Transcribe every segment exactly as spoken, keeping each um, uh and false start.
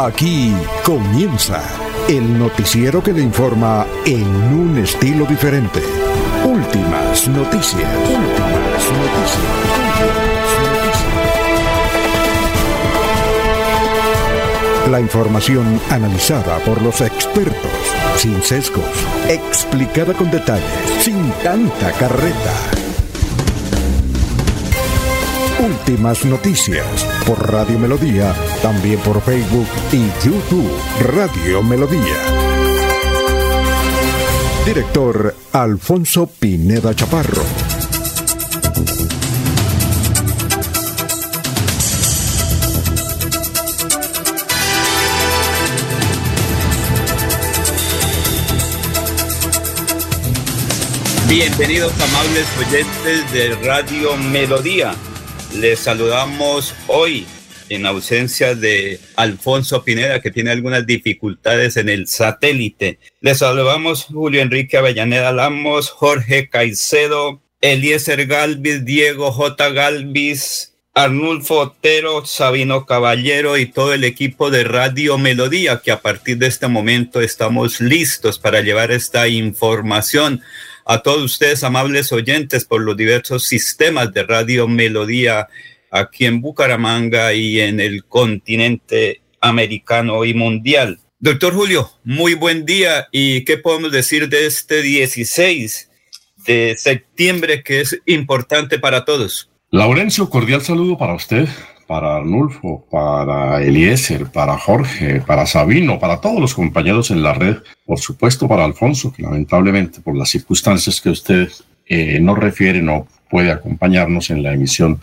Aquí comienza el noticiero que le informa en un estilo diferente. Últimas noticias. Últimas noticias. La información analizada por los expertos, sin sesgos, explicada con detalles, sin tanta carreta. Últimas noticias por Radio Melodía, también por Facebook y YouTube Radio Melodía. Director Alfonso Pineda Chaparro. Bienvenidos, amables oyentes de Radio Melodía. Les saludamos hoy en ausencia de Alfonso Pineda, que tiene algunas dificultades en el satélite. Les saludamos Julio Enrique Avellaneda Lamos, Jorge Caicedo, Eliezer Galvis, Diego J. Galvis, Arnulfo Otero, Sabino Caballero y todo el equipo de Radio Melodía, que a partir de este momento estamos listos para llevar esta información a todos ustedes, amables oyentes, por los diversos sistemas de Radio Melodía aquí en Bucaramanga y en el continente americano y mundial. Doctor Julio, muy buen día. ¿Y qué podemos decir de este dieciséis de septiembre, que es importante para todos? Laurencio, cordial saludo para usted, para Arnulfo, para Eliezer, para Jorge, para Sabino, para todos los compañeros en la red, por supuesto para Alfonso, que lamentablemente por las circunstancias que usted eh, nos refiere no puede acompañarnos en la emisión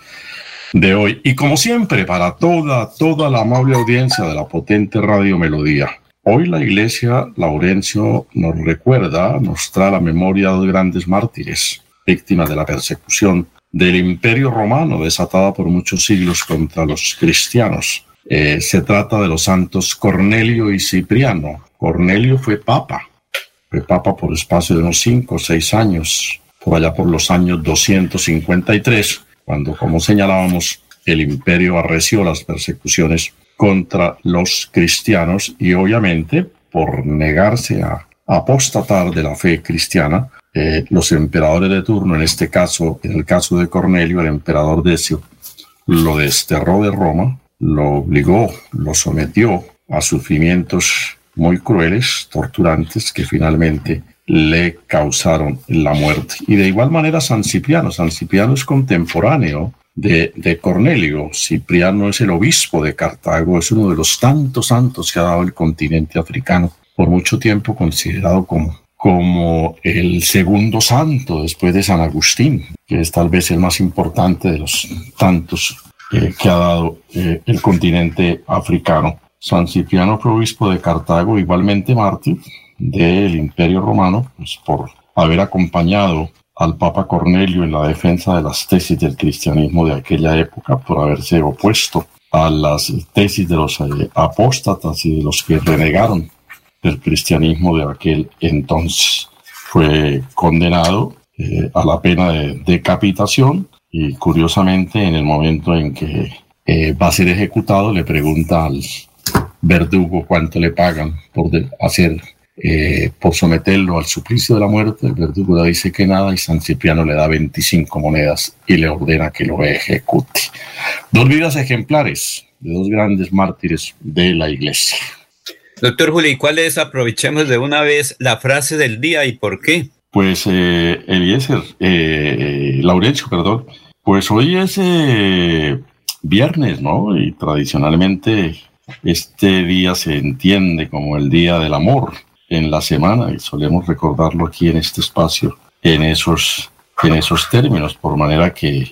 de hoy. Y como siempre, para toda, toda la amable audiencia de la potente Radio Melodía. Hoy la Iglesia, Laurencio, nos recuerda, nos trae a la memoria a dos grandes mártires, víctimas de la persecución del Imperio Romano, desatada por muchos siglos contra los cristianos. Eh, se trata de los santos Cornelio y Cipriano. Cornelio fue papa, fue papa por espacio de unos cinco o seis años, por allá por los años doscientos cincuenta y tres, cuando, como señalábamos, el imperio arreció las persecuciones contra los cristianos y, obviamente, por negarse a apostatar de la fe cristiana, Eh, los emperadores de turno, en este caso, en el caso de Cornelio, el emperador Decio, lo desterró de Roma, lo obligó, lo sometió a sufrimientos muy crueles, torturantes, que finalmente le causaron la muerte. Y de igual manera San Cipriano, San Cipriano es contemporáneo de, de Cornelio. Cipriano es el obispo de Cartago, es uno de los tantos santos que ha dado el continente africano, por mucho tiempo considerado como como el segundo santo después de San Agustín, que es tal vez el más importante de los tantos eh, que ha dado eh, el continente africano. San Cipriano fue obispo de Cartago, igualmente mártir del Imperio Romano, pues por haber acompañado al Papa Cornelio en la defensa de las tesis del cristianismo de aquella época, por haberse opuesto a las tesis de los eh, apóstatas y de los que renegaron del cristianismo de aquel entonces. Fue condenado eh, a la pena de decapitación y, curiosamente, en el momento en que eh, va a ser ejecutado, le pregunta al verdugo cuánto le pagan por de, hacer, eh, por someterlo al suplicio de la muerte. El verdugo le dice que nada y San Cipriano le da veinticinco monedas y le ordena que lo ejecute. Dos vidas ejemplares de dos grandes mártires de la Iglesia. Doctor Julio, ¿y cuál es, aprovechemos de una vez, la frase del día y por qué? Pues, eh, Eliezer, eh, Laurencio, perdón, pues hoy es eh, viernes, ¿no? Y tradicionalmente este día se entiende como el Día del Amor en la semana y solemos recordarlo aquí en este espacio en esos, en esos términos, por manera que,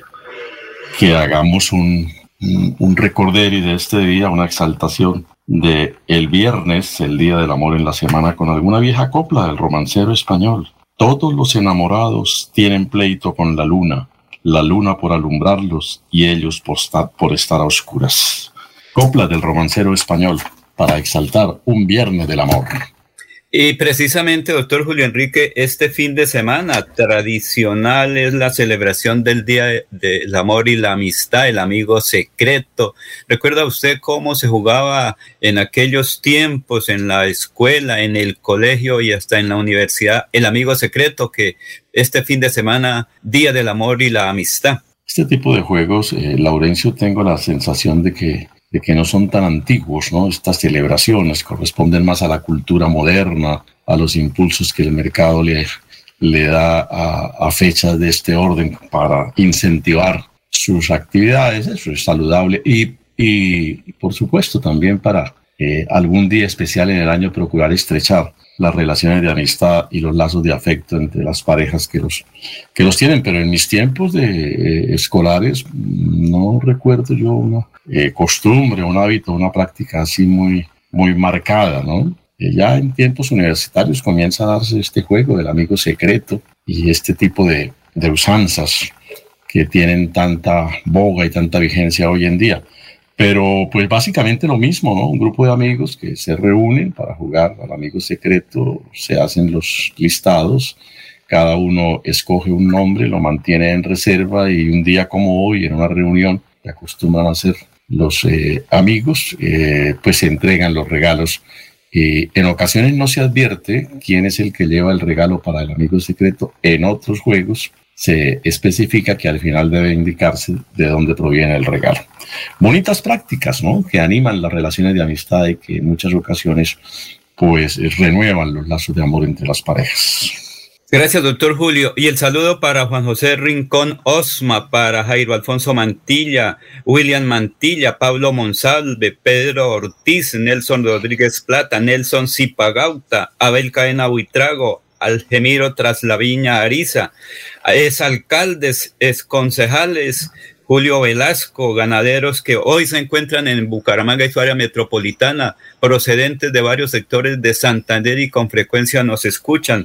que hagamos un, un, un recorderis de este día, una exaltación de el viernes, el Día del Amor en la semana, con alguna vieja copla del romancero español. Todos los enamorados tienen pleito con la luna, la luna por alumbrarlos y ellos por estar, por estar a oscuras. Copla del romancero español para exaltar un viernes del amor. Y precisamente, doctor Julio Enrique, este fin de semana tradicional es la celebración del Día del Amor y la Amistad, el amigo secreto. ¿Recuerda usted cómo se jugaba en aquellos tiempos en la escuela, en el colegio y hasta en la universidad el amigo secreto, que este fin de semana, Día del Amor y la Amistad? Este tipo de juegos, eh, Laurencio, tengo la sensación de que de que no son tan antiguos, ¿no? Estas celebraciones corresponden más a la cultura moderna, a los impulsos que el mercado le, le da a, a fechas de este orden para incentivar sus actividades. Eso es saludable y, y por supuesto, también para eh, algún día especial en el año procurar estrechar las relaciones de amistad y los lazos de afecto entre las parejas que los, que los tienen. Pero en mis tiempos de eh, escolares no recuerdo yo una eh, costumbre, un hábito, una práctica así muy, muy marcada, ¿no? Eh, ya en tiempos universitarios comienza a darse este juego del amigo secreto y este tipo de, de usanzas que tienen tanta boga y tanta vigencia hoy en día. Pero pues básicamente lo mismo, ¿no? Un grupo de amigos que se reúnen para jugar al amigo secreto, se hacen los listados, cada uno escoge un nombre, lo mantiene en reserva y un día como hoy, en una reunión que acostumbran a hacer los eh, amigos, eh, pues se entregan los regalos. Y en ocasiones no se advierte quién es el que lleva el regalo para el amigo secreto. En otros juegos se especifica que al final debe indicarse de dónde proviene el regalo. Bonitas prácticas, ¿no? Que animan las relaciones de amistad y que en muchas ocasiones pues renuevan los lazos de amor entre las parejas. Gracias, doctor Julio. Y el saludo para Juan José Rincón Osma, para Jairo Alfonso Mantilla, William Mantilla, Pablo Monsalve, Pedro Ortiz, Nelson Rodríguez Plata, Nelson Zipagauta, Abel Caena Buitrago, Algemiro Traslaviña Ariza, es alcaldes, es concejales, Julio Velasco, ganaderos que hoy se encuentran en Bucaramanga y su área metropolitana, procedentes de varios sectores de Santander y con frecuencia nos escuchan.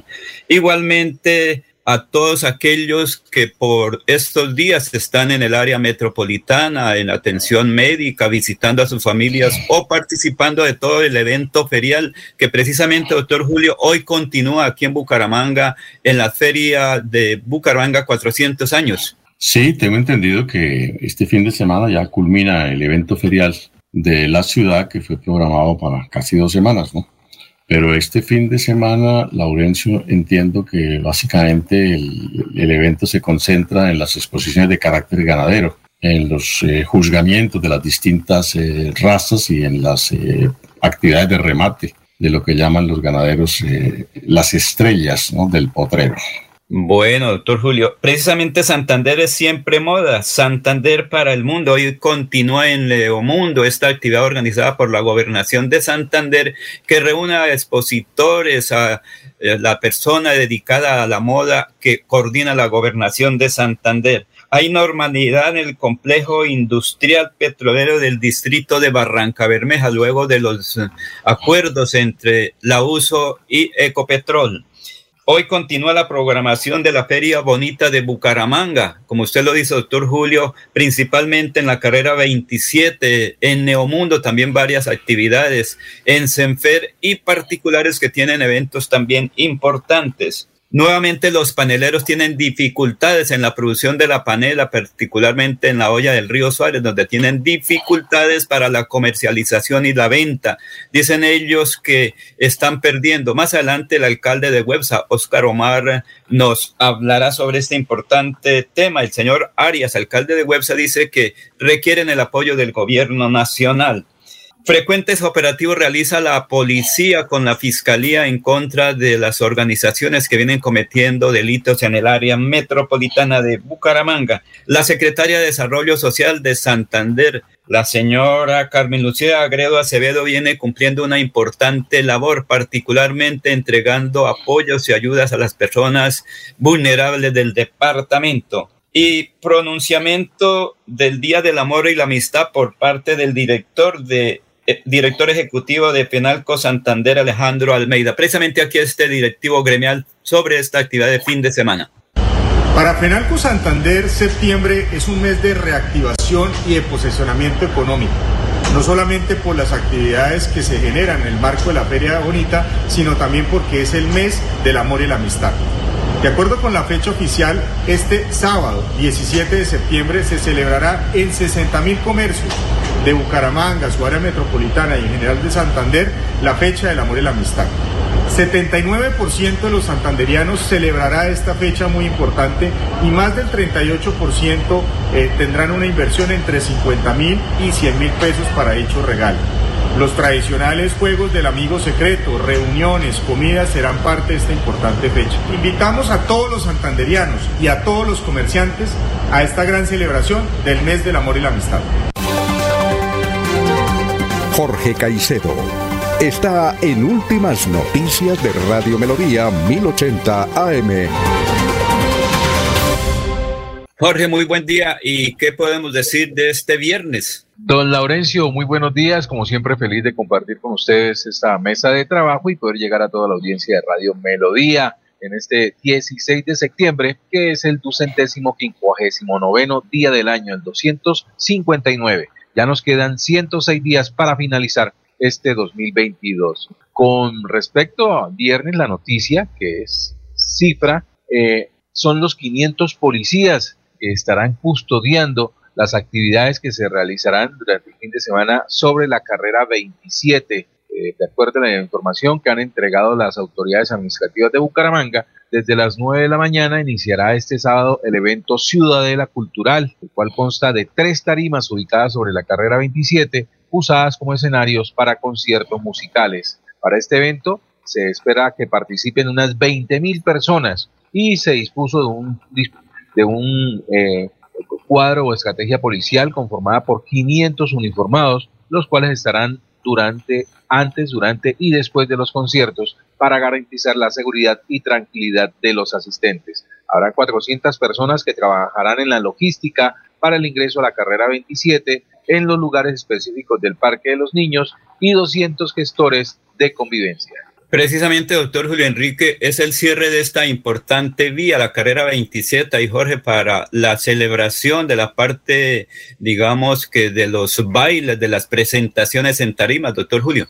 Igualmente a todos aquellos que por estos días están en el área metropolitana, en atención médica, visitando a sus familias o participando de todo el evento ferial que precisamente, doctor Julio, hoy continúa aquí en Bucaramanga, en la feria de Bucaramanga cuatrocientos años. Sí, tengo entendido que este fin de semana ya culmina el evento ferial de la ciudad que fue programado para casi dos semanas, ¿no? Pero este fin de semana, Laurencio, entiendo que básicamente el, el evento se concentra en las exposiciones de carácter ganadero, en los eh, juzgamientos de las distintas eh, razas y en las eh, actividades de remate de lo que llaman los ganaderos eh, las estrellas, ¿no?, del potrero. Bueno, doctor Julio, precisamente Santander es siempre moda, Santander para el mundo. Hoy continúa en Leomundo esta actividad organizada por la Gobernación de Santander que reúne a expositores, a eh, la persona dedicada a la moda que coordina la Gobernación de Santander. Hay normalidad en el complejo industrial petrolero del distrito de Barranca Bermeja luego de los acuerdos entre la U S O y Ecopetrol. Hoy continúa la programación de la Feria Bonita de Bucaramanga, como usted lo dice, doctor Julio, principalmente en la carrera veintisiete, en Neomundo también varias actividades, en Senfer y particulares que tienen eventos también importantes. Nuevamente los paneleros tienen dificultades en la producción de la panela, particularmente en la olla del Río Suárez, donde tienen dificultades para la comercialización y la venta. Dicen ellos que están perdiendo. Más adelante el alcalde de Websa, Óscar Omar, nos hablará sobre este importante tema. El señor Arias, alcalde de Websa, dice que requieren el apoyo del gobierno nacional. Frecuentes operativos realiza la policía con la fiscalía en contra de las organizaciones que vienen cometiendo delitos en el área metropolitana de Bucaramanga. La secretaria de Desarrollo Social de Santander, la señora Carmen Lucía Agredo Acevedo, viene cumpliendo una importante labor, particularmente entregando apoyos y ayudas a las personas vulnerables del departamento. Y pronunciamiento del Día del Amor y la Amistad por parte del director de Eh, director ejecutivo de Fenalco Santander, Alejandro Almeida. Precisamente aquí este directivo gremial sobre esta actividad de fin de semana. Para Fenalco Santander, septiembre es un mes de reactivación y de posicionamiento económico. no solamente por las actividades que se generan en el marco de la Feria Bonita, sino también porque es el mes del amor y la amistad. De acuerdo con la fecha oficial, este sábado diecisiete de septiembre se celebrará en sesenta mil comercios de Bucaramanga, su área metropolitana y en general de Santander, la fecha del amor y la amistad. setenta y nueve por ciento de los santanderianos celebrará esta fecha muy importante y más del treinta y ocho por ciento eh, tendrán una inversión entre cincuenta mil y cien mil pesos para dicho regalo. Los tradicionales juegos del amigo secreto, reuniones, comidas serán parte de esta importante fecha. Invitamos a todos los santanderianos y a todos los comerciantes a esta gran celebración del mes del amor y la amistad. Jorge Caicedo está en Últimas Noticias de Radio Melodía mil ochenta A M. Jorge, muy buen día. ¿Y qué podemos decir de este viernes? Don Laurencio, muy buenos días. Como siempre, feliz de compartir con ustedes esta mesa de trabajo y poder llegar a toda la audiencia de Radio Melodía en este dieciséis de septiembre, que es el ducentésimo quincuagésimo noveno día del año, el doscientos cincuenta y nueve. Ya nos quedan ciento seis días para finalizar este dos mil veintidós. Con respecto a viernes, la noticia, que es cifra, eh, son los quinientos policías que estarán custodiando las actividades que se realizarán durante el fin de semana sobre la carrera veintisiete. Eh, de acuerdo a la información que han entregado las autoridades administrativas de Bucaramanga, desde las nueve de la mañana iniciará este sábado el evento Ciudadela Cultural, el cual consta de tres tarimas ubicadas sobre la carrera veintisiete, usadas como escenarios para conciertos musicales. Para este evento se espera que participen unas veinte mil personas y se dispuso de un, de un eh, cuadro o estrategia policial conformada por quinientos uniformados, los cuales estarán durante, antes, durante y después de los conciertos para garantizar la seguridad y tranquilidad de los asistentes. Habrá cuatrocientas personas que trabajarán en la logística para el ingreso a la carrera veintisiete en los lugares específicos del Parque de los Niños y doscientos gestores de convivencia. Precisamente, doctor Julio Enrique, es el cierre de esta importante vía, la carrera veintisiete, y Jorge, para la celebración de la parte, digamos, que de los bailes, de las presentaciones en tarimas, doctor Julio.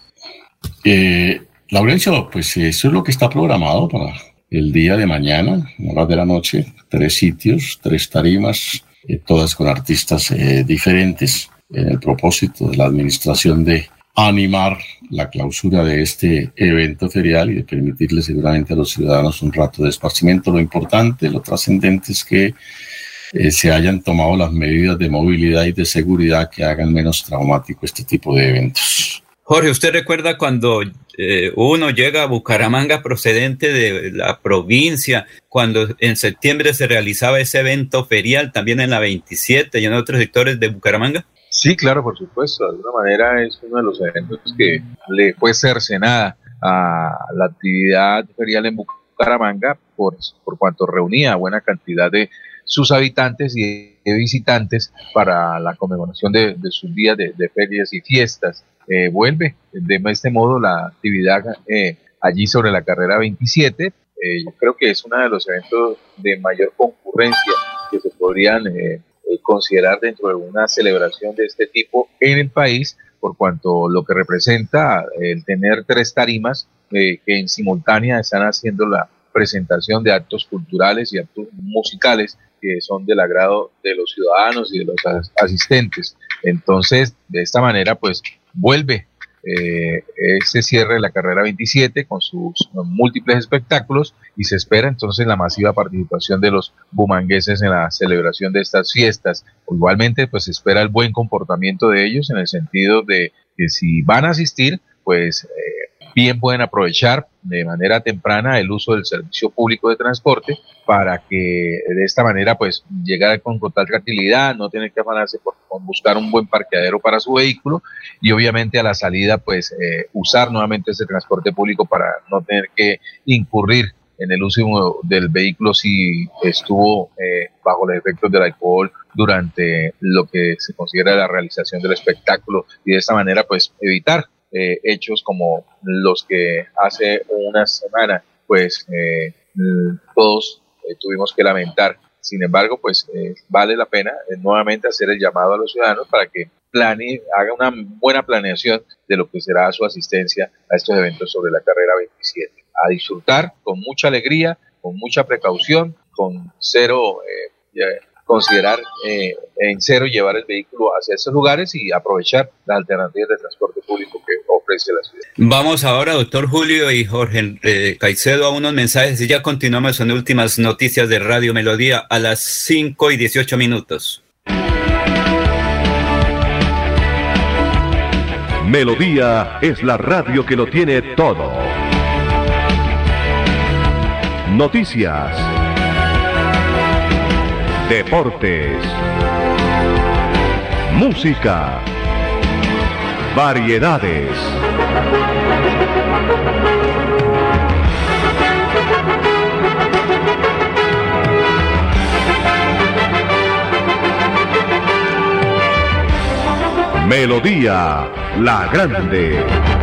Eh, Laurencio, pues eso es lo que está programado para el día de mañana, en horas de la noche, tres sitios, tres tarimas, eh, todas con artistas eh, diferentes, en el propósito de la administración de animar la clausura de este evento ferial y de permitirle seguramente a los ciudadanos un rato de esparcimiento. Lo importante, lo trascendente es que eh, se hayan tomado las medidas de movilidad y de seguridad que hagan menos traumático este tipo de eventos. Jorge, ¿usted recuerda cuando eh, uno llega a Bucaramanga procedente de la provincia, cuando en septiembre se realizaba ese evento ferial también en la veintisiete y en otros sectores de Bucaramanga? Sí, claro, por supuesto. De alguna manera es uno de los eventos que le fue cercenada a la actividad ferial en Bucaramanga por, por cuanto reunía buena cantidad de sus habitantes y de visitantes para la conmemoración de, de sus días de, de ferias y fiestas. Eh, vuelve de este modo la actividad eh, allí sobre la carrera veintisiete. Eh, yo creo que es uno de los eventos de mayor concurrencia que se podrían eh, considerar dentro de una celebración de este tipo en el país, por cuanto lo que representa el tener tres tarimas eh, que en simultánea están haciendo la presentación de actos culturales y actos musicales que son del agrado de los ciudadanos y de los as- asistentes. Entonces, de esta manera, pues, vuelve eh, ese cierre de la carrera veintisiete con sus múltiples espectáculos y se espera entonces la masiva participación de los bumangueses en la celebración de estas fiestas. Igualmente, pues se espera el buen comportamiento de ellos en el sentido de que si van a asistir, pues eh, bien pueden aprovechar de manera temprana el uso del servicio público de transporte para que de esta manera pues llegar con total tranquilidad, no tener que afanarse por, por buscar un buen parqueadero para su vehículo y obviamente a la salida pues eh, usar nuevamente ese transporte público para no tener que incurrir en el uso del vehículo si estuvo eh, bajo los efectos del alcohol durante lo que se considera la realización del espectáculo y de esta manera pues evitar Eh, hechos como los que hace una semana pues eh, todos eh, tuvimos que lamentar. Sin embargo, pues eh, vale la pena eh, nuevamente hacer el llamado a los ciudadanos para que plane, haga una buena planeación de lo que será su asistencia a estos eventos sobre la carrera veintisiete. A disfrutar con mucha alegría, con mucha precaución, con cero, eh, considerar eh, en cero llevar el vehículo hacia esos lugares y aprovechar las alternativas de transporte público que ofrece la ciudad. Vamos ahora, doctor Julio y Jorge eh, Caicedo, a unos mensajes y ya continuamos con últimas noticias de Radio Melodía a las cinco y dieciocho minutos. Melodía es la radio que lo tiene todo. Noticias, deportes, música, variedades. Melodía, la grande.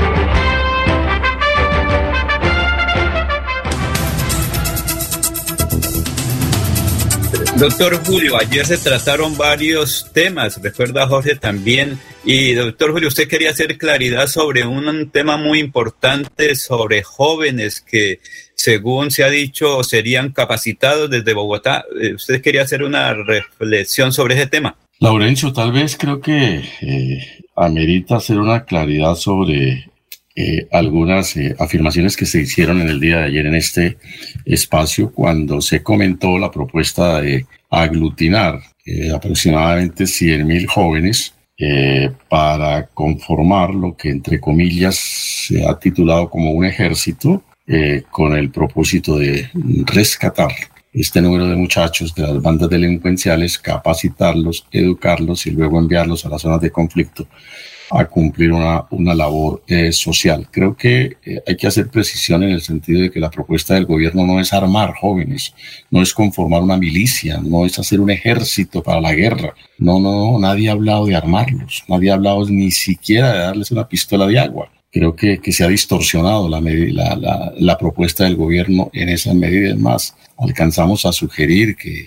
Doctor Julio, ayer se trataron varios temas, recuerda Jorge también, y doctor Julio, usted quería hacer claridad sobre un tema muy importante, sobre jóvenes que, según se ha dicho, serían capacitados desde Bogotá. ¿Usted quería hacer una reflexión sobre ese tema? Laurencio, tal vez creo que eh, amerita hacer una claridad sobre eh, algunas eh, afirmaciones que se hicieron en el día de ayer en este espacio cuando se comentó la propuesta de aglutinar eh, aproximadamente cien mil jóvenes eh, para conformar lo que entre comillas se ha titulado como un ejército eh, con el propósito de rescatar este número de muchachos de las bandas delincuenciales, capacitarlos, educarlos y luego enviarlos a las zonas de conflicto a cumplir una, una labor eh, social. Creo que eh, hay que hacer precisión en el sentido de que la propuesta del gobierno no es armar jóvenes, no es conformar una milicia, no es hacer un ejército para la guerra. No, no, nadie ha hablado de armarlos, nadie ha hablado ni siquiera de darles una pistola de agua. Creo que, que se ha distorsionado la, la, la, la propuesta del gobierno en esas medidas. Más, alcanzamos a sugerir que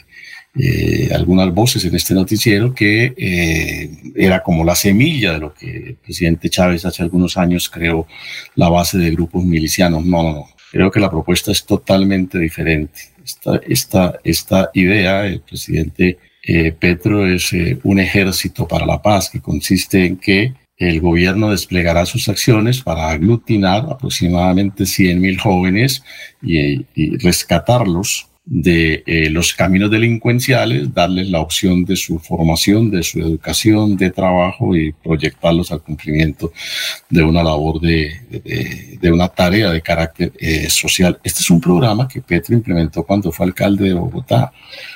eh, algunas voces en este noticiero que eh, era como la semilla de lo que el presidente Chávez hace algunos años creó la base de grupos milicianos. No, no, no. Creo que la propuesta es totalmente diferente. Esta, esta, esta idea, el presidente eh, Petro, es eh, un ejército para la paz que consiste en que el gobierno desplegará sus acciones para aglutinar aproximadamente cien mil jóvenes y, y rescatarlos de eh, los caminos delincuenciales, darles la opción de su formación, de su educación, de trabajo y proyectarlos al cumplimiento de una labor, de, de, de una tarea de carácter eh, social. Este es un programa que Petro implementó cuando fue alcalde de Bogotá.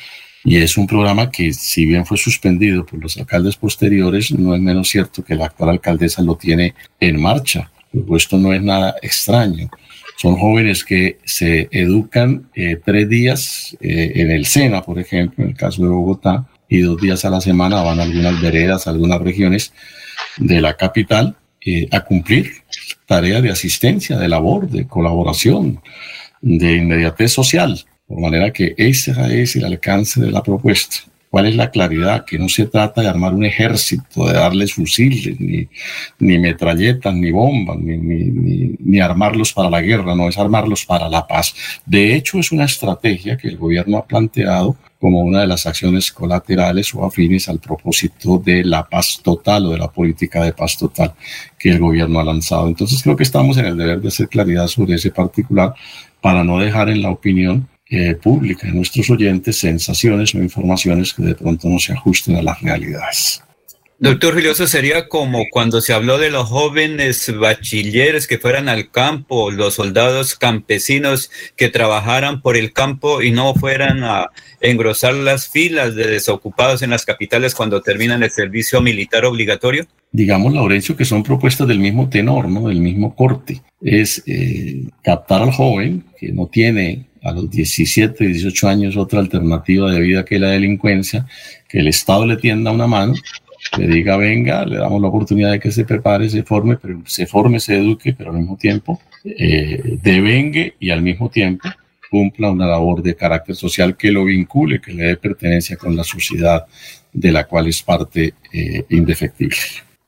Y es un programa que, si bien fue suspendido por los alcaldes posteriores, no es menos cierto que la actual alcaldesa lo tiene en marcha. Luego, esto no es nada extraño. Son jóvenes que se educan eh, tres días eh, en el SENA, por ejemplo, en el caso de Bogotá, y dos días a la semana van a algunas veredas, a algunas regiones de la capital eh, a cumplir tareas de asistencia, de labor, de colaboración, de inmediatez social. Por manera que ese es el alcance de la propuesta. ¿Cuál es la claridad? Que no se trata de armar un ejército, de darles fusiles, ni, ni metralletas, ni bombas, ni, ni, ni, ni armarlos para la guerra, no es armarlos para la paz. De hecho, es una estrategia que el gobierno ha planteado como una de las acciones colaterales o afines al propósito de la paz total o de la política de paz total que el gobierno ha lanzado. Entonces, creo que estamos en el deber de hacer claridad sobre ese particular para no dejar en la opinión Eh, pública de nuestros oyentes sensaciones o informaciones que de pronto no se ajusten a las realidades. Doctor Julio, eso sería como cuando se habló de los jóvenes bachilleres que fueran al campo, los soldados campesinos que trabajaran por el campo y no fueran a engrosar las filas de desocupados en las capitales cuando terminan el servicio militar obligatorio. Digamos, Laurencio, que son propuestas del mismo tenor, ¿no? Del mismo corte. Es eh, captar al joven que no tiene a los diecisiete, dieciocho años otra alternativa de vida que la delincuencia, que el Estado le tienda una mano, le diga venga, le damos la oportunidad de que se prepare, se forme, pero se forme, se eduque, pero al mismo tiempo eh, devengue y al mismo tiempo cumpla una labor de carácter social que lo vincule, que le dé pertenencia con la sociedad de la cual es parte eh, indefectible.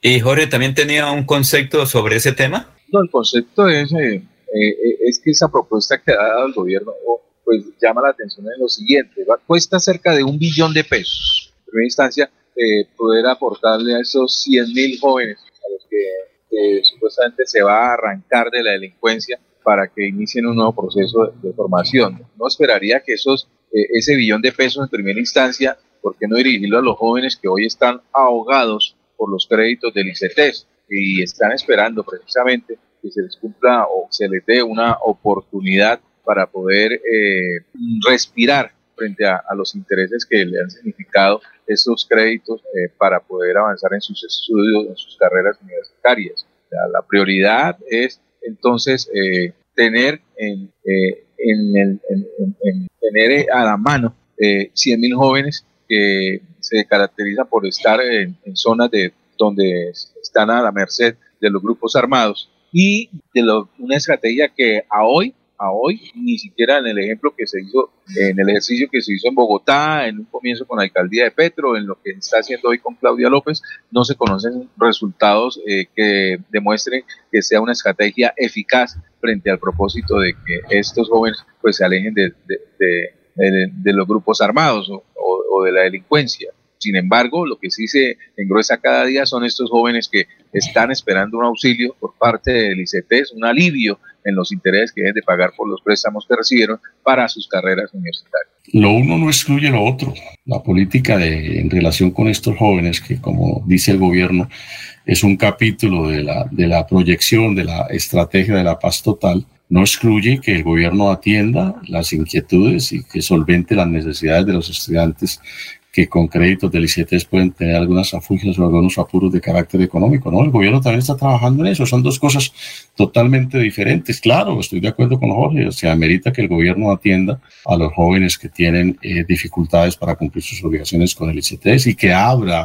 ¿Y Jorge también tenía un concepto sobre ese tema? No, el concepto es, eh, eh, es que esa propuesta que ha dado el gobierno pues llama la atención en lo siguiente: va, cuesta cerca de un billón de pesos. En primera instancia, eh, poder aportarle a esos cien mil jóvenes a los que eh, supuestamente se va a arrancar de la delincuencia para que inicien un nuevo proceso de, de formación. No esperaría que esos, eh, ese billón de pesos en primera instancia, ¿por qué no dirigirlo a los jóvenes que hoy están ahogados por los créditos del ICETEX y están esperando precisamente que se les cumpla o se les dé una oportunidad para poder eh, respirar frente a, a los intereses que le han significado estos créditos eh, para poder avanzar en sus estudios, en sus carreras universitarias? O sea, la prioridad es entonces eh, tener, en, eh, en el, en, en, en, tener a la mano eh, cien mil jóvenes que se caracterizan por estar en, en zonas de, donde están a la merced de los grupos armados, y de lo, una estrategia que a hoy, a hoy, ni siquiera en el ejemplo que se hizo, en el ejercicio que se hizo en Bogotá, en un comienzo con la alcaldía de Petro, en lo que está haciendo hoy con Claudia López, no se conocen resultados eh, que demuestren que sea una estrategia eficaz frente al propósito de que estos jóvenes pues se alejen de, de, de, de, de los grupos armados o, o, o de la delincuencia. Sin embargo, lo que sí se engruesa cada día son estos jóvenes que están esperando un auxilio por parte del ICETEX, un alivio en los intereses que deben de pagar por los préstamos que recibieron para sus carreras universitarias. Lo uno no excluye lo otro. La política de, en relación con estos jóvenes, que como dice el gobierno, es un capítulo de la, de la proyección de la estrategia de la paz total, no excluye que el gobierno atienda las inquietudes y que solvente las necesidades de los estudiantes que con créditos del ICETEX pueden tener algunas afugias o algunos apuros de carácter económico, ¿no? El gobierno también está trabajando en eso. Son dos cosas totalmente diferentes. Claro, estoy de acuerdo con Jorge. O sea, amerita que el gobierno atienda a los jóvenes que tienen eh, dificultades para cumplir sus obligaciones con el ICETEX y que abra,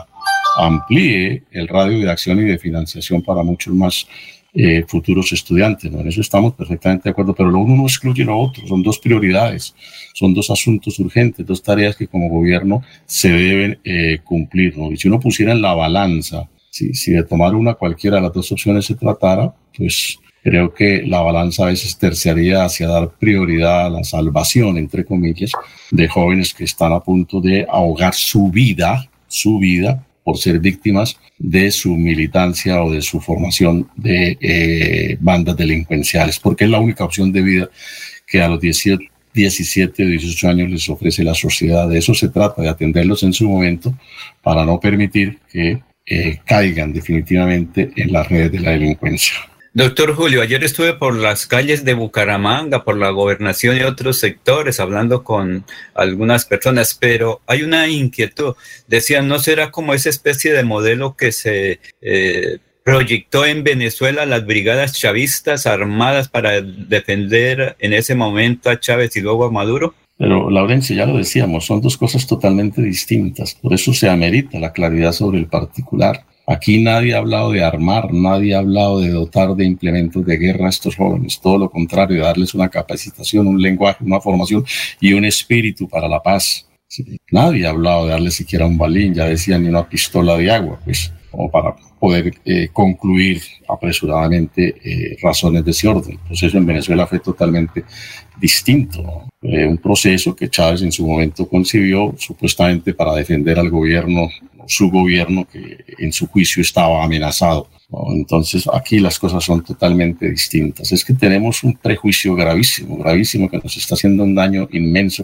amplíe el radio de acción y de financiación para muchos más Eh, futuros estudiantes, ¿no? En eso estamos perfectamente de acuerdo, pero lo uno no excluye lo otro. Son dos prioridades, son dos asuntos urgentes, dos tareas que como gobierno se deben eh, cumplir, ¿no? Y si uno pusiera en la balanza, si, si de tomar una cualquiera de las dos opciones se tratara, pues creo que la balanza a veces terciaría hacia dar prioridad a la salvación, entre comillas, de jóvenes que están a punto de ahogar su vida, su vida, por ser víctimas de su militancia o de su formación de eh, bandas delincuenciales, porque es la única opción de vida que a los diecisiete, diecisiete o dieciocho años les ofrece la sociedad. De eso se trata, de atenderlos en su momento para no permitir que eh, caigan definitivamente en las redes de la delincuencia. Doctor Julio, ayer estuve por las calles de Bucaramanga, por la gobernación y otros sectores, hablando con algunas personas, pero hay una inquietud. Decían, ¿no será como esa especie de modelo que se eh, proyectó en Venezuela, las brigadas chavistas armadas para defender en ese momento a Chávez y luego a Maduro? Pero, Laurencio, ya lo decíamos, son dos cosas totalmente distintas. Por eso se amerita la claridad sobre el particular. Aquí nadie ha hablado de armar, nadie ha hablado de dotar de implementos de guerra a estos jóvenes. Todo lo contrario, darles una capacitación, un lenguaje, una formación y un espíritu para la paz. Sí, nadie ha hablado de darles siquiera un balín, ya decía, ni una pistola de agua, pues, como para poder eh, concluir apresuradamente eh, razones de ese orden. El proceso en Venezuela fue totalmente distinto, ¿no? Eh, un proceso que Chávez en su momento concibió supuestamente para defender al gobierno, su gobierno, que en su juicio estaba amenazado, ¿no? Entonces aquí las cosas son totalmente distintas. Es que tenemos un prejuicio gravísimo, gravísimo, que nos está haciendo un daño inmenso,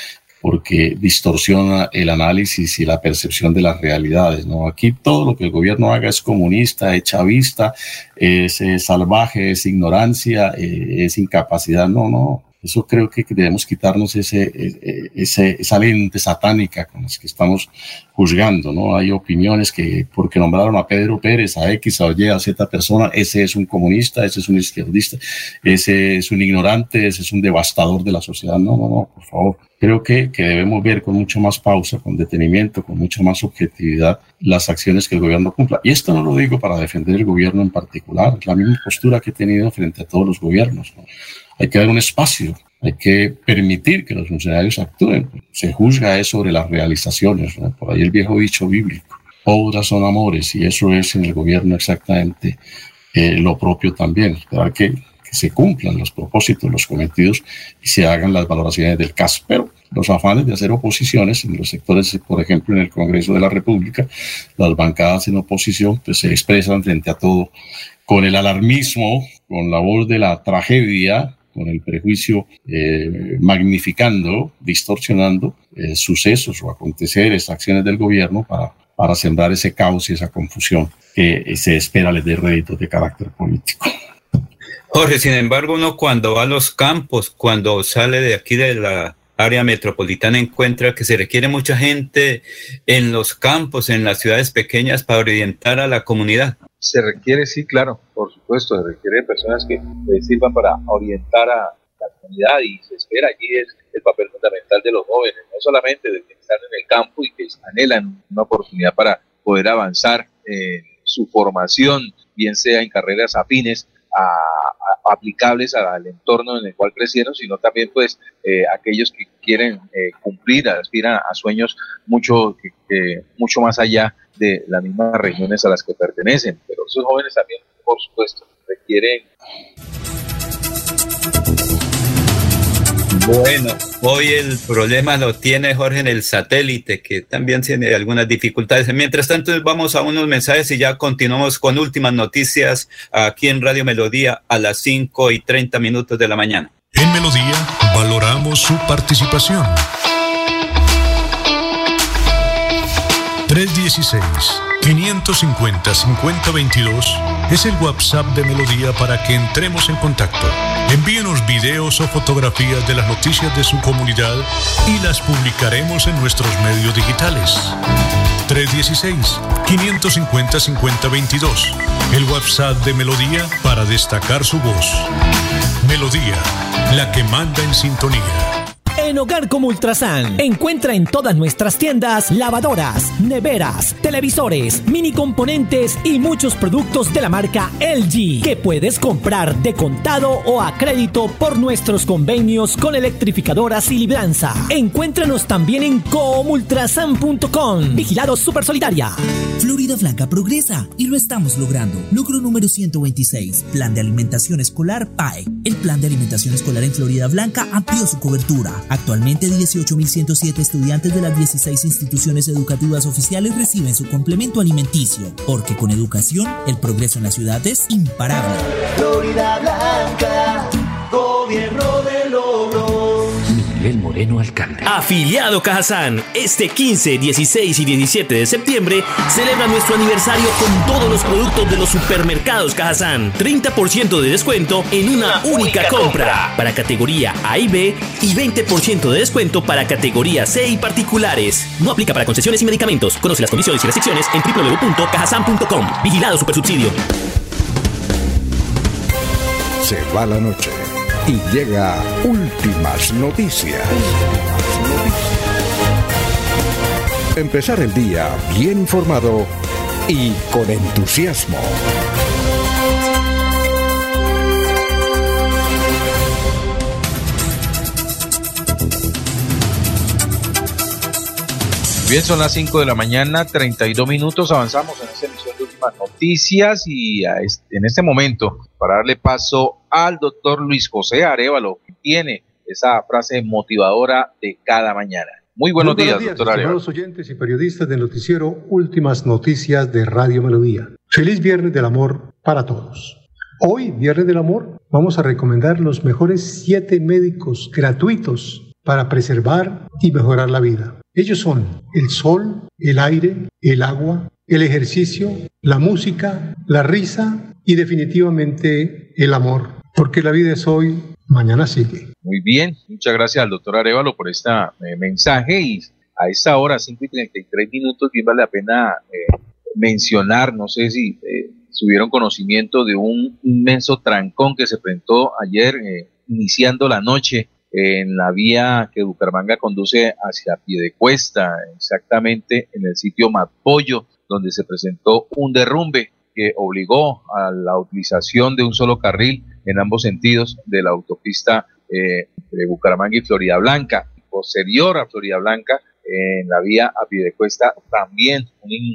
porque distorsiona el análisis y la percepción de las realidades, ¿no? Aquí todo lo que el gobierno haga es comunista, es chavista, es, es salvaje, es ignorancia, es incapacidad. No, no. Eso creo que debemos quitarnos ese, ese, esa lente satánica con las que estamos juzgando, ¿no? Hay opiniones que porque nombraron a Pedro Pérez, a X, a Y, a Z persona, ese es un comunista, ese es un izquierdista, ese es un ignorante, ese es un devastador de la sociedad. No, no, no, por favor. Creo que, que debemos ver con mucho más pausa, con detenimiento, con mucha más objetividad las acciones que el gobierno cumpla. Y esto no lo digo para defender el gobierno en particular, es la misma postura que he tenido frente a todos los gobiernos, ¿no? Hay que dar un espacio, hay que permitir que los funcionarios actúen. Se juzga es sobre las realizaciones, ¿no? Por ahí el viejo dicho bíblico. obras son amores, y eso es en el gobierno exactamente eh, lo propio también, esperar que, que se cumplan los propósitos, los cometidos y se hagan las valoraciones del caso. Pero los afanes de hacer oposiciones en los sectores, por ejemplo, en el Congreso de la República, las bancadas en oposición pues se expresan frente a todo con el alarmismo, con la voz de la tragedia, con el prejuicio, eh, magnificando, distorsionando eh, sucesos o aconteceres, acciones del gobierno para, para sembrar ese caos y esa confusión que se espera les dé réditos de carácter político. Jorge, sin embargo, uno cuando va a los campos, cuando sale de aquí de la área metropolitana, encuentra que se requiere mucha gente en los campos, en las ciudades pequeñas, para orientar a la comunidad. Se requiere, sí, claro, por supuesto, se requiere personas que eh, sirvan para orientar a la comunidad, y se espera allí es el papel fundamental de los jóvenes, no solamente de que están en el campo y que anhelan una oportunidad para poder avanzar en su formación, bien sea en carreras afines a, a, aplicables al entorno en el cual crecieron, sino también pues eh, aquellos que quieren eh, cumplir, aspiran a sueños mucho, que, que, mucho más allá de las mismas regiones a las que pertenecen. Pero esos jóvenes también, por supuesto, requieren. Bueno, hoy el problema lo tiene Jorge en el satélite, que también tiene algunas dificultades. Mientras tanto, vamos a unos mensajes y ya continuamos con últimas noticias aquí en Radio Melodía a las cinco y treinta minutos de la mañana. En Melodía valoramos su participación. tres dieciséis, quinientos cincuenta, cincuenta veintidós es el WhatsApp de Melodía para que entremos en contacto. Envíenos videos o fotografías de las noticias de su comunidad y las publicaremos en nuestros medios digitales. tres dieciséis, quinientos cincuenta, cincuenta veintidós, el WhatsApp de Melodía para destacar su voz. Melodía, la que manda en sintonía. En Hogar como Ultrasan, encuentra en todas nuestras tiendas lavadoras, neveras, televisores, mini componentes y muchos productos de la marca L G que puedes comprar de contado o a crédito por nuestros convenios con electrificadoras y Libranza. Encuéntranos también en comultrasan punto com. Vigilado Super Solidaria. Florida Blanca progresa y lo estamos logrando. Logro número ciento veintiséis, Plan de Alimentación Escolar P A E. El Plan de Alimentación Escolar en Florida Blanca amplió su cobertura. Actualmente dieciocho mil ciento siete estudiantes de las dieciséis instituciones educativas oficiales reciben su complemento alimenticio, porque con educación el progreso en la ciudad es imparable. Florida Blanca, gobierno de logros. Miguel Moreno, alcalde. Afiliado Cajazán, este quince, dieciséis y diecisiete de septiembre celebra nuestro aniversario con todos los productos de los supermercados Cajazán. treinta por ciento de descuento en una, una única, única compra. compra para categoría A y B y veinte por ciento de descuento para categoría C y particulares. No aplica para concesiones y medicamentos. Conoce las condiciones y restricciones en doble u doble u doble u punto cajazán punto com. Vigilado Supersubsidio. Se va la noche y llega Últimas Noticias. Empezar el día bien informado y con entusiasmo. Bien, son las cinco de la mañana, treinta y dos minutos, avanzamos en esta emisión de Últimas Noticias y a este, en este momento, para darle paso al doctor Luis José Arévalo, que tiene esa frase motivadora de cada mañana. Muy buenos, Muy buenos días, días, doctor Arévalo. Estimados oyentes y periodistas del noticiero Últimas Noticias de Radio Melodía. Feliz Viernes del Amor para todos. Hoy, Viernes del Amor, vamos a recomendar los mejores siete médicos gratuitos para preservar y mejorar la vida. Ellos son el sol, el aire, el agua, el ejercicio, la música, la risa y definitivamente el amor. Porque la vida es hoy, mañana sigue. Muy bien, muchas gracias al doctor Arévalo por este eh, mensaje y a esta hora, cinco y treinta y tres minutos, bien vale la pena eh, mencionar, no sé si eh, tuvieron conocimiento de un inmenso trancón que se presentó ayer, eh, iniciando la noche, en la vía que Bucaramanga conduce hacia Piedecuesta, exactamente en el sitio Matpollo, donde se presentó un derrumbe que obligó a la utilización de un solo carril en ambos sentidos de la autopista eh, de Bucaramanga y Florida Blanca. Posterior a Florida Blanca, en la vía a Piedecuesta, también un,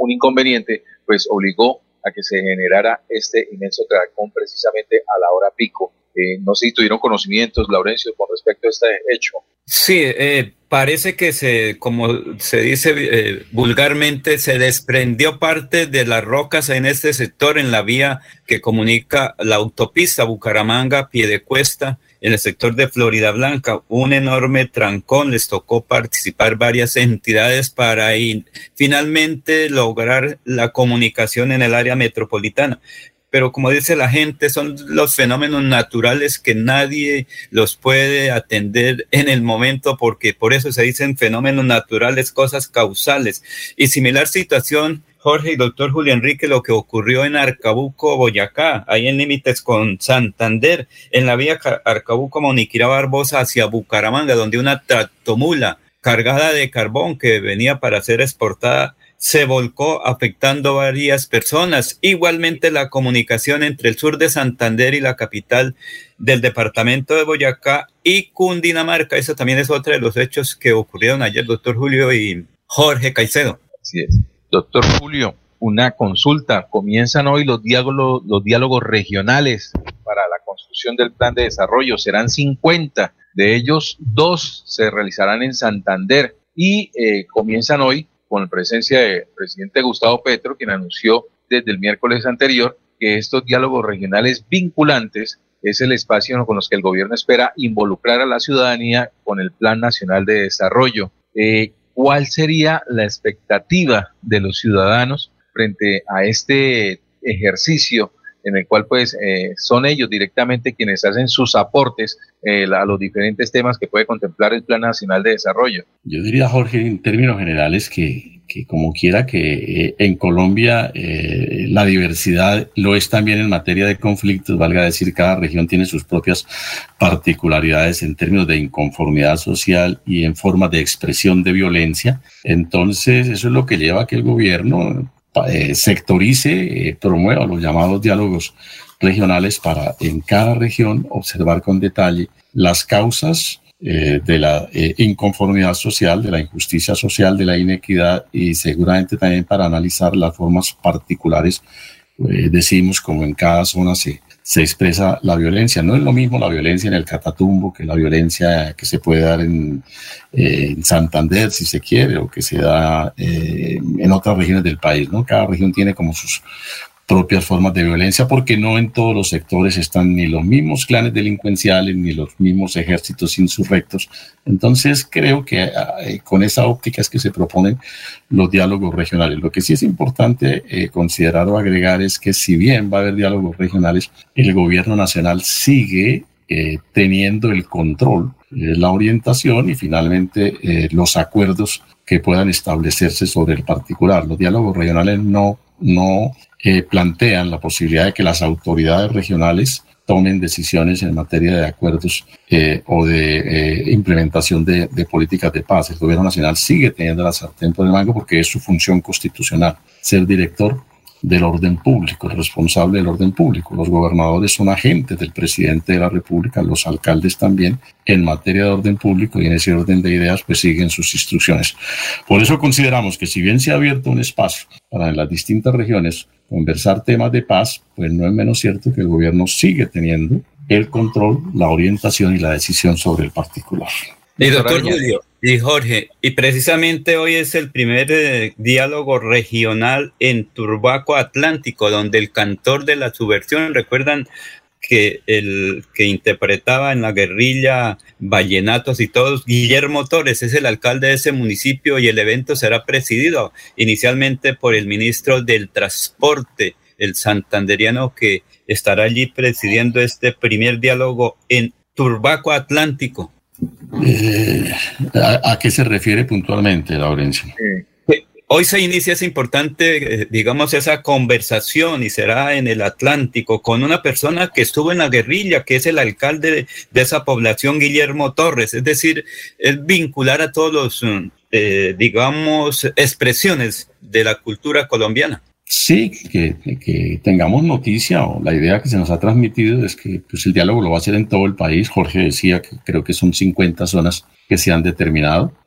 un inconveniente, pues obligó a que se generara este inmenso trancón precisamente a la hora pico. Eh, no sé si tuvieron conocimientos, Laurencio, con respecto a este hecho. Sí, eh, parece que se, como se dice eh, vulgarmente, se desprendió parte de las rocas en este sector, en la vía que comunica la autopista Bucaramanga-Piedecuesta, en el sector de Florida Blanca. Un enorme trancón, les tocó participar varias entidades para ir, finalmente lograr la comunicación en el área metropolitana. Pero como dice la gente, son los fenómenos naturales que nadie los puede atender en el momento, porque por eso se dicen fenómenos naturales, cosas causales. Y similar situación, Jorge y doctor Julio Enrique, lo que ocurrió en Arcabuco, Boyacá, ahí en límites con Santander, en la vía Arcabuco-Moniquirá Barbosa hacia Bucaramanga, donde una tractomula cargada de carbón que venía para ser exportada se volcó, afectando varias personas. Igualmente la comunicación entre el sur de Santander y la capital del departamento de Boyacá y Cundinamarca. Eso también es otro de los hechos que ocurrieron ayer, doctor Julio y Jorge Caicedo. Así es. Doctor Julio, una consulta. Comienzan hoy los diálogos, los diálogos regionales para la construcción del plan de desarrollo. Serán cincuenta. De ellos, dos se realizarán en Santander y eh, comienzan hoy con la presencia del presidente Gustavo Petro, quien anunció desde el miércoles anterior que estos diálogos regionales vinculantes es el espacio con los que el gobierno espera involucrar a la ciudadanía con el Plan Nacional de Desarrollo. Eh, ¿Cuál sería la expectativa de los ciudadanos frente a este ejercicio en el cual pues eh, son ellos directamente quienes hacen sus aportes eh, a los diferentes temas que puede contemplar el Plan Nacional de Desarrollo? Yo diría, Jorge, en términos generales, que, que como quiera que eh, en Colombia eh, la diversidad lo es también en materia de conflictos, valga decir, cada región tiene sus propias particularidades en términos de inconformidad social y en forma de expresión de violencia. Entonces, eso es lo que lleva a que el gobierno Eh, sectorice, eh, promueva los llamados diálogos regionales para en cada región observar con detalle las causas eh, de la eh, inconformidad social, de la injusticia social, de la inequidad, y seguramente también para analizar las formas particulares, eh, decimos, como en cada zona se, se expresa la violencia. No es lo mismo la violencia en el Catatumbo que la violencia que se puede dar en, eh, en Santander, si se quiere, o que se da eh, en otras regiones del país, ¿no? Cada región tiene como sus propias formas de violencia, porque no en todos los sectores están ni los mismos clanes delincuenciales ni los mismos ejércitos insurrectos. Entonces creo que eh, con esa óptica es que se proponen los diálogos regionales. Lo que sí es importante eh, considerar o agregar es que si bien va a haber diálogos regionales, el gobierno nacional sigue eh, teniendo el control, eh, la orientación y finalmente eh, los acuerdos que puedan establecerse sobre el particular. Los diálogos regionales no, no eh, plantean la posibilidad de que las autoridades regionales tomen decisiones en materia de acuerdos eh, o de eh, implementación de, de políticas de paz. El gobierno nacional sigue teniendo la sartén por el mango porque es su función constitucional, ser director del orden público, el responsable del orden público. Los gobernadores son agentes del presidente de la República, los alcaldes también, en materia de orden público, y en ese orden de ideas pues siguen sus instrucciones. Por eso consideramos que si bien se ha abierto un espacio para en las distintas regiones conversar temas de paz, pues no es menos cierto que el gobierno sigue teniendo el control, la orientación y la decisión sobre el particular. Y doctor Julio y Jorge, y precisamente hoy es el primer eh, diálogo regional en Turbaco Atlántico, donde el cantor de la subversión, recuerdan que el que interpretaba en la guerrilla vallenatos y todos, Guillermo Torres, es el alcalde de ese municipio, y el evento será presidido inicialmente por el ministro del Transporte, el santanderiano, que estará allí presidiendo este primer diálogo en Turbaco Atlántico. Eh, ¿a, ¿A qué se refiere puntualmente, Laurencio? Eh, hoy se inicia esa importante, eh, digamos, esa conversación, y será en el Atlántico, con una persona que estuvo en la guerrilla, que es el alcalde de, de esa población, Guillermo Torres. Es decir, es vincular a todos los, eh, digamos, expresiones de la cultura colombiana. Sí, que, que tengamos noticia, o la idea que se nos ha transmitido es que pues, el diálogo lo va a hacer en todo el país. Jorge decía que creo que son cincuenta zonas que se han determinado.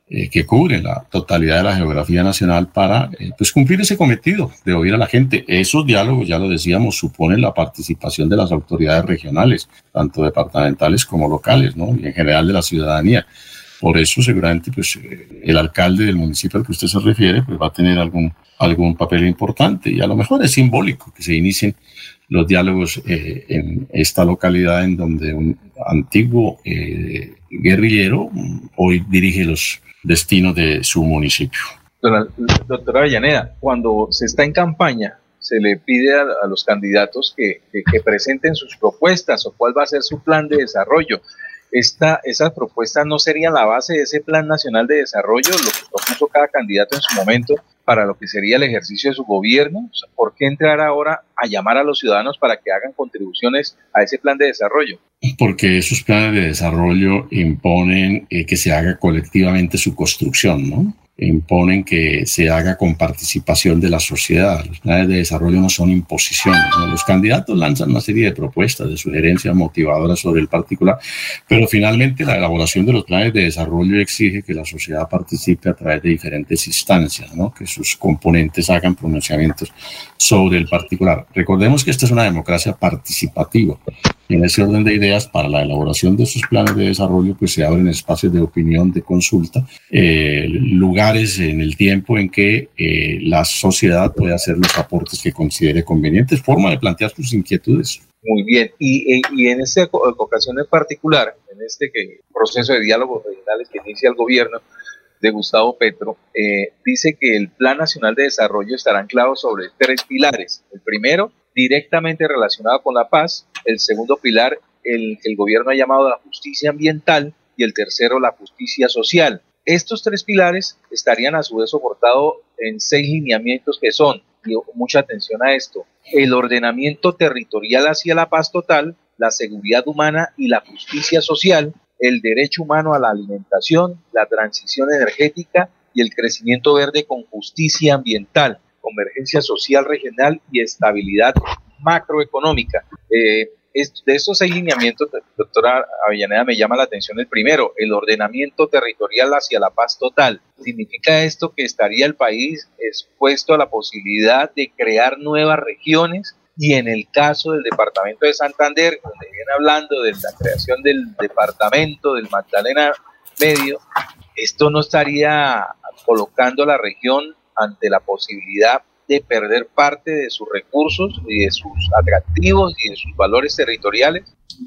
eh, que cubren la totalidad de la geografía nacional para eh, pues cumplir ese cometido de oír a la gente. Esos diálogos, ya lo decíamos, suponen la participación de las autoridades regionales, tanto departamentales como locales, ¿no? Y en general de la ciudadanía. Por eso seguramente pues, el alcalde del municipio al que usted se refiere pues, va a tener algún, algún papel importante, y a lo mejor es simbólico que se inicien los diálogos eh, en esta localidad en donde un antiguo eh, guerrillero hoy dirige los destinos de su municipio. Doctora, doctora Avellaneda, cuando se está en campaña, se le pide a, a los candidatos que, que, que presenten sus propuestas o cuál va a ser su plan de desarrollo. Esta, esas propuestas no serían la base de ese plan nacional de desarrollo, lo que propuso cada candidato en su momento para lo que sería el ejercicio de su gobierno. O sea, ¿por qué entrar ahora a llamar a los ciudadanos para que hagan contribuciones a ese plan de desarrollo? Porque esos planes de desarrollo imponen eh, que se haga colectivamente su construcción, ¿no? Imponen que se haga con participación de la sociedad. Los planes de desarrollo no son imposiciones, ¿no? Los candidatos lanzan una serie de propuestas, de sugerencias motivadoras sobre el particular, pero finalmente la elaboración de los planes de desarrollo exige que la sociedad participe a través de diferentes instancias, ¿no? Que sus componentes hagan pronunciamientos sobre el particular. Recordemos que esta es una democracia participativa. Y en ese orden de ideas, para la elaboración de esos planes de desarrollo, pues se abren espacios de opinión, de consulta, eh, lugares en el tiempo en que eh, la sociedad puede hacer los aportes que considere convenientes, forma de plantear sus inquietudes. Muy bien, y, y en esta ocasión en particular, en este que, proceso de diálogos regionales que inicia el gobierno de Gustavo Petro, eh, dice que el Plan Nacional de Desarrollo estará anclado sobre tres pilares. El primero, directamente relacionado con la paz; el segundo pilar, el que el gobierno ha llamado la justicia ambiental; y el tercero, la justicia social. Estos tres pilares estarían a su vez soportados en seis lineamientos que son, y mucha atención a esto: el ordenamiento territorial hacia la paz total, la seguridad humana y la justicia social, el derecho humano a la alimentación, la transición energética y el crecimiento verde con justicia ambiental, convergencia social regional y estabilidad macroeconómica. Eh, es, de estos seis lineamientos, doctora Avellaneda, me llama la atención el primero, el ordenamiento territorial hacia la paz total. ¿Significa esto que estaría el país expuesto a la posibilidad de crear nuevas regiones? Y en el caso del departamento de Santander, donde viene hablando de la creación del departamento del Magdalena Medio, ¿esto no estaría colocando a la región ante la posibilidad de perder parte de sus recursos y de sus atractivos y de sus valores territoriales?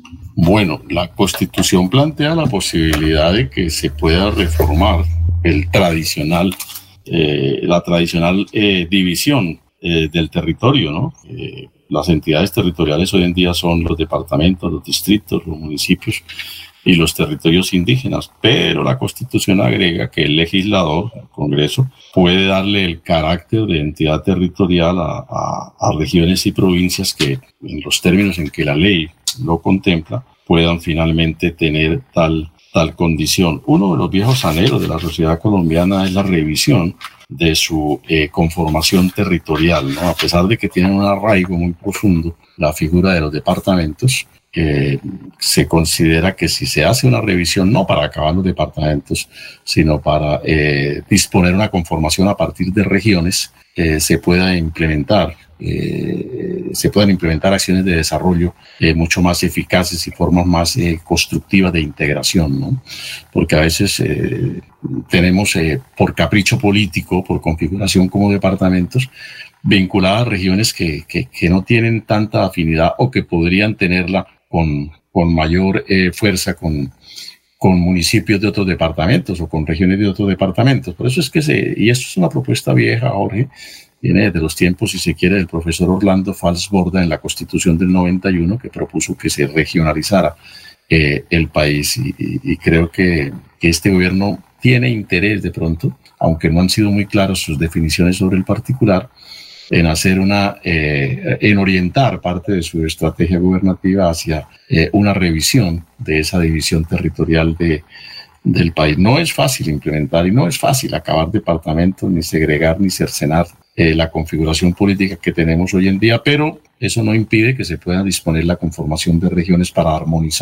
Bueno, la Constitución plantea la posibilidad de que se pueda reformar el tradicional, eh, la tradicional eh, división eh, del territorio, ¿no? Eh, las entidades territoriales hoy en día son los departamentos, los distritos, los municipios y los territorios indígenas, pero la Constitución agrega que el legislador, el Congreso, puede darle el carácter de entidad territorial a, a, a regiones y provincias que, en los términos en que la ley lo contempla, puedan finalmente tener tal, tal condición. Uno de los viejos anhelos de la sociedad colombiana es la revisión de su eh, conformación territorial, ¿no? A pesar de que tienen un arraigo muy profundo la figura de los departamentos, Eh, se considera que si se hace una revisión, no para acabar los departamentos, sino para eh, disponer una conformación a partir de regiones, eh, se pueda implementar, eh, se puedan implementar acciones de desarrollo eh, mucho más eficaces y formas más eh, constructivas de integración, ¿no? Porque a veces eh, tenemos, eh, por capricho político, por configuración como departamentos, vinculadas a regiones que, que, que no tienen tanta afinidad o que podrían tenerla con, con mayor eh, fuerza con, con municipios de otros departamentos o con regiones de otros departamentos. Por eso es que se, y esto es una propuesta vieja, Jorge, viene de los tiempos, si se quiere, del profesor Orlando Falsborda en la Constitución del noventa y uno, que propuso que se regionalizara eh, el país, y, y, y creo que, que este gobierno tiene interés de pronto, aunque no han sido muy claras sus definiciones sobre el particular, en hacer una, eh, en orientar parte de su estrategia gubernativa hacia eh, una revisión de esa división territorial de, del país. No es fácil implementar y no es fácil acabar departamentos, ni segregar, ni cercenar eh, la configuración política que tenemos hoy en día, pero eso no impide que se pueda disponer la conformación de regiones para armonizar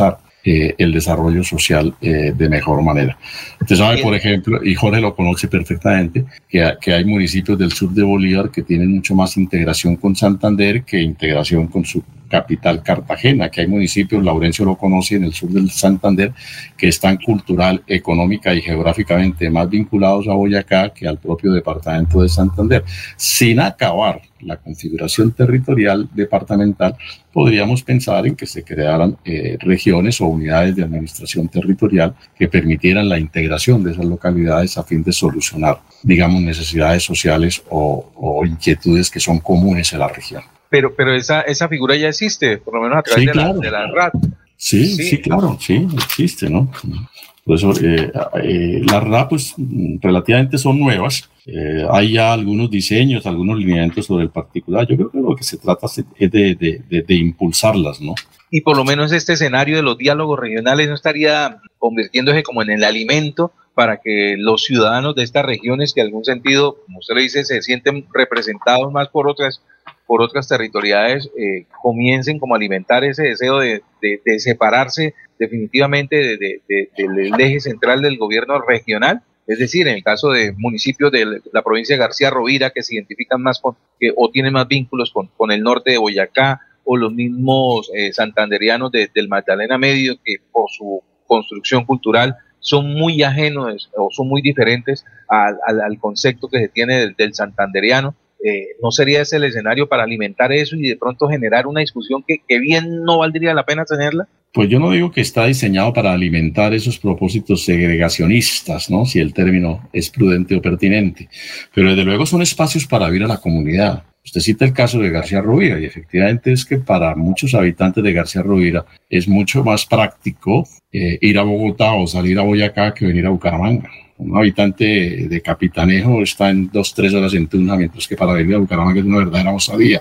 eh, el desarrollo social eh, de mejor manera. Usted sabe, por ejemplo, y Jorge lo conoce perfectamente, que, que hay municipios del sur de Bolívar que tienen mucho más integración con Santander que integración con su capital Cartagena, que hay municipios, Laurencio lo conoce, en el sur del Santander, que están cultural, económica y geográficamente más vinculados a Boyacá que al propio departamento de Santander. Sin acabar la configuración territorial departamental, podríamos pensar en que se crearan eh, regiones o unidades de administración territorial que permitieran la integración de esas localidades a fin de solucionar, digamos, necesidades sociales o, o inquietudes que son comunes en la región. Pero, pero esa, esa figura ya existe, por lo menos a través sí, de, claro. la, de la R A T. Sí, sí, sí, claro, sí, existe, ¿no? Por eso, eh, eh, las R A T, pues, relativamente son nuevas. Eh, hay ya algunos diseños, algunos lineamientos sobre el particular. Yo creo que lo que se trata es de, de, de, de impulsarlas, ¿no? Y por lo menos este escenario de los diálogos regionales no estaría convirtiéndose como en el alimento para que los ciudadanos de estas regiones, que en algún sentido, como usted le dice, se sienten representados más por otras por otras territorialidades, eh, comiencen como a alimentar ese deseo de, de, de separarse definitivamente de, de, de, del eje central del gobierno regional. Es decir, en el caso de municipios de la provincia de García Rovira que se identifican más con, que, o tienen más vínculos con, con el norte de Boyacá, o los mismos eh, santanderianos de, del Magdalena Medio, que por su construcción cultural son muy ajenos o son muy diferentes al, al, al concepto que se tiene del, del santanderiano. Eh, ¿No sería ese el escenario para alimentar eso y de pronto generar una discusión que, que bien no valdría la pena tenerla? Pues yo no digo que está diseñado para alimentar esos propósitos segregacionistas, ¿no? Si el término es prudente o pertinente, pero desde luego son espacios para vivir a la comunidad. Usted cita el caso de García Rovira y efectivamente es que para muchos habitantes de García Rovira es mucho más práctico eh, ir a Bogotá o salir a Boyacá que venir a Bucaramanga. Un habitante de Capitanejo está en dos, tres horas en Tuna, mientras que para venir a Bucaramanga es una verdadera osadía.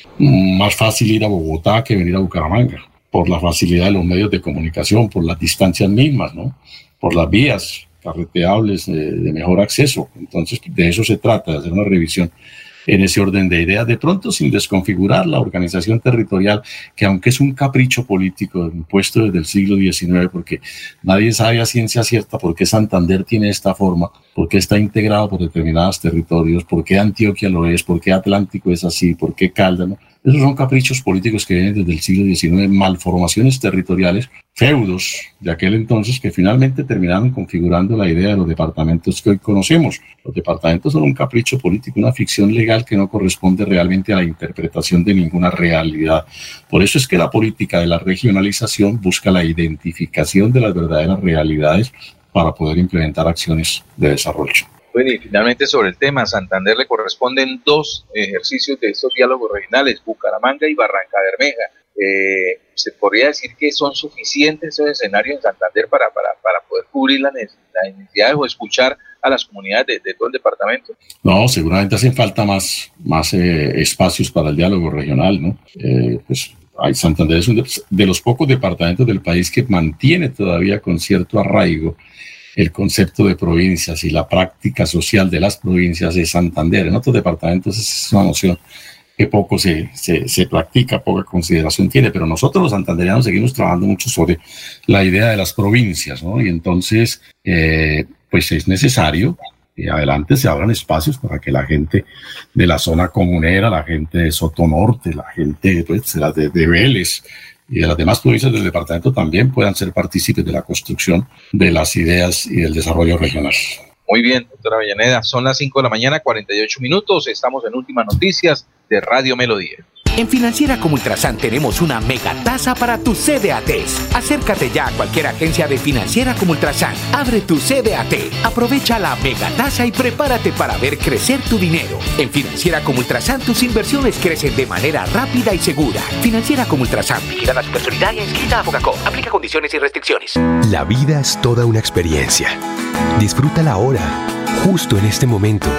Más fácil ir a Bogotá que venir a Bucaramanga, por la facilidad de los medios de comunicación, por las distancias mismas, ¿no? Por las vías carreteables de, de mejor acceso. Entonces, de eso se trata, de hacer una revisión en ese orden de ideas, de pronto sin desconfigurar la organización territorial, que aunque es un capricho político impuesto desde el siglo diecinueve, porque nadie sabe a ciencia cierta por qué Santander tiene esta forma, por qué está integrado por determinados territorios, por qué Antioquia lo es, por qué Atlántico es así, por qué Caldas, ¿no? Esos son caprichos políticos que vienen desde el siglo diecinueve, malformaciones territoriales, feudos de aquel entonces que finalmente terminaron configurando la idea de los departamentos que hoy conocemos. Los departamentos son un capricho político, una ficción legal que no corresponde realmente a la interpretación de ninguna realidad. Por eso es que la política de la regionalización busca la identificación de las verdaderas realidades para poder implementar acciones de desarrollo. Bueno, y finalmente sobre el tema, a Santander le corresponden dos ejercicios de estos diálogos regionales, Bucaramanga y Barranca Bermeja. Eh, ¿Se podría decir que son suficientes esos escenarios en Santander para, para, para poder cubrir las necesidades o escuchar a las comunidades de, de todo el departamento? No, seguramente hacen falta más, más eh, espacios para el diálogo regional, ¿no? Eh, pues hay, Santander es uno de, de los pocos departamentos del país que mantiene todavía con cierto arraigo el concepto de provincias y la práctica social de las provincias de Santander. En otros departamentos es una noción que poco se, se, se practica, poca consideración tiene, pero nosotros los santanderianos seguimos trabajando mucho sobre la idea de las provincias, ¿no? Y entonces, eh, pues es necesario que adelante se abran espacios para que la gente de la zona comunera, la gente de Sotonorte, la gente pues, de, de Vélez, y de las demás provincias del departamento también puedan ser partícipes de la construcción de las ideas y del desarrollo regional. Muy bien, doctora Avellaneda, son las cinco de la mañana, cuarenta y ocho minutos, estamos en Últimas Noticias de Radio Melodía. En Financiera como Ultrasan tenemos una mega tasa para tus C D A Ts. Acércate ya a cualquier agencia de Financiera como Ultrasan. Abre tu C D A T, aprovecha la mega tasa y prepárate para ver crecer tu dinero. En Financiera como Ultrasan tus inversiones crecen de manera rápida y segura. Financiera como Ultrasan. Vigila la Supersolidaria inscrita a Fogacop. Aplica condiciones y restricciones. La vida es toda una experiencia. Disfrútala ahora, justo en este momento.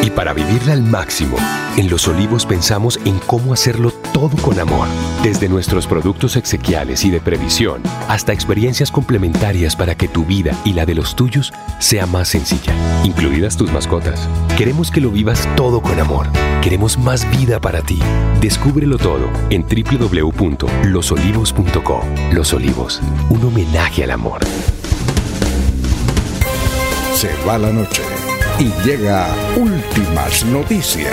Y para vivirla al máximo, en Los Olivos pensamos en cómo hacerlo todo con amor. Desde nuestros productos exequiales y de previsión, hasta experiencias complementarias para que tu vida y la de los tuyos sea más sencilla, incluidas tus mascotas. Queremos que lo vivas todo con amor. Queremos más vida para ti. Descúbrelo todo en doble u doble u doble u punto los olivos punto co. Los Olivos, un homenaje al amor. Se va la noche y llega Últimas Noticias.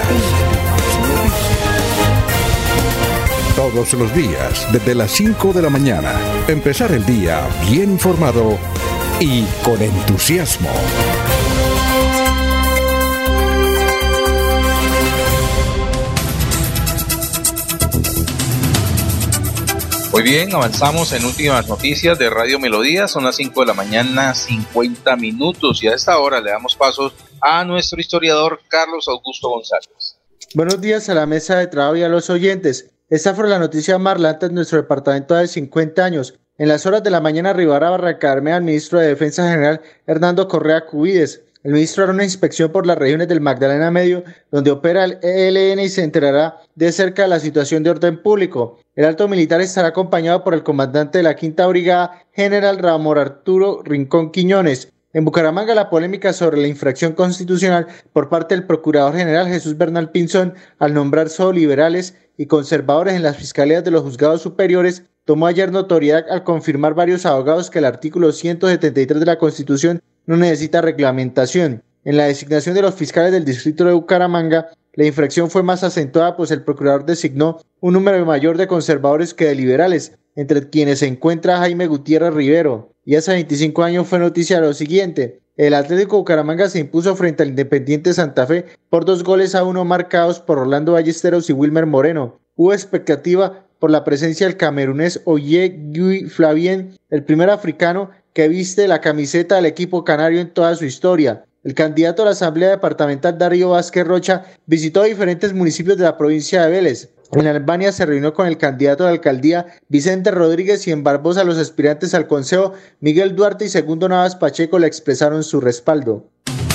Todos los días, desde las cinco de la mañana, empezar el día bien informado y con entusiasmo. Muy bien, avanzamos en Últimas Noticias de Radio Melodía. Son las cinco de la mañana, cincuenta minutos, y a esta hora le damos paso a nuestro historiador Carlos Augusto González. Buenos días a la mesa de trabajo y a los oyentes. Esta fue la noticia más relevante en nuestro departamento de cincuenta años. En las horas de la mañana arribará a Barrancabermeja al ministro de Defensa General Hernando Correa Cubides. El ministro hará una inspección por las regiones del Magdalena Medio, donde opera el E L N, y se enterará de cerca de la situación de orden público. El alto militar estará acompañado por el comandante de la Quinta Brigada, general Ramón Arturo Rincón Quiñones. En Bucaramanga, la polémica sobre la infracción constitucional por parte del procurador general Jesús Bernal Pinzón al nombrar solo liberales y conservadores en las fiscalías de los juzgados superiores tomó ayer notoriedad al confirmar varios abogados que el artículo ciento setenta y tres de la Constitución no necesita reglamentación. En la designación de los fiscales del distrito de Bucaramanga, la infracción fue más acentuada, pues el procurador designó un número mayor de conservadores que de liberales, entre quienes se encuentra Jaime Gutiérrez Rivero. Y hace veinticinco años fue noticia lo siguiente: el Atlético Bucaramanga se impuso frente al Independiente Santa Fe por dos goles a uno marcados por Orlando Ballesteros y Wilmer Moreno. Hubo expectativa por la presencia del camerunés Oye Guy Flavien, el primer africano que viste la camiseta del equipo canario en toda su historia. El candidato a la Asamblea Departamental Darío Vázquez Rocha visitó diferentes municipios de la provincia de Vélez. En Albania se reunió con el candidato a la alcaldía Vicente Rodríguez, y en Barbosa los aspirantes al consejo Miguel Duarte y Segundo Navas Pacheco le expresaron su respaldo.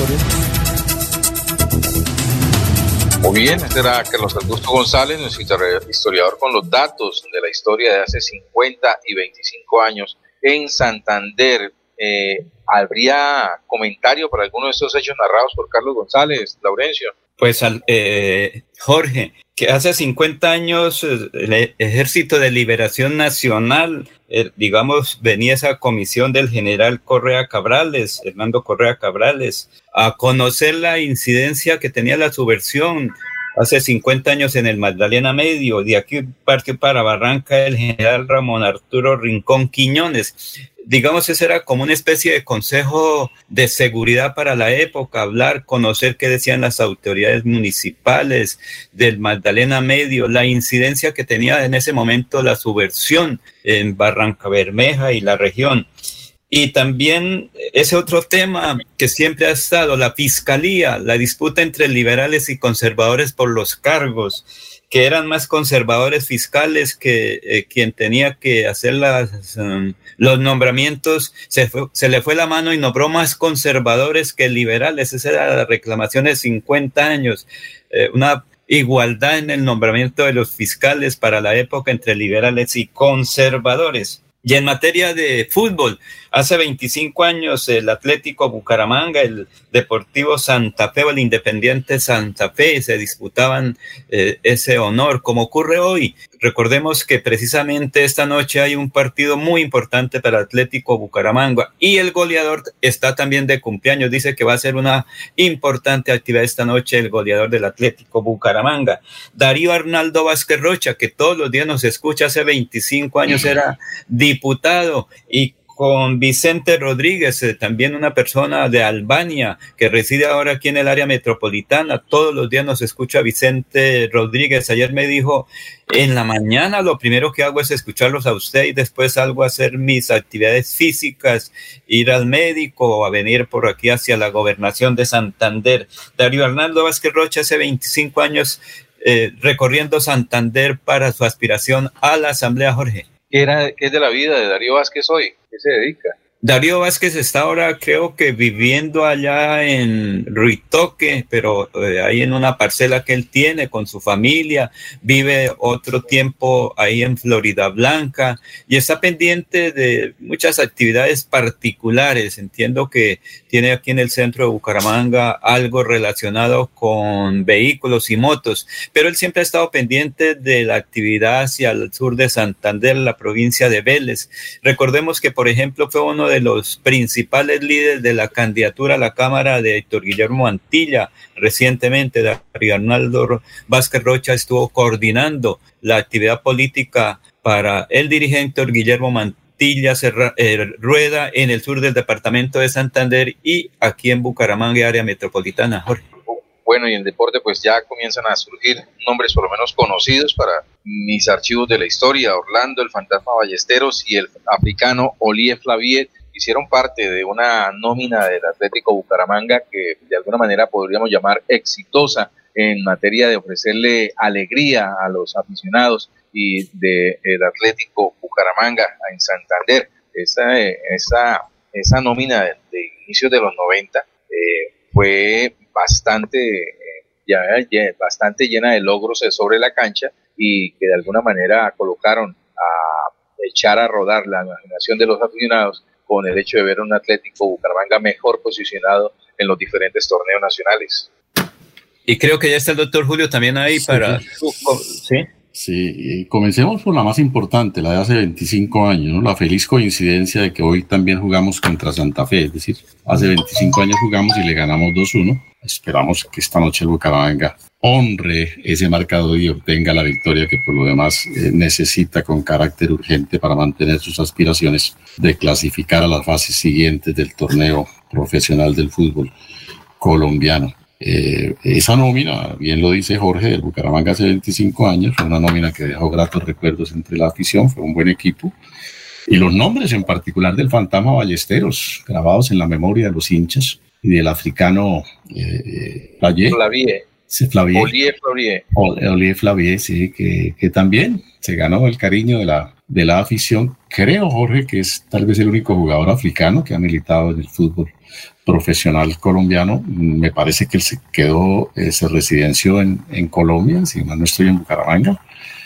Muy bien, este era Carlos Augusto González, nuestro historiador, con los datos de la historia de hace cincuenta y veinticinco años en Santander. Eh, ¿Habría comentario para alguno de estos hechos narrados por Carlos González, Laurencio? Pues, eh, Jorge, que hace cincuenta años el Ejército de Liberación Nacional, eh, digamos, venía esa comisión del general Correa Cabrales, Hernando Correa Cabrales, a conocer la incidencia que tenía la subversión hace cincuenta años en el Magdalena Medio. De aquí partió para Barranca el general Ramón Arturo Rincón Quiñones. Digamos, ese era como una especie de consejo de seguridad para la época, hablar, conocer qué decían las autoridades municipales del Magdalena Medio, la incidencia que tenía en ese momento la subversión en Barrancabermeja y la región. Y también ese otro tema que siempre ha estado, la fiscalía, la disputa entre liberales y conservadores por los cargos, que eran más conservadores fiscales que eh, quien tenía que hacer las, um, los nombramientos, se, fue, se le fue la mano y nombró más conservadores que liberales. Esa era la reclamación de cincuenta años, eh, una igualdad en el nombramiento de los fiscales para la época entre liberales y conservadores. Y en materia de fútbol, hace veinticinco años el Atlético Bucaramanga, el Deportivo Santa Fe o el Independiente Santa Fe se disputaban eh, ese honor, como ocurre hoy. Recordemos que precisamente esta noche hay un partido muy importante para el Atlético Bucaramanga y el goleador está también de cumpleaños. Dice que va a ser una importante actividad esta noche el goleador del Atlético Bucaramanga, Darío Arnaldo Vázquez Rocha, que todos los días nos escucha. Hace veinticinco años era diputado, y con Vicente Rodríguez, eh, también una persona de Albania que reside ahora aquí en el área metropolitana. Todos los días nos escucha Vicente Rodríguez. Ayer me dijo, en la mañana lo primero que hago es escucharlos a usted y después salgo a hacer mis actividades físicas, ir al médico o a venir por aquí hacia la gobernación de Santander. Darío Arnaldo Vázquez Rocha, hace veinticinco años eh, recorriendo Santander para su aspiración a la Asamblea. Jorge. ¿Qué, era, ¿Qué es de la vida de Darío Vázquez hoy? ¿Qué se dedica? Darío Vázquez está ahora, creo que viviendo allá en Ruitoque, pero eh, ahí en una parcela que él tiene con su familia, vive otro tiempo ahí en Florida Blanca y está pendiente de muchas actividades particulares. Entiendo que tiene aquí en el centro de Bucaramanga algo relacionado con vehículos y motos, pero él siempre ha estado pendiente de la actividad hacia el sur de Santander, la provincia de Vélez. Recordemos que, por ejemplo, fue uno de los principales líderes de la candidatura a la Cámara de Héctor Guillermo Mantilla. Recientemente, Darío Arnaldo Vázquez Rocha estuvo coordinando la actividad política para el dirigente Héctor Guillermo Mantilla Serra, eh, Rueda en el sur del departamento de Santander y aquí en Bucaramanga, área metropolitana. Jorge. Bueno, y en deporte pues ya comienzan a surgir nombres por lo menos conocidos para mis archivos de la historia. Orlando, el Fantasma Ballesteros y el africano Olie Flavie hicieron parte de una nómina del Atlético Bucaramanga que de alguna manera podríamos llamar exitosa en materia de ofrecerle alegría a los aficionados y del Atlético Bucaramanga en Santander. Esa, esa, esa nómina de, de inicios de los noventa eh, fue bastante, eh, ya, ya, bastante llena de logros sobre la cancha y que de alguna manera colocaron a echar a rodar la imaginación de los aficionados con el hecho de ver a un Atlético Bucaramanga mejor posicionado en los diferentes torneos nacionales. Y creo que ya está el doctor Julio también ahí sí, para... ¿Sí? Sí, y comencemos por la más importante, la de hace veinticinco años, ¿no? La feliz coincidencia de que hoy también jugamos contra Santa Fe, es decir, hace veinticinco años jugamos y le ganamos dos uno. Esperamos que esta noche el Bucaramanga honre ese marcador y obtenga la victoria que por lo demás eh, necesita con carácter urgente para mantener sus aspiraciones de clasificar a las fases siguientes del torneo profesional del fútbol colombiano. Eh, esa nómina, bien lo dice Jorge, del Bucaramanga hace veinticinco años, fue una nómina que dejó gratos recuerdos entre la afición, fue un buen equipo. Y los nombres en particular del Fantasma Ballesteros, grabados en la memoria de los hinchas, y del africano eh, Flavie. Flavie. Sí, Flavie. Olie Flavie. Olie Flavie, sí, que, que también se ganó el cariño de la, de la afición. Creo, Jorge, que es tal vez el único jugador africano que ha militado en el fútbol profesional colombiano. Me parece que él se quedó, eh, se residenció en, en Colombia, si mal no estoy, en Bucaramanga.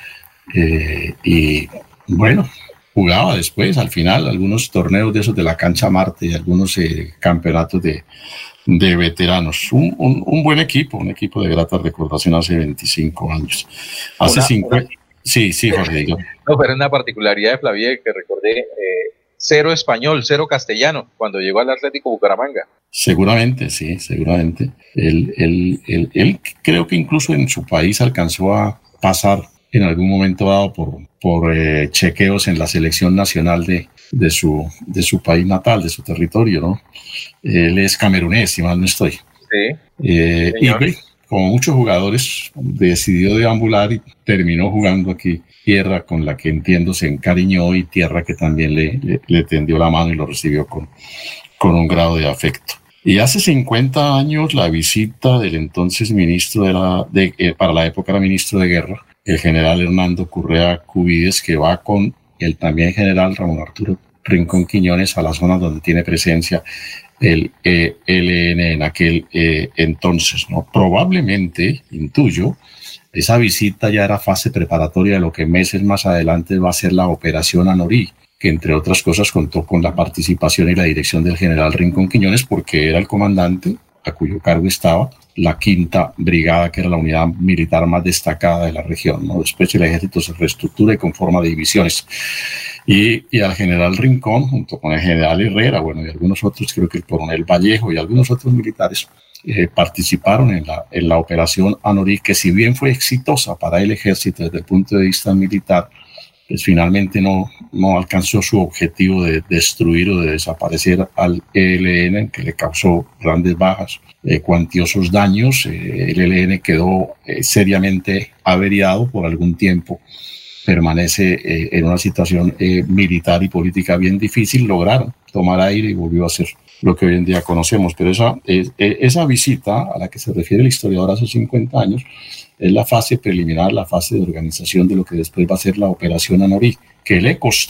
Eh, y bueno, jugaba después, al final, algunos torneos de esos de la cancha Marte y algunos eh, campeonatos de, de veteranos. Un, un, un buen equipo, un equipo de grata recordación hace veinticinco años. Hace una, cincuenta... Una... Sí, sí, Jorge. Yo. No, pero una particularidad de Flavie que recordé, eh, cero español, cero castellano, cuando llegó al Atlético Bucaramanga. Seguramente, sí, seguramente. Él, él, él, él creo que incluso en su país alcanzó a pasar en algún momento dado por, por eh, chequeos en la selección nacional de, de, su, de su país natal, de su territorio, ¿no? Él es camerunés, si mal no estoy. Sí. Eh, y ve, como muchos jugadores, decidió deambular y terminó jugando aquí, tierra con la que entiendo se encariñó y tierra que también le, le, le tendió la mano y lo recibió con, con un grado de afecto. Y hace cincuenta años la visita del entonces ministro de la, de, eh, para la época era ministro de guerra, el general Hernando Correa Cubides, que va con el también general Ramón Arturo Rincón Quiñones a la zona donde tiene presencia el E L N en aquel eh, entonces, ¿no? Probablemente, intuyo, esa visita ya era fase preparatoria de lo que meses más adelante va a ser la Operación Anorí, que entre otras cosas contó con la participación y la dirección del general Rincón Quiñones porque era el comandante a cuyo cargo estaba la quinta brigada, que era la unidad militar más destacada de la región, ¿no? Después el ejército se reestructura y conforma de divisiones. Y, y al general Rincón, junto con el general Herrera, bueno, y algunos otros, creo que el coronel Vallejo y algunos otros militares, eh, participaron en la, en la operación Anorí, que si bien fue exitosa para el ejército desde el punto de vista militar, pues finalmente no, no alcanzó su objetivo de destruir o de desaparecer al E L N, que le causó grandes bajas, eh, cuantiosos daños. Eh, el E L N quedó eh, seriamente averiado por algún tiempo, permanece eh, en una situación eh, militar y política bien difícil. Lograron tomar aire y volvió a ser lo que hoy en día conocemos, pero esa, eh, esa visita a la que se refiere el historiador hace cincuenta años es la fase preliminar, la fase de organización de lo que después va a ser la Operación Anorí, que le costó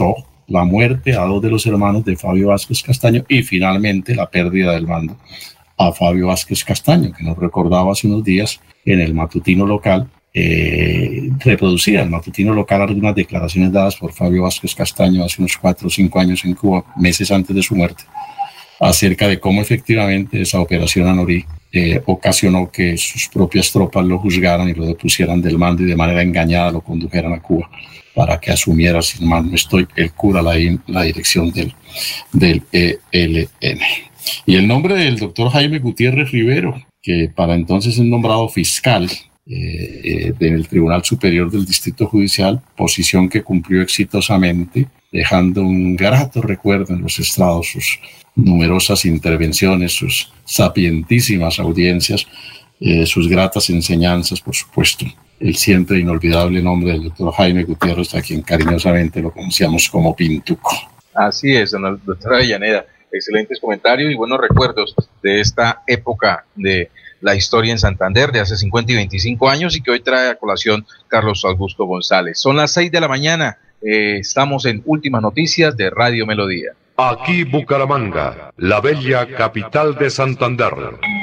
la muerte a dos de los hermanos de Fabio Vázquez Castaño y finalmente la pérdida del mando a Fabio Vázquez Castaño, que nos recordaba hace unos días en el matutino local, eh, reproducía el matutino local algunas declaraciones dadas por Fabio Vázquez Castaño hace unos cuatro o cinco años en Cuba, meses antes de su muerte, acerca de cómo efectivamente esa operación Anorí eh, ocasionó que sus propias tropas lo juzgaran y lo depusieran del mando y de manera engañada lo condujeran a Cuba para que asumiera, sin mal no estoy, el cura la, la dirección del, del E L N. Y el nombre del doctor Jaime Gutiérrez Rivero, que para entonces es nombrado fiscal eh, eh, del Tribunal Superior del Distrito Judicial, posición que cumplió exitosamente, dejando un grato recuerdo en los estrados, sus numerosas intervenciones, sus sapientísimas audiencias, eh, sus gratas enseñanzas, por supuesto. El siempre inolvidable nombre del doctor Jaime Gutiérrez, a quien cariñosamente lo conocíamos como Pintuco. Así es, doctora Avellaneda. Excelentes comentarios y buenos recuerdos de esta época de la historia en Santander de hace cincuenta y veinticinco años y que hoy trae a colación Carlos Augusto González. Son las seis de la mañana, eh, estamos en Últimas Noticias de Radio Melodía. Aquí Bucaramanga, la bella capital de Santander.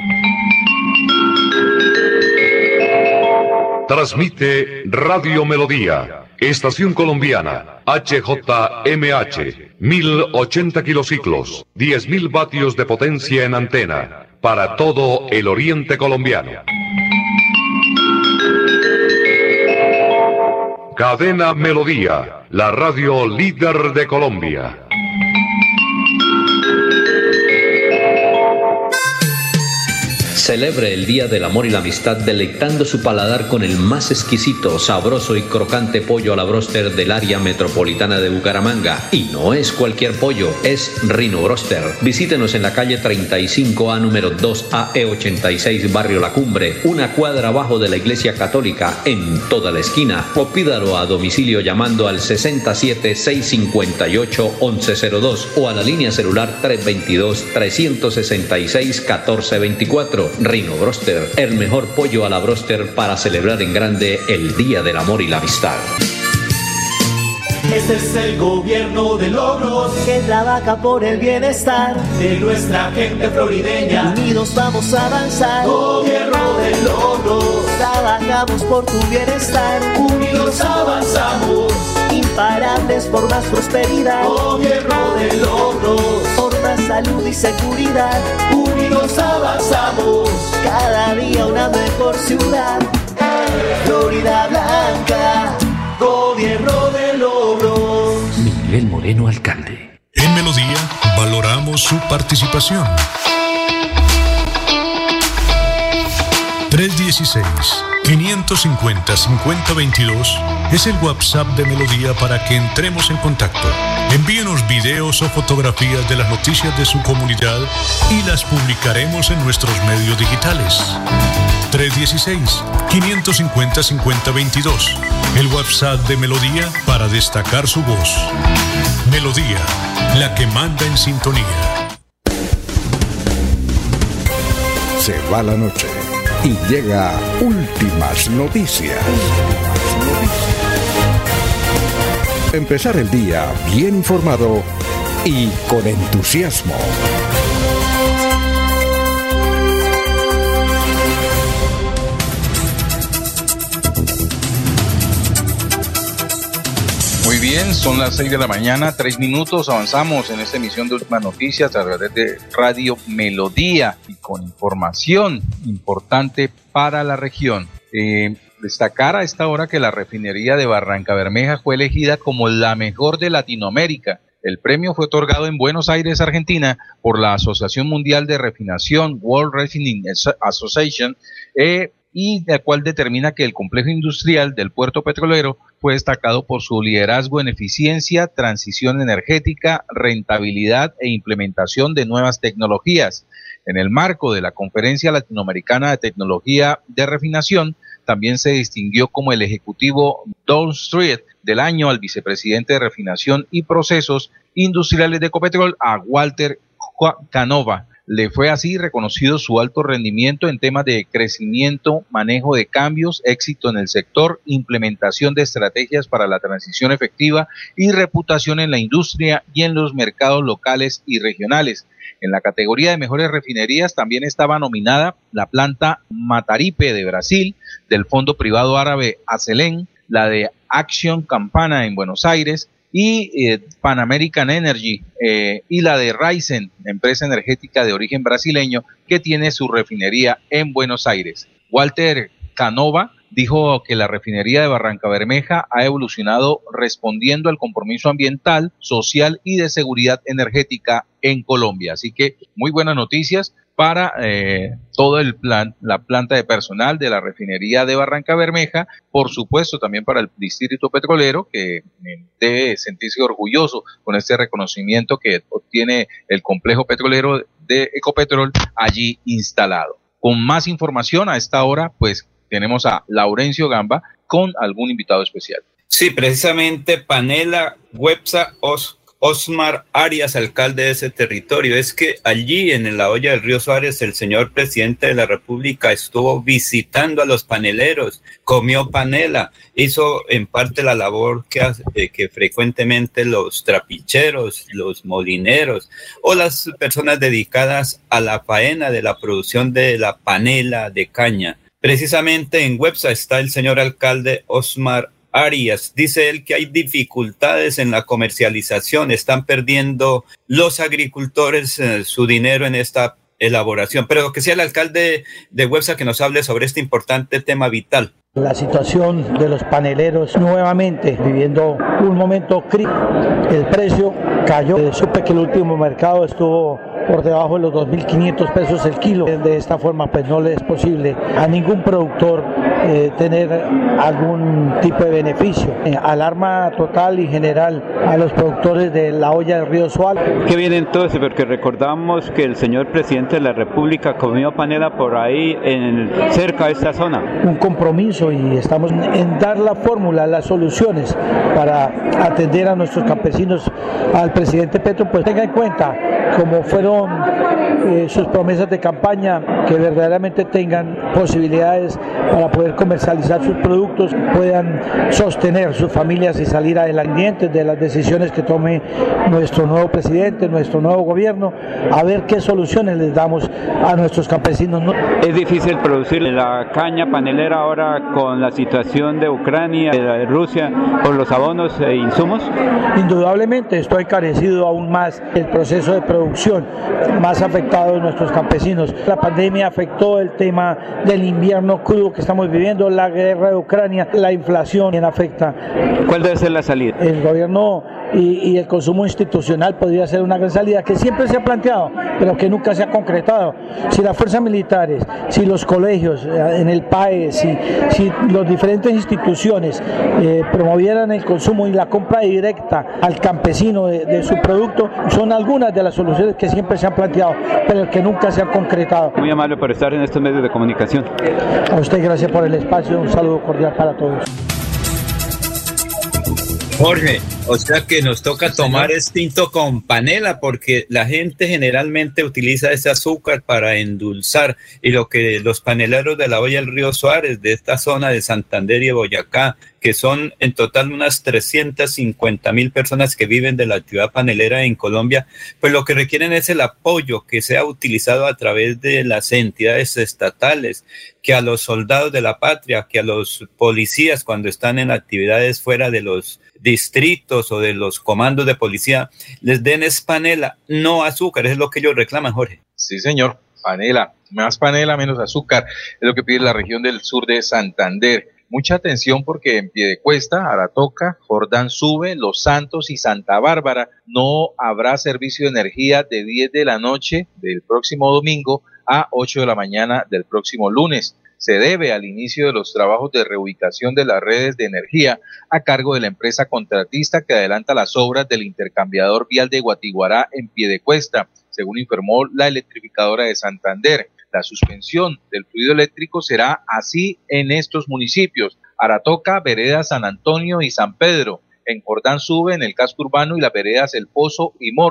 Transmite Radio Melodía, estación colombiana, H J M H, mil ochenta kilociclos, diez mil vatios de potencia en antena, para todo el oriente colombiano. Cadena Melodía, la radio líder de Colombia. Celebre el Día del Amor y la Amistad deleitando su paladar con el más exquisito, sabroso y crocante pollo a la bróster del área metropolitana de Bucaramanga. Y no es cualquier pollo, es Rino Broster. Visítenos en la calle treinta y cinco A, número dos A E ochenta y seis, Barrio La Cumbre, una cuadra abajo de la Iglesia Católica, en toda la esquina. O pídalo a domicilio llamando al sesenta y siete, seiscientos cincuenta y ocho, once cero dos o a la línea celular tres veintidós, trescientos sesenta y seis, catorce veinticuatro. Rino Broster, el mejor pollo a la broster para celebrar en grande el Día del Amor y la Amistad. Este es el gobierno de logros que trabaja por el bienestar de nuestra gente florideña. Unidos vamos a avanzar. Gobierno de logros, trabajamos por tu bienestar. Unidos avanzamos, imparables por más prosperidad. Gobierno de logros, por más salud y seguridad. Unidos avanzamos, cada día una mejor ciudad. Florida Blanca, gobierno de logros. Miguel Moreno, alcalde. En Melodía valoramos su participación. tres dieciséis, quinientos cincuenta, cincuenta veintidós es el WhatsApp de Melodía para que entremos en contacto. Envíenos videos o fotografías de las noticias de su comunidad y las publicaremos en nuestros medios digitales. tres dieciséis, quinientos cincuenta, cincuenta veintidós, el WhatsApp de Melodía para destacar su voz. Melodía, la que manda en sintonía. Se va la noche y llega Últimas Noticias. Empezar el día bien informado y con entusiasmo. Muy bien, son las seis de la mañana, tres minutos, avanzamos en esta emisión de Últimas Noticias a través de Radio Melodía y con información importante para la región. Eh, destacar a esta hora que la refinería de Barranca Bermeja fue elegida como la mejor de Latinoamérica. El premio fue otorgado en Buenos Aires, Argentina, por la Asociación Mundial de Refinación, World Refining Association, eh, y la cual determina que el complejo industrial del puerto petrolero fue destacado por su liderazgo en eficiencia, transición energética, rentabilidad e implementación de nuevas tecnologías. En el marco de la Conferencia Latinoamericana de Tecnología de Refinación, también se distinguió como el ejecutivo Downstream del año al vicepresidente de Refinación y Procesos Industriales de Ecopetrol, a Walter Canova. Le fue así reconocido su alto rendimiento en temas de crecimiento, manejo de cambios, éxito en el sector, implementación de estrategias para la transición efectiva y reputación en la industria y en los mercados locales y regionales. En la categoría de mejores refinerías también estaba nominada la planta Mataripe de Brasil, del fondo privado árabe Acelen, la de Action Campana en Buenos Aires, y eh, Pan American Energy eh, y la de Raízen, empresa energética de origen brasileño que tiene su refinería en Buenos Aires. Walter Canova dijo que la refinería de Barrancabermeja ha evolucionado respondiendo al compromiso ambiental, social y de seguridad energética en Colombia. Así que muy buenas noticias para eh, todo el plan, la planta de personal de la refinería de Barrancabermeja, por supuesto también para el distrito petrolero, que eh, debe sentirse orgulloso con este reconocimiento que obtiene el complejo petrolero de Ecopetrol allí instalado. Con más información a esta hora, pues tenemos a Laurencio Gamba con algún invitado especial. Sí, precisamente Panela, Websa, Os Osmar Arias, alcalde de ese territorio. Es que allí en la olla del río Suárez el señor presidente de la República estuvo visitando a los paneleros, comió panela, hizo en parte la labor que, hace, eh, que frecuentemente los trapicheros, los molineros o las personas dedicadas a la faena de la producción de la panela de caña. Precisamente en Websa está el señor alcalde Osmar Arias. Dice él que hay dificultades en la comercialización, están perdiendo los agricultores eh, su dinero en esta elaboración, pero que sea el alcalde de Websa que nos hable sobre este importante tema vital. La situación de los paneleros nuevamente viviendo un momento crítico. El precio cayó. Eh, supe que el último mercado estuvo por debajo de los dos mil quinientos pesos el kilo. De esta forma pues no le es posible a ningún productor eh, tener algún tipo de beneficio. Eh, alarma total y general a los productores de la olla del río Suárez. ¿Qué viene entonces? Porque recordamos que el señor presidente de la República comió panela por ahí en, cerca de esta zona. Un compromiso y estamos en dar la fórmula, las soluciones para atender a nuestros campesinos. Al presidente Petro pues tenga en cuenta cómo fueron eh, sus promesas de campaña, que verdaderamente tengan posibilidades para poder comercializar sus productos, puedan sostener sus familias y salir adelante de las decisiones que tome nuestro nuevo presidente, nuestro nuevo gobierno, a ver qué soluciones les damos a nuestros campesinos. Es difícil producir la caña panelera ahora con la situación de Ucrania, de Rusia, por los abonos e insumos. Indudablemente esto ha encarecido aún más el proceso de producción, más afectado a nuestros campesinos. La pandemia afectó el tema del invierno crudo que estamos viviendo, la guerra de Ucrania, la inflación también afecta. ¿Cuál debe ser la salida? El gobierno y, y el consumo institucional podría ser una gran salida que siempre se ha planteado, pero que nunca se ha concretado. Si las fuerzas militares, si los colegios, en el P A E, si, si las diferentes instituciones eh, promovieran el consumo y la compra directa al campesino de, de su producto, son algunas de las soluciones que siempre se han planteado, pero que nunca se han concretado. Muy amable por estar en estos medios de comunicación. A usted gracias por el espacio, un saludo cordial para todos. Jorge, o sea que nos toca tomar este tinto con panela porque la gente generalmente utiliza ese azúcar para endulzar y lo que los paneleros de la olla del río Suárez, de esta zona de Santander y Boyacá, que son en total unas trescientas cincuenta mil personas que viven de la actividad panelera en Colombia, pues lo que requieren es el apoyo que sea utilizado a través de las entidades estatales, que a los soldados de la patria, que a los policías cuando están en actividades fuera de los distritos o de los comandos de policía, les den es panela, no azúcar, es lo que ellos reclaman, Jorge. Sí, señor, panela, más panela, menos azúcar, es lo que pide la región del sur de Santander. Mucha atención porque en Piedecuesta, Aratoca, Jordán Sube, Los Santos y Santa Bárbara no habrá servicio de energía de diez de la noche del próximo domingo a ocho de la mañana del próximo lunes. Se debe al inicio de los trabajos de reubicación de las redes de energía a cargo de la empresa contratista que adelanta las obras del intercambiador vial de Guatiguará en Piedecuesta, según informó la electrificadora de Santander. La suspensión del fluido eléctrico será así en estos municipios: Aratoca, Vereda San Antonio y San Pedro, en Jordán Sube, en el casco urbano, y las veredas El Pozo y Morros.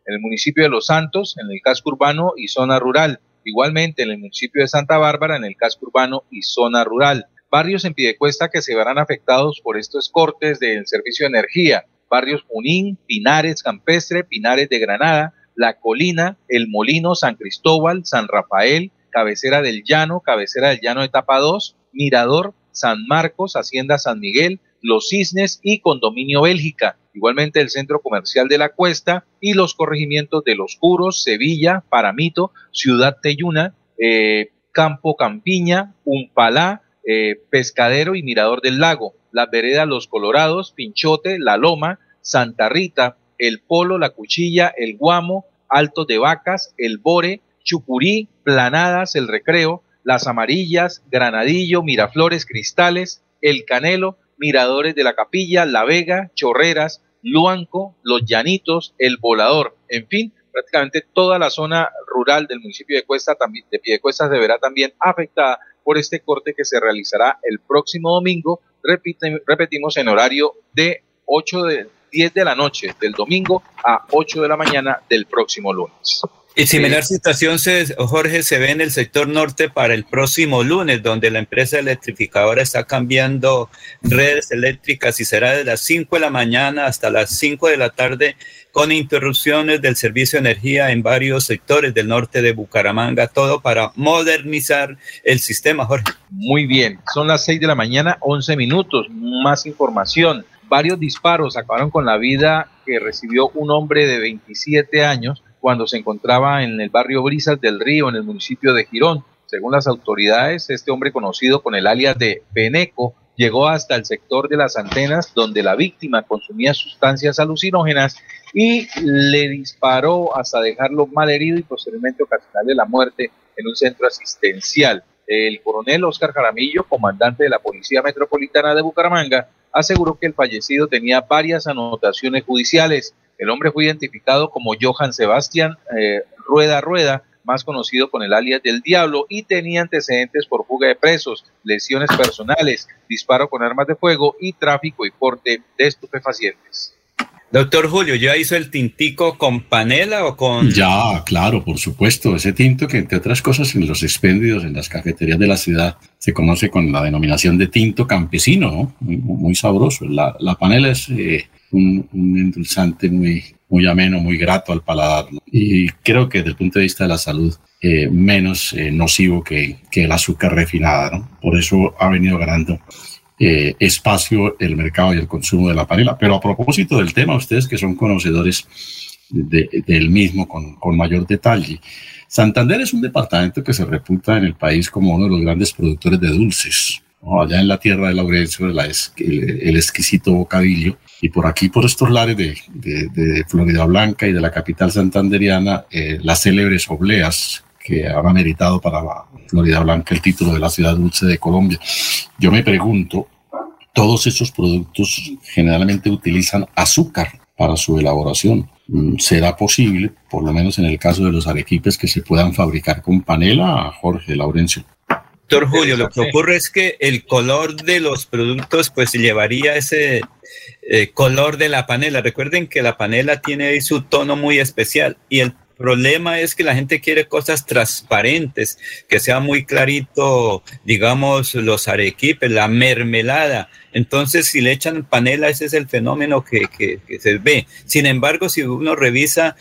en el municipio de Los Santos, en el casco urbano y zona rural. Igualmente en el municipio de Santa Bárbara, en el casco urbano y zona rural. Barrios en Piedecuesta que se verán afectados por estos cortes del servicio de energía. Barrios Junín, Pinares Campestre, Pinares de Granada, La Colina, El Molino, San Cristóbal, San Rafael, Cabecera del Llano, Cabecera del Llano etapa dos, Mirador, San Marcos, Hacienda San Miguel, Los Cisnes y Condominio Bélgica. Igualmente el Centro Comercial de la Cuesta y los corregimientos de Los Curos, Sevilla, Paramito, Ciudad Teyuna, eh, Campo Campiña, Umpalá, eh, Pescadero y Mirador del Lago. Las veredas Los Colorados, Pinchote, La Loma, Santa Rita, El Polo, La Cuchilla, El Guamo, Altos de Vacas, El Bore, Chucurí, Planadas, El Recreo, Las Amarillas, Granadillo, Miraflores, Cristales, El Canelo, Miradores de la Capilla, La Vega, Chorreras, Luanco, Los Llanitos, El Volador, en fin, prácticamente toda la zona rural del municipio de Cuesta, también, de Piedecuesta se verá también afectada por este corte que se realizará el próximo domingo, repite, repetimos, en horario de ocho de diez de la noche del domingo a ocho de la mañana del próximo lunes. Y similar situación, se, Jorge, se ve en el sector norte para el próximo lunes, donde la empresa electrificadora está cambiando redes eléctricas y será de las cinco de la mañana hasta las cinco de la tarde, con interrupciones del servicio de energía en varios sectores del norte de Bucaramanga, todo para modernizar el sistema, Jorge. Muy bien, son las seis de la mañana, once minutos, más información. Varios disparos acabaron con la vida que recibió un hombre de veintisiete años cuando se encontraba en el barrio Brisas del Río, en el municipio de Girón. Según las autoridades, este hombre conocido con el alias de Peneco llegó hasta el sector de las antenas donde la víctima consumía sustancias alucinógenas y le disparó hasta dejarlo malherido y posteriormente ocasionarle la muerte en un centro asistencial. El coronel Oscar Jaramillo, comandante de la Policía Metropolitana de Bucaramanga, aseguró que el fallecido tenía varias anotaciones judiciales. El hombre fue identificado como Johan Sebastián eh, Rueda Rueda, más conocido con el alias del Diablo, y tenía antecedentes por fuga de presos, lesiones personales, disparo con armas de fuego y tráfico y porte de estupefacientes. Doctor Julio, ¿ya hizo el tintico con panela o con...? Ya, claro, por supuesto. Ese tinto que, entre otras cosas, en los expendios, en las cafeterías de la ciudad, se conoce con la denominación de tinto campesino, ¿no? Muy, muy sabroso. La, la panela es eh, un, un endulzante muy, muy ameno, muy grato al paladar, ¿no? Y creo que desde el punto de vista de la salud, eh, menos eh, nocivo que, que el azúcar refinada, ¿no? Por eso ha venido ganando Eh, espacio el mercado y el consumo de la panela. Pero a propósito del tema, ustedes que son conocedores de, del mismo con, con mayor detalle, Santander es un departamento que se reputa en el país como uno de los grandes productores de dulces, ¿no? Allá en la tierra de Laurencio, la es, el, el exquisito bocadillo, y por aquí, por estos lares de, de, de Florida Blanca y de la capital santanderiana, eh, las célebres obleas que han ameritado para la Florida Blanca el título de la ciudad dulce de Colombia. Yo me pregunto, todos esos productos generalmente utilizan azúcar para su elaboración. ¿Será posible, por lo menos en el caso de los arequipes, que se puedan fabricar con panela, Jorge, Laurencio? Doctor Julio, lo que ocurre es que el color de los productos pues llevaría ese eh, color de la panela. Recuerden que la panela tiene ahí su tono muy especial y el problema es que la gente quiere cosas transparentes, que sea muy clarito, digamos, los arequipes, la mermelada. Entonces, si le echan panela, ese es el fenómeno que, que, que se ve. Sin embargo, si uno revisa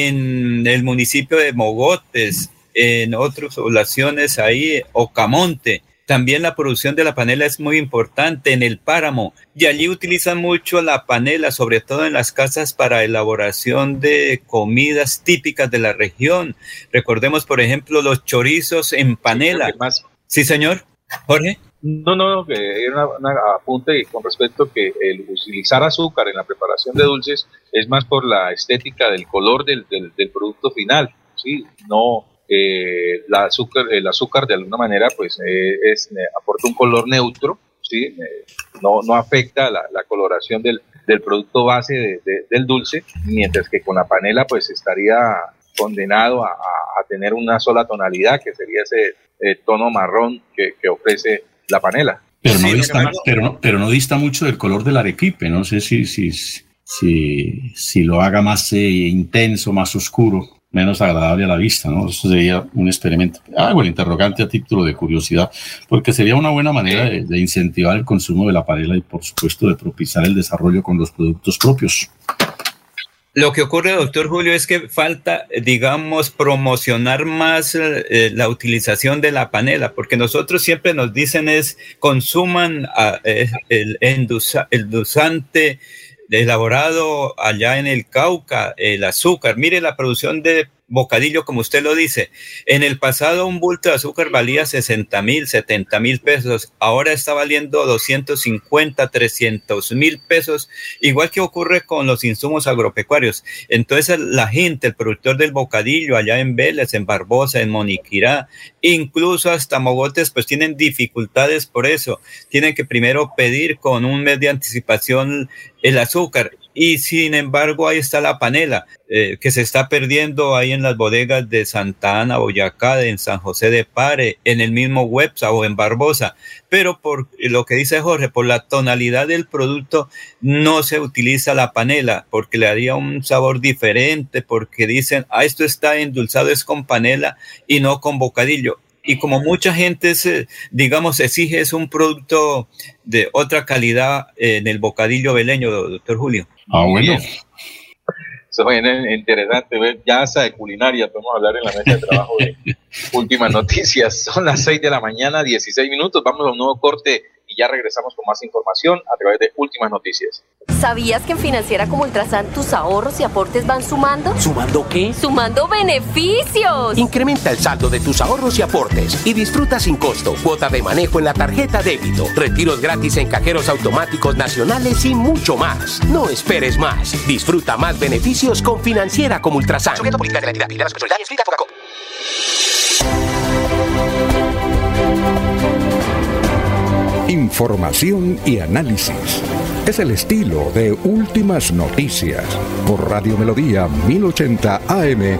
en el municipio de Mogotes, en otras poblaciones ahí, Ocamonte, también la producción de la panela es muy importante en el páramo y allí utilizan mucho la panela, sobre todo en las casas para elaboración de comidas típicas de la región. Recordemos, por ejemplo, los chorizos en panela. Sí, señor. Jorge. No, no, no, que era un apunte con respecto a que el utilizar azúcar en la preparación de dulces es más por la estética del color del, del, del producto final, ¿sí? No... Eh, la azúcar, el azúcar de alguna manera pues eh, es, eh, aporta un color neutro, ¿sí? eh, no, no afecta la, la coloración del, del producto base de, de, del dulce, mientras que con la panela pues estaría condenado a, a, a tener una sola tonalidad, que sería ese eh, tono marrón que, que ofrece la panela. Pero no, sí, dista, pero, no, pero no dista mucho del color del arequipe, no sé si... si si, si lo haga más eh, intenso, más oscuro, menos agradable a la vista, ¿no? Eso sería un experimento. Hago el interrogante a título de curiosidad, porque sería una buena manera de, de incentivar el consumo de la panela y, por supuesto, de propiciar el desarrollo con los productos propios. Lo que ocurre, doctor Julio, es que falta, digamos, promocionar más eh, la utilización de la panela, porque nosotros siempre nos dicen es consuman a, eh, el endusa, el endulzante elaborado allá en el Cauca, el azúcar. Mire la producción de bocadillo, como usted lo dice. En el pasado un bulto de azúcar valía sesenta mil, setenta mil pesos. Ahora está valiendo doscientos cincuenta, trescientos mil pesos, igual que ocurre con los insumos agropecuarios. Entonces la gente, el productor del bocadillo allá en Vélez, en Barbosa, en Moniquirá, incluso hasta Mogotes, pues tienen dificultades por eso. Tienen que primero pedir con un mes de anticipación el azúcar. Y sin embargo, ahí está la panela, eh, que se está perdiendo ahí en las bodegas de Santa Ana, Boyacá, en San José de Pare, en el mismo Websa o en Barbosa. Pero por lo que dice Jorge, por la tonalidad del producto, no se utiliza la panela, porque le daría un sabor diferente, porque dicen, ah, esto está endulzado, es con panela y no con bocadillo. Y como mucha gente, se, digamos, exige es un producto de otra calidad en el bocadillo veleño, doctor Julio. Ah, bueno. Eso es interesante, ya hasta de culinaria podemos hablar en la mesa de trabajo de Últimas Noticias. Son las seis de la mañana, dieciséis minutos, vamos a un nuevo corte y ya regresamos con más información a través de Últimas Noticias. ¿Sabías que en Financiera como Ultrasan tus ahorros y aportes van sumando? ¿Sumando qué? ¡Sumando beneficios! Incrementa el saldo de tus ahorros y aportes y disfruta sin costo cuota de manejo en la tarjeta débito, retiros gratis en cajeros automáticos nacionales y mucho más. No esperes más. Disfruta más beneficios con Financiera como Ultrasan. Sujeto a políticas de la entidad, vigilada, consolidada y escrita por Fogacop. Información y análisis. Es el estilo de Últimas Noticias por Radio Melodía mil ochenta A M.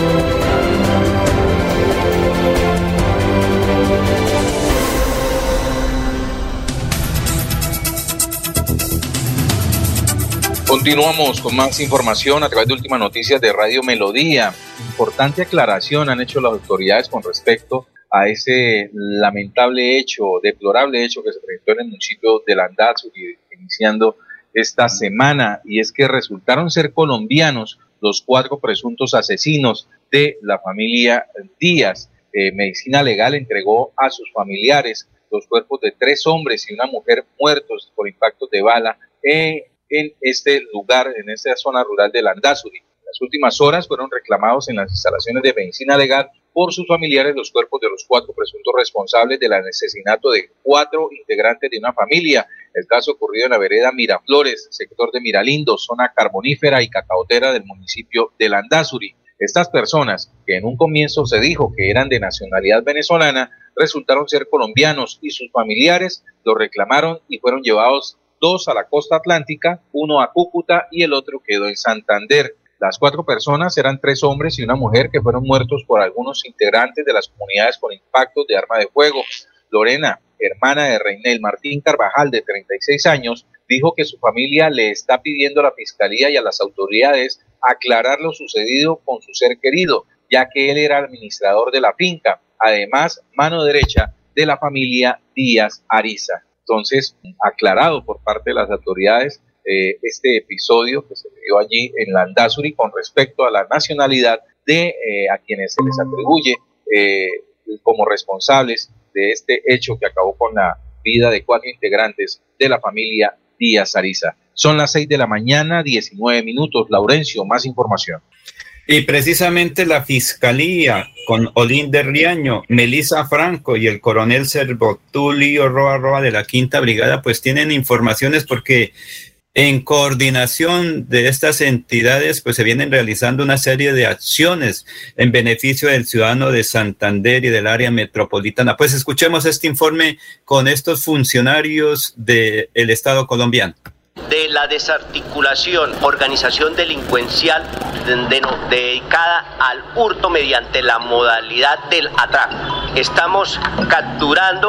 Continuamos con más información a través de Últimas Noticias de Radio Melodía. Importante aclaración han hecho las autoridades con respecto a ese lamentable hecho, deplorable hecho que se presentó en el municipio de Landazuri, iniciando esta semana, y es que resultaron ser colombianos los cuatro presuntos asesinos de la familia Díaz. Eh, Medicina Legal entregó a sus familiares los cuerpos de tres hombres y una mujer muertos por impactos de bala eh, en este lugar, en esta zona rural de Landazuri. En las últimas horas fueron reclamados en las instalaciones de Medicina Legal por sus familiares los cuerpos de los cuatro presuntos responsables del asesinato de cuatro integrantes de una familia. El caso ocurrido en la vereda Miraflores, sector de Miralindo, zona carbonífera y cacaotera del municipio de Landazuri. Estas personas, que en un comienzo se dijo que eran de nacionalidad venezolana, resultaron ser colombianos y sus familiares los reclamaron y fueron llevados dos a la costa atlántica, uno a Cúcuta y el otro quedó en Santander. Las cuatro personas eran tres hombres y una mujer que fueron muertos por algunos integrantes de las comunidades con impactos de arma de fuego. Lorena, hermana de Reinel Martín Carvajal, de treinta y seis años, dijo que su familia le está pidiendo a la Fiscalía y a las autoridades aclarar lo sucedido con su ser querido, ya que él era administrador de la finca, además mano derecha de la familia Díaz Ariza. Entonces, aclarado por parte de las autoridades eh, este episodio que se dio allí en Landazuri con respecto a la nacionalidad de eh, a quienes se les atribuye eh, como responsables de este hecho que acabó con la vida de cuatro integrantes de la familia Díaz Ariza. Son las seis de la mañana, diecinueve minutos. Laurencio, más información. Y precisamente la Fiscalía, con Olinder Riaño, Melissa Franco y el coronel Servotulio Roa Roa de la Quinta Brigada, pues tienen informaciones porque en coordinación de estas entidades, pues se vienen realizando una serie de acciones en beneficio del ciudadano de Santander y del área metropolitana. Pues escuchemos este informe con estos funcionarios del Estado colombiano. De la desarticulación, organización delincuencial de, de, dedicada al hurto mediante la modalidad del atraco. Estamos capturando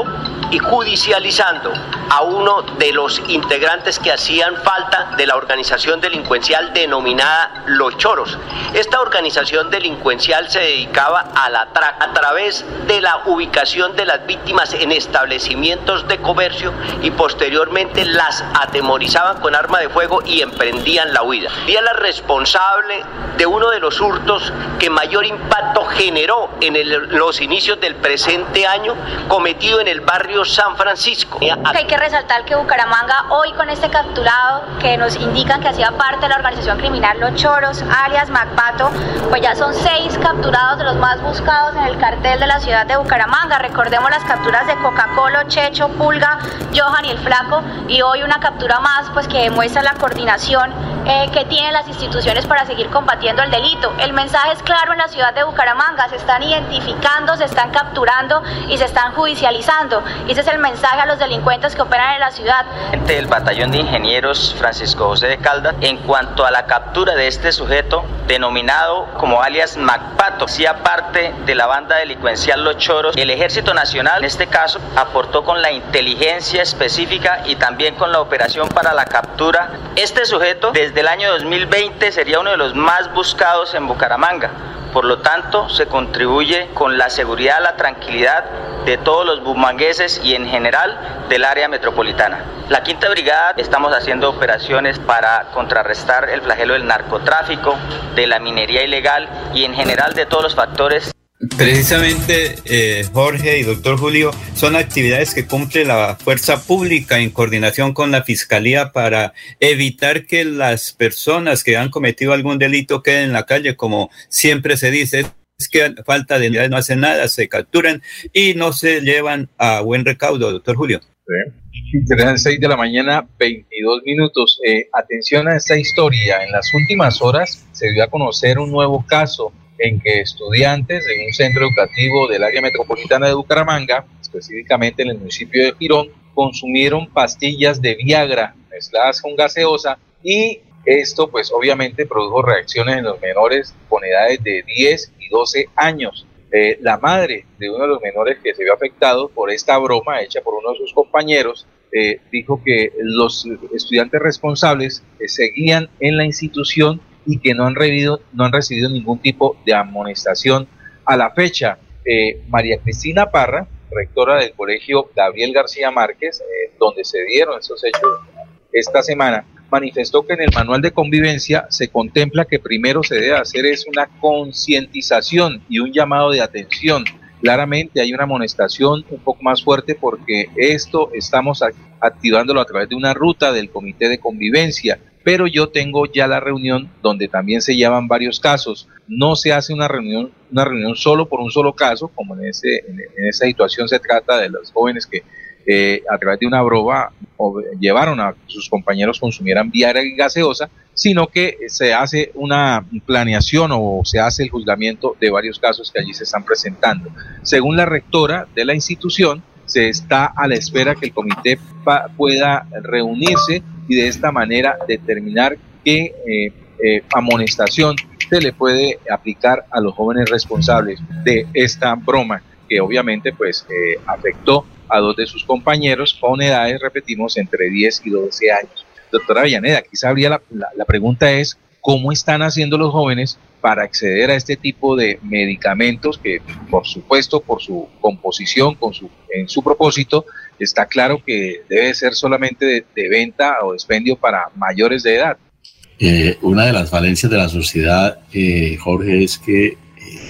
y judicializando a uno de los integrantes que hacían falta de la organización delincuencial denominada Los Choros. Esta organización delincuencial se dedicaba a la tra- a través de la ubicación de las víctimas en establecimientos de comercio y posteriormente las atemorizaban con arma de fuego y emprendían la huida. Y es la responsable de uno de los hurtos que mayor impacto generó en el, los inicios del presente año, cometido en el barrio San Francisco. Hay que resaltar que Bucaramanga hoy con este capturado que nos indican que hacía parte de la organización criminal Los Choros, alias Macpato, pues ya son seis capturados de los más buscados en el cartel de la ciudad de Bucaramanga. Recordemos las capturas de Coca-Cola, Checho, Pulga, Johan y el Flaco, y hoy una captura más pues que demuestra la coordinación eh, que tienen las instituciones para seguir combatiendo el delito. El mensaje es claro en la ciudad de Bucaramanga: se están identificando, se están capturando y se están judicializando. Y ese es el mensaje a los delincuentes que operan en la ciudad. El batallón de ingenieros Francisco José de Caldas, en cuanto a la captura de este sujeto denominado como alias Macpato, hacía parte de la banda delincuencial Los Choros. El Ejército Nacional en este caso aportó con la inteligencia específica y también con la operación para la captura. Este sujeto desde el año dos mil veinte sería uno de los más buscados en Bucaramanga. Por lo tanto, se contribuye con la seguridad, la tranquilidad de todos los bumangueses y en general del área metropolitana. La Quinta Brigada estamos haciendo operaciones para contrarrestar el flagelo del narcotráfico, de la minería ilegal y en general de todos los factores. Precisamente, eh, Jorge y doctor Julio, son actividades que cumple la fuerza pública en coordinación con la Fiscalía para evitar que las personas que han cometido algún delito queden en la calle, como siempre se dice. Es que falta de unidades, no hacen nada, se capturan y no se llevan a buen recaudo, doctor Julio. Sí. Serán seis de la mañana, veintidós minutos. Eh, atención a esta historia. En las últimas horas se dio a conocer un nuevo caso en que estudiantes de un centro educativo del área metropolitana de Bucaramanga, específicamente en el municipio de Girón, consumieron pastillas de Viagra mezcladas con gaseosa, y esto pues obviamente produjo reacciones en los menores con edades de diez y doce años. Eh, la madre de uno de los menores que se vio afectado por esta broma hecha por uno de sus compañeros eh, dijo que los estudiantes responsables eh, seguían en la institución y que no han recibido, no han recibido ningún tipo de amonestación a la fecha. Eh, María Cristina Parra, rectora del colegio Gabriel García Márquez, eh, donde se dieron esos hechos esta semana, manifestó que en el manual de convivencia se contempla que primero se debe hacer es una concientización y un llamado de atención. Claramente hay una amonestación un poco más fuerte porque esto estamos activándolo a través de una ruta del comité de convivencia. Pero yo tengo ya la reunión donde también se llevan varios casos. No se hace una reunión, una reunión solo por un solo caso, como en, ese, en, en esa situación se trata de los jóvenes que eh, a través de una broma llevaron a sus compañeros consumieran Viagra y gaseosa, sino que se hace una planeación o se hace el juzgamiento de varios casos que allí se están presentando. Según la rectora de la institución, se está a la espera que el comité pa- pueda reunirse y de esta manera determinar qué eh, eh, amonestación se le puede aplicar a los jóvenes responsables de esta broma, que obviamente pues eh, afectó a dos de sus compañeros con edades, repetimos, entre diez y doce años. Doctora Avellaneda, quizá habría la, la, la pregunta es, ¿cómo están haciendo los jóvenes para acceder a este tipo de medicamentos que, por supuesto, por su composición, con su, en su propósito, está claro que debe ser solamente de, de venta o expendio para mayores de edad? Eh, una de las falencias de la sociedad, eh, Jorge, es que eh,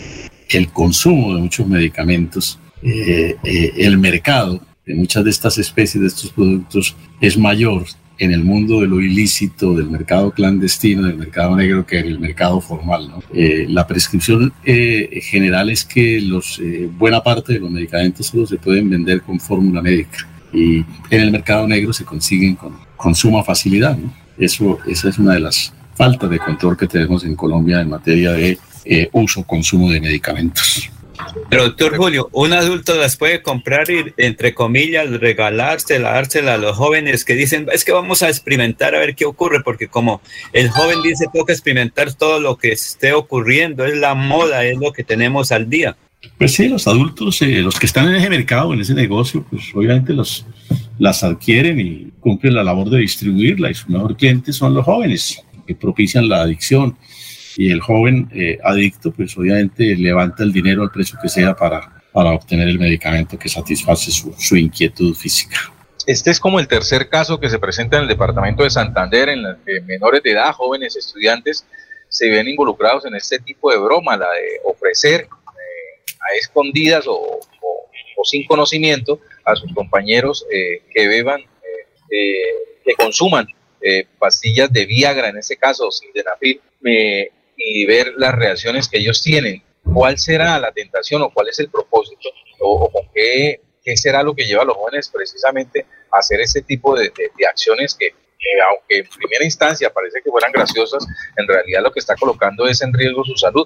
el consumo de muchos medicamentos, eh, eh, el mercado de muchas de estas especies, de estos productos, es mayor en el mundo de lo ilícito, del mercado clandestino, del mercado negro, que en el mercado formal, ¿no? Eh, la prescripción eh, general es que los, eh, buena parte de los medicamentos solo se pueden vender con fórmula médica, y en el mercado negro se consiguen con, con suma facilidad, ¿no? Eso, esa es una de las faltas de control que tenemos en Colombia en materia de eh, uso, consumo de medicamentos. Pero doctor Julio, un adulto las puede comprar y, entre comillas, regalársela, dársela a los jóvenes que dicen, es que vamos a experimentar a ver qué ocurre, porque como el joven dice, toca experimentar todo lo que esté ocurriendo, es la moda, es lo que tenemos al día. Pues sí, los adultos, eh, los que están en ese mercado, en ese negocio, pues obviamente los, las adquieren y cumplen la labor de distribuirla, y su mejor cliente son los jóvenes, que propician la adicción. Y el joven eh, adicto, pues obviamente levanta el dinero al precio que sea para, para obtener el medicamento que satisface su, su inquietud física. Este es como el tercer caso que se presenta en el departamento de Santander, en el que menores de edad, jóvenes estudiantes, se ven involucrados en este tipo de broma, la de ofrecer eh, a escondidas o, o, o sin conocimiento a sus compañeros eh, que beban, eh, eh, que consuman eh, pastillas de Viagra, en este caso sildenafil, eh, y ver las reacciones que ellos tienen. ¿Cuál será la tentación o cuál es el propósito o, o con qué, qué será lo que lleva a los jóvenes precisamente a hacer este tipo de, de, de acciones que, que, aunque en primera instancia parece que fueran graciosas, en realidad lo que está colocando es en riesgo su salud?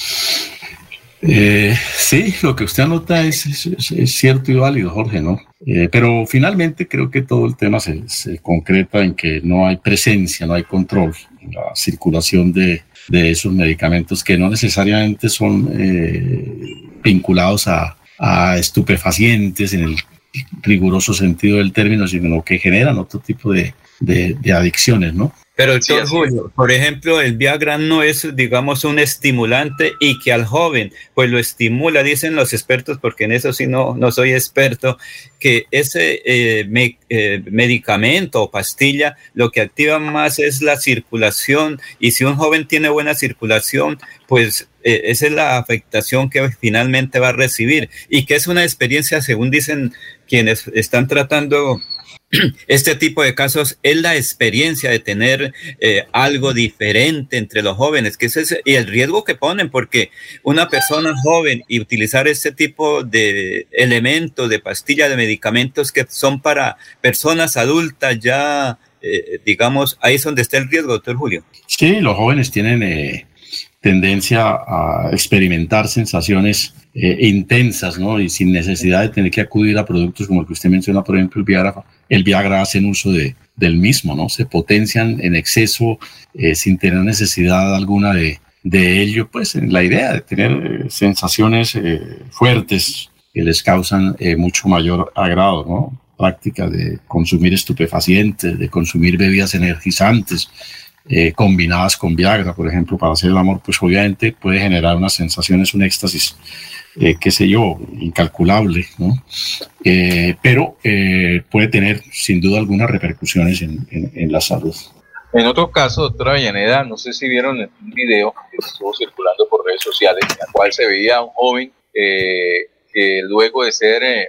Eh, sí, lo que usted anota es, es, es cierto y válido, Jorge, ¿no? Eh, pero finalmente creo que todo el tema se, se concreta en que no hay presencia, no hay control en la circulación de, de esos medicamentos que no necesariamente son eh, vinculados a, a estupefacientes en el riguroso sentido del término, sino que generan otro tipo de, de, de adicciones, ¿no? Pero doctor Julio, por ejemplo, el Viagra no es, digamos, un estimulante y que al joven pues lo estimula, dicen los expertos, porque en eso sí no, no soy experto, que ese eh, me, eh, medicamento o pastilla lo que activa más es la circulación, y si un joven tiene buena circulación, pues eh, esa es la afectación que finalmente va a recibir, y que es una experiencia, según dicen quienes están tratando este tipo de casos, es la experiencia de tener eh, algo diferente entre los jóvenes, que ese es y el riesgo que ponen, porque una persona joven y utilizar este tipo de elementos, de pastillas, de medicamentos que son para personas adultas ya, eh, digamos, ahí es donde está el riesgo, doctor Julio. Sí, los jóvenes tienen eh, tendencia a experimentar sensaciones eh, intensas, ¿no? Y sin necesidad de tener que acudir a productos como el que usted menciona, por ejemplo, el Viagra. El Viagra hacen uso de, del mismo, ¿no? Se potencian en exceso eh, sin tener necesidad alguna de, de ello, pues en la idea de tener eh, sensaciones eh, fuertes que les causan eh, mucho mayor agrado, ¿no? Práctica de consumir estupefacientes, de consumir bebidas energizantes, Eh, combinadas con Viagra, por ejemplo, para hacer el amor, pues obviamente puede generar unas sensaciones, un éxtasis, eh, qué sé yo, incalculable, ¿no? Eh, pero eh, puede tener sin duda algunas repercusiones en, en, en la salud. En otro caso, doctora Avellaneda, no sé si vieron un video que estuvo circulando por redes sociales, en el cual se veía a un joven eh, que luego de ser eh,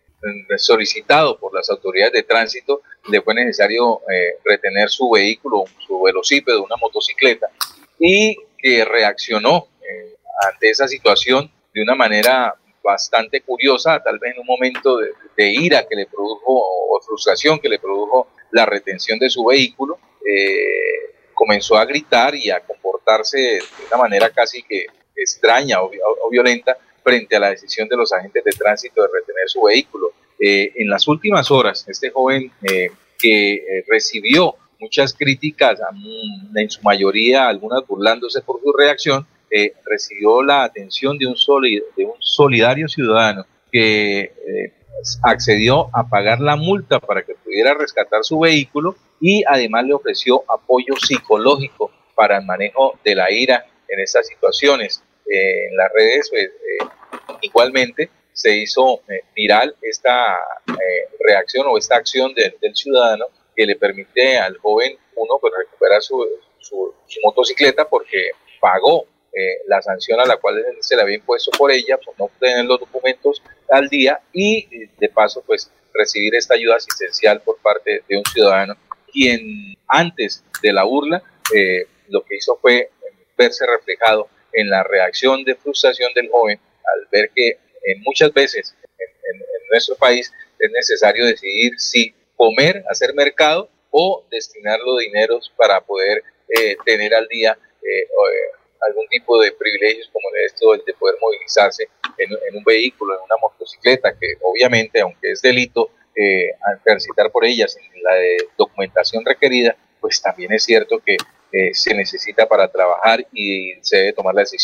solicitado por las autoridades de tránsito, le fue necesario eh, retener su vehículo, su velocípedo, una motocicleta, y que reaccionó eh, ante esa situación de una manera bastante curiosa, tal vez en un momento de, de ira que le produjo o frustración que le produjo la retención de su vehículo, eh, comenzó a gritar y a comportarse de una manera casi que extraña o, o violenta frente a la decisión de los agentes de tránsito de retener su vehículo. Eh, en las últimas horas, este joven eh, que eh, recibió muchas críticas, en su mayoría algunas burlándose por su reacción, eh, recibió la atención de un, soli- de un solidario ciudadano que eh, accedió a pagar la multa para que pudiera rescatar su vehículo, y además le ofreció apoyo psicológico para el manejo de la ira en estas situaciones. Eh, en las redes, pues, eh, igualmente se hizo eh, viral esta eh, reacción o esta acción de, del ciudadano, que le permite al joven, uno, pues recuperar su, su, su motocicleta, porque pagó eh, la sanción a la cual se le había impuesto por ella, por no tener los documentos al día, y de paso pues recibir esta ayuda asistencial por parte de un ciudadano, quien antes de la burla eh, lo que hizo fue verse reflejado en la reacción de frustración del joven al ver que en muchas veces en, en, en nuestro país es necesario decidir si comer, hacer mercado, o destinar los dineros para poder eh, tener al día eh, eh, algún tipo de privilegios como esto, el de poder movilizarse en, en un vehículo, en una motocicleta, que obviamente, aunque es delito eh, transitar por ella sin la de documentación requerida, pues también es cierto que Eh, se necesita para trabajar, y se debe tomar la decisión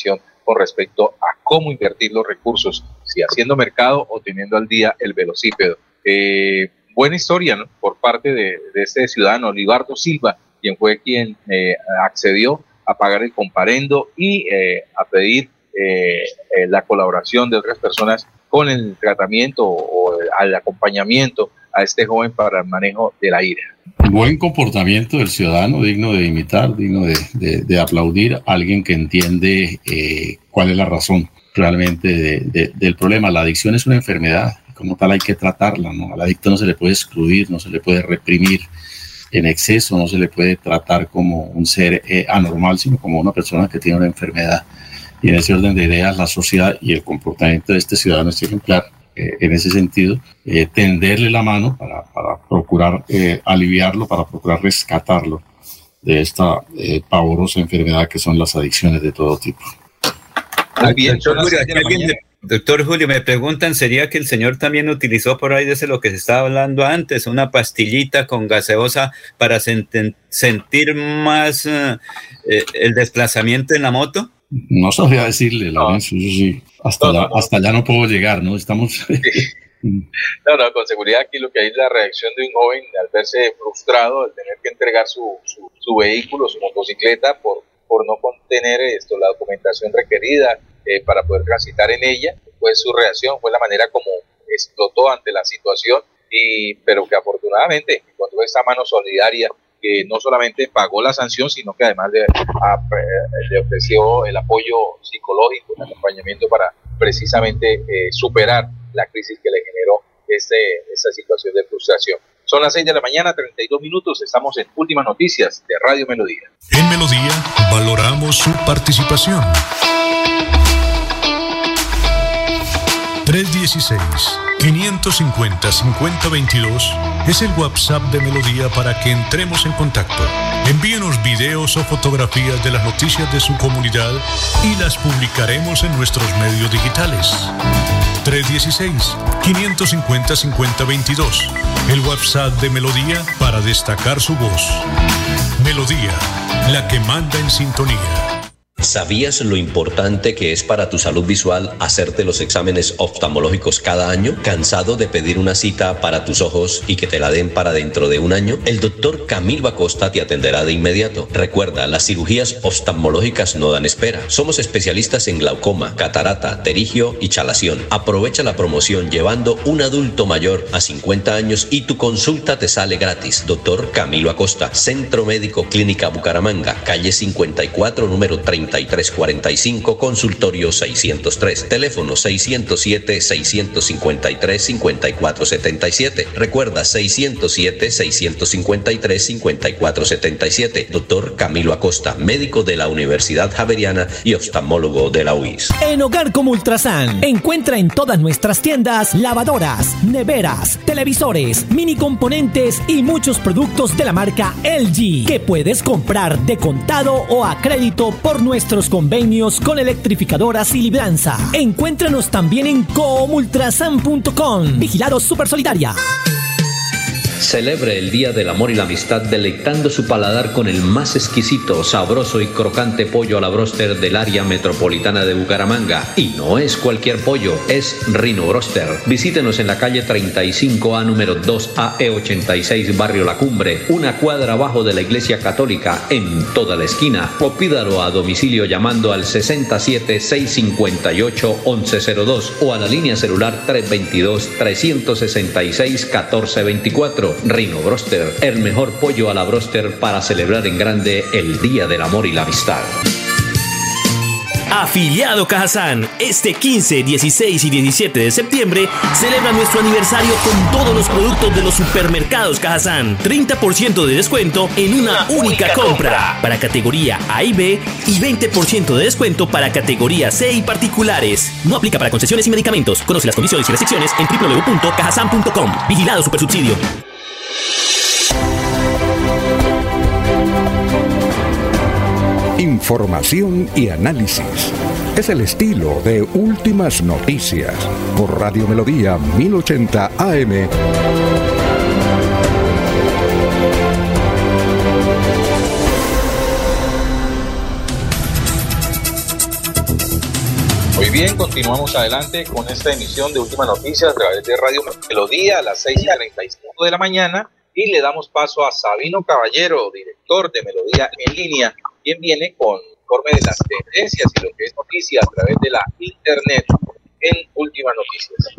con respecto a cómo invertir los recursos, si haciendo mercado o teniendo al día el velocípedo. Eh, buena historia, ¿no?, por parte de, de este ciudadano, Libardo Silva, quien fue quien eh, accedió a pagar el comparendo y eh, a pedir eh, eh, la colaboración de otras personas con el tratamiento o, o al acompañamiento a este joven para el manejo de la ira. Buen comportamiento del ciudadano, digno de imitar, digno de, de, de aplaudir, alguien que entiende eh, cuál es la razón realmente de, de, del problema. La adicción es una enfermedad, como tal hay que tratarla, ¿no? Al adicto no se le puede excluir, no se le puede reprimir en exceso, no se le puede tratar como un ser eh, anormal, sino como una persona que tiene una enfermedad. Y en ese orden de ideas, la sociedad y el comportamiento de este ciudadano es ejemplar. Eh, en ese sentido, eh, tenderle la mano para, para procurar eh, aliviarlo, para procurar rescatarlo de esta eh, pavorosa enfermedad que son las adicciones de todo tipo. Muy bien, doctor Julio, aquí alguien me, doctor Julio, me preguntan, ¿sería que el señor también utilizó por ahí desde lo que se estaba hablando antes, una pastillita con gaseosa para senten, sentir más uh, eh, el desplazamiento en la moto? No sabría decirle, Lorenzo, eso sí, hasta, no, no, no. hasta allá no puedo llegar, ¿no? Estamos... Sí. No, no, con seguridad aquí lo que hay es la reacción de un joven al verse frustrado, al tener que entregar su, su, su vehículo, su motocicleta, por, por no contener esto, la documentación requerida eh, para poder transitar en ella. Fue su reacción, fue la manera como explotó ante la situación, y pero que afortunadamente encontró esa mano solidaria que no solamente pagó la sanción, sino que además le, a, le ofreció el apoyo psicológico, el acompañamiento para precisamente eh, superar la crisis que le generó este, esta situación de frustración. Son las seis de la mañana, treinta y dos minutos, estamos en Últimas Noticias de Radio Melodía. En Melodía valoramos su participación. tres uno seis, cinco cinco cero, cinco cero dos dos es el WhatsApp de Melodía para que entremos en contacto. Envíenos videos o fotografías de las noticias de su comunidad y las publicaremos en nuestros medios digitales. tres uno seis, cinco cinco cero, cinco cero dos dos, el WhatsApp de Melodía para destacar su voz. Melodía, la que manda en sintonía. ¿Sabías lo importante que es para tu salud visual hacerte los exámenes oftalmológicos cada año? ¿Cansado de pedir una cita para tus ojos y que te la den para dentro de un año? El doctor Camilo Acosta te atenderá de inmediato. Recuerda, las cirugías oftalmológicas no dan espera. Somos especialistas en glaucoma, catarata, terigio y chalación. Aprovecha la promoción llevando un adulto mayor a cincuenta años y tu consulta te sale gratis. Doctor Camilo Acosta, Centro Médico Clínica Bucaramanga, calle cincuenta y cuatro, número treinta y tres cuarenta y cinco, consultorio seiscientos tres, teléfono seiscientos siete, seiscientos cincuenta y tres, cincuenta y cuatro setenta y siete. Recuerda, seiscientos siete, seiscientos cincuenta y tres, cincuenta y cuatro setenta y siete. Doctor Camilo Acosta, médico de la Universidad Javeriana y oftalmólogo de la U I S. En Hogar como Ultrasan, encuentra en todas nuestras tiendas lavadoras, neveras, televisores, mini componentes y muchos productos de la marca L G que puedes comprar de contado o a crédito por nuestros convenios con electrificadoras y Libranza. Encuéntranos también en comultrasan punto com. Vigilado Super Solidaria. Celebre el Día del Amor y la Amistad deleitando su paladar con el más exquisito, sabroso y crocante pollo a la bróster del área metropolitana de Bucaramanga. Y no es cualquier pollo, es Rhino Broster. Visítenos en la calle treinta y cinco A, número dos A E ochenta y seis, barrio La Cumbre, una cuadra abajo de la Iglesia Católica, en toda la esquina. O pídalo a domicilio llamando al sesenta y siete, seiscientos cincuenta y ocho, once cero dos o a la línea celular tres veintidós, trescientos sesenta y seis, catorce veinticuatro. Rhino Broster, el mejor pollo a la broster para celebrar en grande el Día del Amor y la Amistad. Afiliado Cajazán, este quince, dieciséis y diecisiete de septiembre celebra nuestro aniversario con todos los productos de los supermercados Cajazán. treinta por ciento de descuento en una, una única, única compra. compra para categoría A y B y veinte por ciento de descuento para categoría C y particulares. No aplica para concesiones y medicamentos. Conoce las condiciones y restricciones en doble u doble u doble u punto cajazán punto com. Vigilado Supersubsidio. Información y análisis. Es el estilo de Últimas Noticias por Radio Melodía mil ochenta A M. bien, continuamos adelante con esta emisión de Últimas Noticias a través de Radio Melodía a las seis y treinta y cinco de la mañana y le damos paso a Sabino Caballero, director de Melodía en Línea, quien viene con informe de las tendencias y lo que es noticia a través de la internet en Últimas Noticias.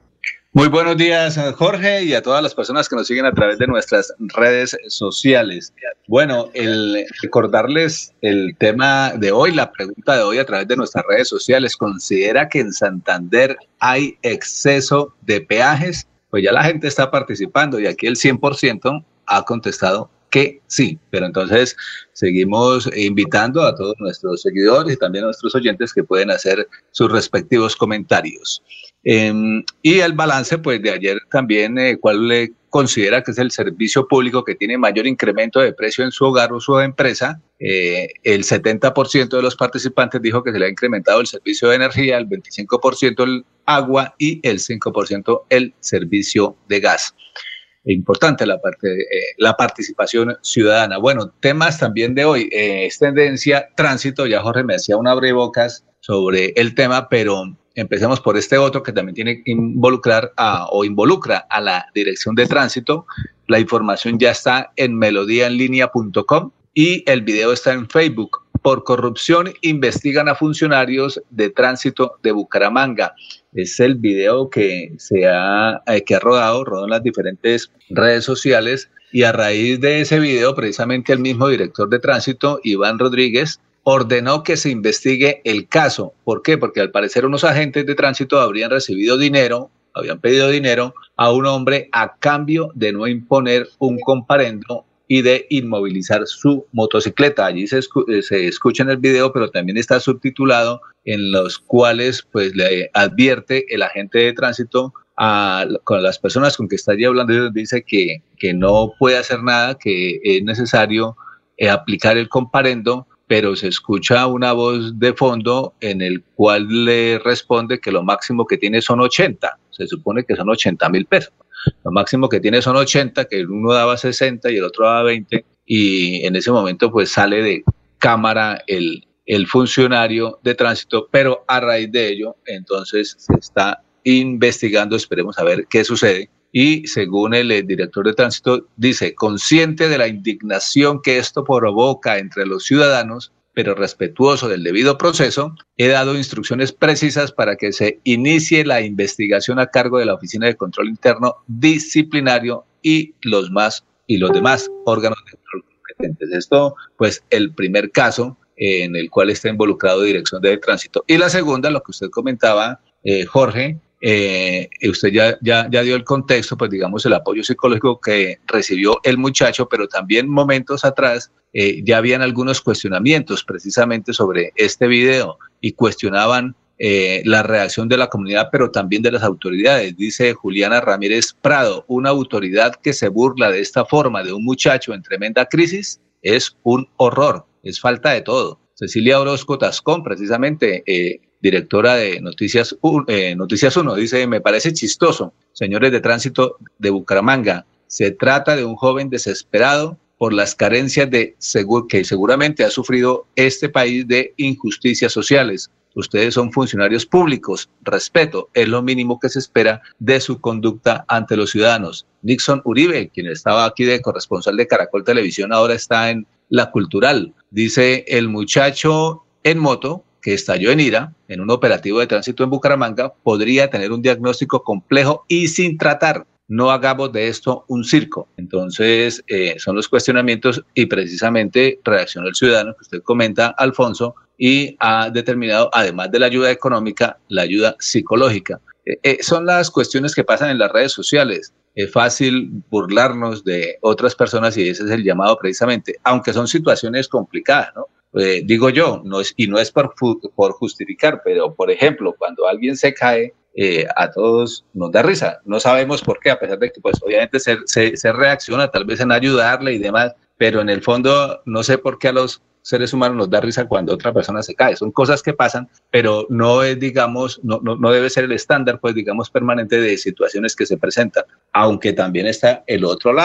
Muy buenos días, Jorge, y a todas las personas que nos siguen a través de nuestras redes sociales. Bueno, el recordarles el tema de hoy, la pregunta de hoy a través de nuestras redes sociales. ¿Considera que en Santander hay exceso de peajes? Pues ya la gente está participando y aquí el cien por ciento ha contestado que sí, pero entonces seguimos invitando a todos nuestros seguidores y también a nuestros oyentes que pueden hacer sus respectivos comentarios. Eh, y el balance pues de ayer también, eh, ¿cuál le considera que es el servicio público que tiene mayor incremento de precio en su hogar o su empresa? Eh, el setenta por ciento de los participantes dijo que se le ha incrementado el servicio de energía, el veinticinco por ciento el agua y el cinco por ciento el servicio de gas. Importante la parte, eh, la participación ciudadana. Bueno, temas también de hoy, eh, es tendencia tránsito, ya Jorge me hacía un abrebocas sobre el tema, pero empecemos por este otro que también tiene que involucrar a, o involucra a la Dirección de Tránsito. La información ya está en melodía en línea punto com y el video está en Facebook. Por corrupción investigan a funcionarios de tránsito de Bucaramanga. Es el video que se ha, eh, que ha rodado, rodó en las diferentes redes sociales, y a raíz de ese video, precisamente el mismo director de tránsito, Iván Rodríguez, ordenó que se investigue el caso. ¿Por qué? Porque al parecer unos agentes de tránsito habrían recibido dinero, habían pedido dinero a un hombre a cambio de no imponer un comparendo y de inmovilizar su motocicleta. Allí se, escu se escucha en el video, pero también está subtitulado, en los cuales pues le advierte el agente de tránsito a con las personas con que está allí hablando, dice que, que no puede hacer nada, que es necesario eh, aplicar el comparendo, pero se escucha una voz de fondo en el cual le responde que lo máximo que tiene son ochenta, se supone que son ochenta mil pesos. Lo máximo que tiene son ochenta, que uno daba sesenta y el otro daba veinte, y en ese momento pues sale de cámara el, el funcionario de tránsito, pero a raíz de ello entonces se está investigando, esperemos a ver qué sucede. Y según el, el director de tránsito, dice, consciente de la indignación que esto provoca entre los ciudadanos, pero respetuoso del debido proceso, he dado instrucciones precisas para que se inicie la investigación a cargo de la Oficina de Control Interno Disciplinario y los más y los demás órganos de control competentes. Esto, pues, el primer caso eh, en el cual está involucrado Dirección de Tránsito. Y la segunda, lo que usted comentaba, eh, Jorge, eh, usted ya, ya, ya dio el contexto, pues digamos, el apoyo psicológico que recibió el muchacho, pero también momentos atrás eh, ya habían algunos cuestionamientos precisamente sobre este video y cuestionaban eh, la reacción de la comunidad, pero también de las autoridades. Dice Juliana Ramírez Prado, una autoridad que se burla de esta forma de un muchacho en tremenda crisis es un horror, es falta de todo. Cecilia Orozco Tascón, precisamente, eh, directora de Noticias, eh, Noticias uno, dice, me parece chistoso, señores de tránsito de Bucaramanga, se trata de un joven desesperado por las carencias de seguro, que seguramente ha sufrido este país de injusticias sociales. Ustedes son funcionarios públicos, respeto, es lo mínimo que se espera de su conducta ante los ciudadanos. Nixon Uribe, quien estaba aquí de corresponsal de Caracol Televisión, ahora está en La Cultural. Dice, el muchacho en moto, que estalló en ira en un operativo de tránsito en Bucaramanga, podría tener un diagnóstico complejo y sin tratar. No hagamos de esto un circo. Entonces, eh, son los cuestionamientos y precisamente reaccionó el ciudadano que usted comenta, Alfonso, y ha determinado, además de la ayuda económica, la ayuda psicológica. Eh, eh, son las cuestiones que pasan en las redes sociales. Es fácil burlarnos de otras personas y ese es el llamado precisamente, aunque son situaciones complicadas, ¿no? Eh, digo yo, no es, y no es por, por justificar, pero por ejemplo, cuando alguien se cae, eh, a todos nos da risa, no sabemos por qué, a pesar de que pues obviamente se, se, se reacciona tal vez en ayudarle y demás, pero en el fondo no sé por qué a los seres humanos nos da risa cuando otra persona se cae, son cosas que pasan, pero no es, digamos, no, no, no debe ser el estándar, pues digamos, permanente de situaciones que se presentan, aunque también está el otro lado.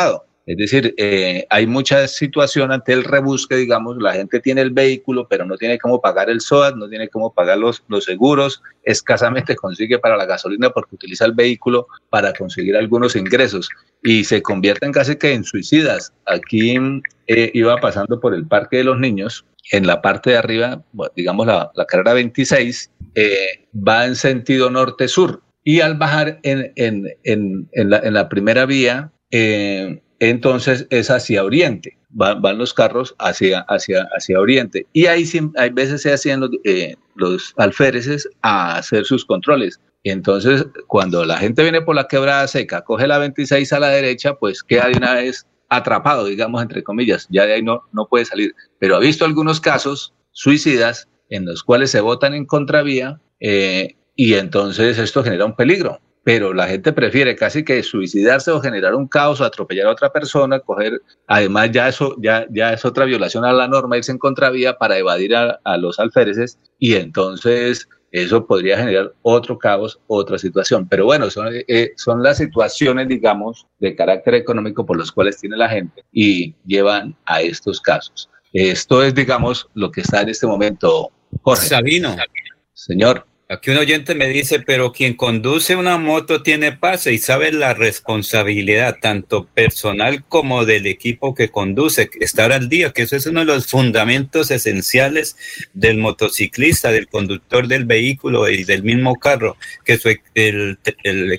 Es decir, eh, hay mucha situación ante el rebusque, digamos, la gente tiene el vehículo, pero no tiene cómo pagar el S O A T, no tiene cómo pagar los, los seguros, escasamente consigue para la gasolina porque utiliza el vehículo para conseguir algunos ingresos y se convierten casi que en suicidas. Aquí eh, iba pasando por el Parque de los Niños, en la parte de arriba, digamos la, la carrera veintiséis, eh, va en sentido norte-sur y al bajar en, en, en, en, la, en la primera vía, eh, entonces es hacia oriente, van, van los carros hacia, hacia, hacia oriente y ahí hay veces se hacían los, eh, los alféreces a hacer sus controles. Y entonces cuando la gente viene por la quebrada seca, coge la veintiséis a la derecha, pues queda de una vez atrapado, digamos, entre comillas, ya de ahí no, no puede salir. Pero ha visto algunos casos suicidas en los cuales se botan en contravía eh, y entonces esto genera un peligro. Pero la gente prefiere casi que suicidarse o generar un caos o atropellar a otra persona, coger, además ya eso ya, ya es otra violación a la norma, irse en contravía para evadir a, a los alféreces y entonces eso podría generar otro caos, otra situación. Pero bueno, son, eh, son las situaciones, digamos, de carácter económico por las cuales tiene la gente y llevan a estos casos. Esto es, digamos, lo que está en este momento, Jorge. Sabino. Señor. Aquí un oyente me dice, pero quien conduce una moto tiene pase y sabe la responsabilidad tanto personal como del equipo que conduce, estar al día, que eso es uno de los fundamentos esenciales del motociclista, del conductor del vehículo y del mismo carro, que su, el, el,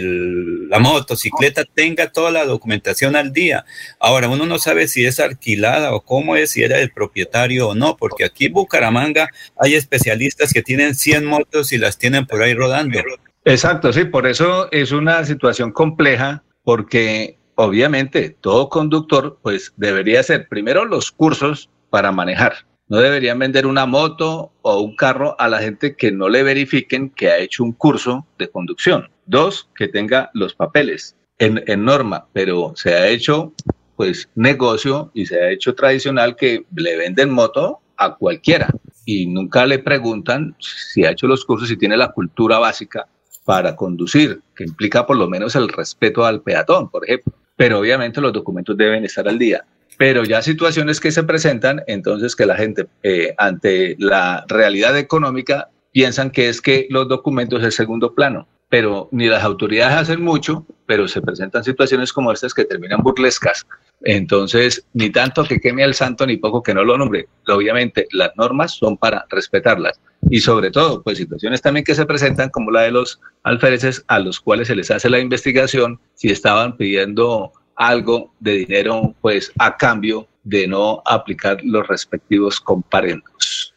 el, la motocicleta tenga toda la documentación al día. Ahora, uno no sabe si es alquilada o cómo es, si era el propietario o no, porque aquí en Bucaramanga hay especialistas que tienen cien motos y las tienen por ahí rodando. Exacto, sí, por eso es una situación compleja, porque obviamente todo conductor pues debería hacer primero los cursos para manejar. No deberían vender una moto o un carro a la gente que no le verifiquen que ha hecho un curso de conducción. Dos, que tenga los papeles en, en norma, pero se ha hecho pues negocio y se ha hecho tradicional que le venden moto a cualquiera y nunca le preguntan si ha hecho los cursos y tiene la cultura básica para conducir, que implica por lo menos el respeto al peatón, por ejemplo. Pero obviamente los documentos deben estar al día. Pero ya situaciones que se presentan, entonces que la gente eh, ante la realidad económica piensan que es que los documentos es segundo plano. Pero ni las autoridades hacen mucho, pero se presentan situaciones como estas que terminan burlescas. Entonces, ni tanto que queme al santo, ni poco que no lo nombre. Obviamente, las normas son para respetarlas. Y sobre todo, pues situaciones también que se presentan como la de los alféreces, a los cuales se les hace la investigación si estaban pidiendo algo de dinero, pues a cambio de no aplicar los respectivos comparendos.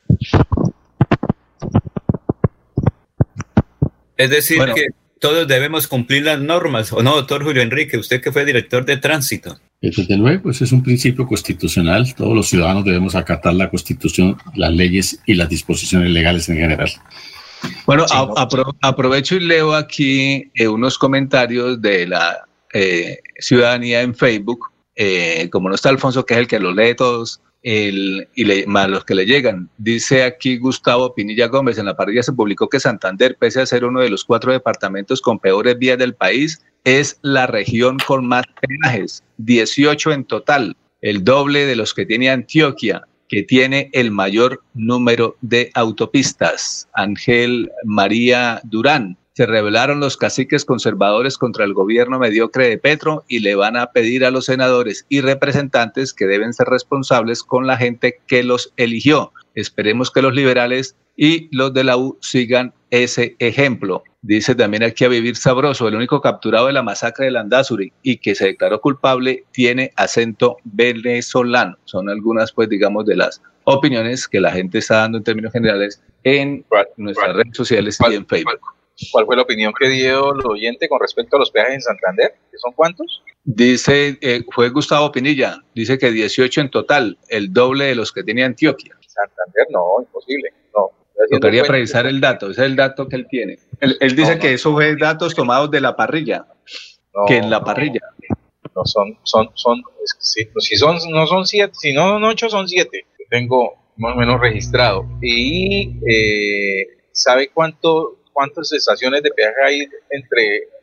Es decir, bueno, que todos debemos cumplir las normas, ¿o no, doctor Julio Enrique? Usted que fue director de tránsito. Desde luego, pues es un principio constitucional. Todos los ciudadanos debemos acatar la Constitución, las leyes y las disposiciones legales en general. Bueno, sí, a, apro, aprovecho y leo aquí eh, unos comentarios de la eh, ciudadanía en Facebook. Eh, como no está Alfonso, que es el que los lee todos, el, y le, más los que le llegan. Dice aquí Gustavo Pinilla Gómez, en la parrilla se publicó que Santander, pese a ser uno de los cuatro departamentos con peores vías del país, es la región con más peajes, dieciocho en total, el doble de los que tiene Antioquia, que tiene el mayor número de autopistas. Ángel María Durán. Se rebelaron los caciques conservadores contra el gobierno mediocre de Petro y le van a pedir a los senadores y representantes que deben ser responsables con la gente que los eligió. Esperemos que los liberales y los de la U sigan ese ejemplo. Dice también aquí a Vivir Sabroso, el único capturado de la masacre de Landázuri y que se declaró culpable tiene acento venezolano. Son algunas, pues, digamos, de las opiniones que la gente está dando en términos generales en nuestras redes sociales y en Facebook. ¿Cuál fue la opinión que dio el oyente con respecto a los peajes en Santander? ¿Que son cuántos? Dice, eh, fue Gustavo Pinilla, dice que dieciocho en total, el doble de los que tenía Antioquia. Santander, no, imposible, no. Tocaría precisar el dato, ese es el dato que él tiene. Él, él dice no, que no, eso fue datos tomados de la parrilla, no, que en la parrilla. No, son, son, son, si, si son, no son siete, si no son ocho, son siete. Yo tengo más o menos registrado. Y, eh, ¿sabe cuánto, cuántas estaciones de peaje hay entre eh,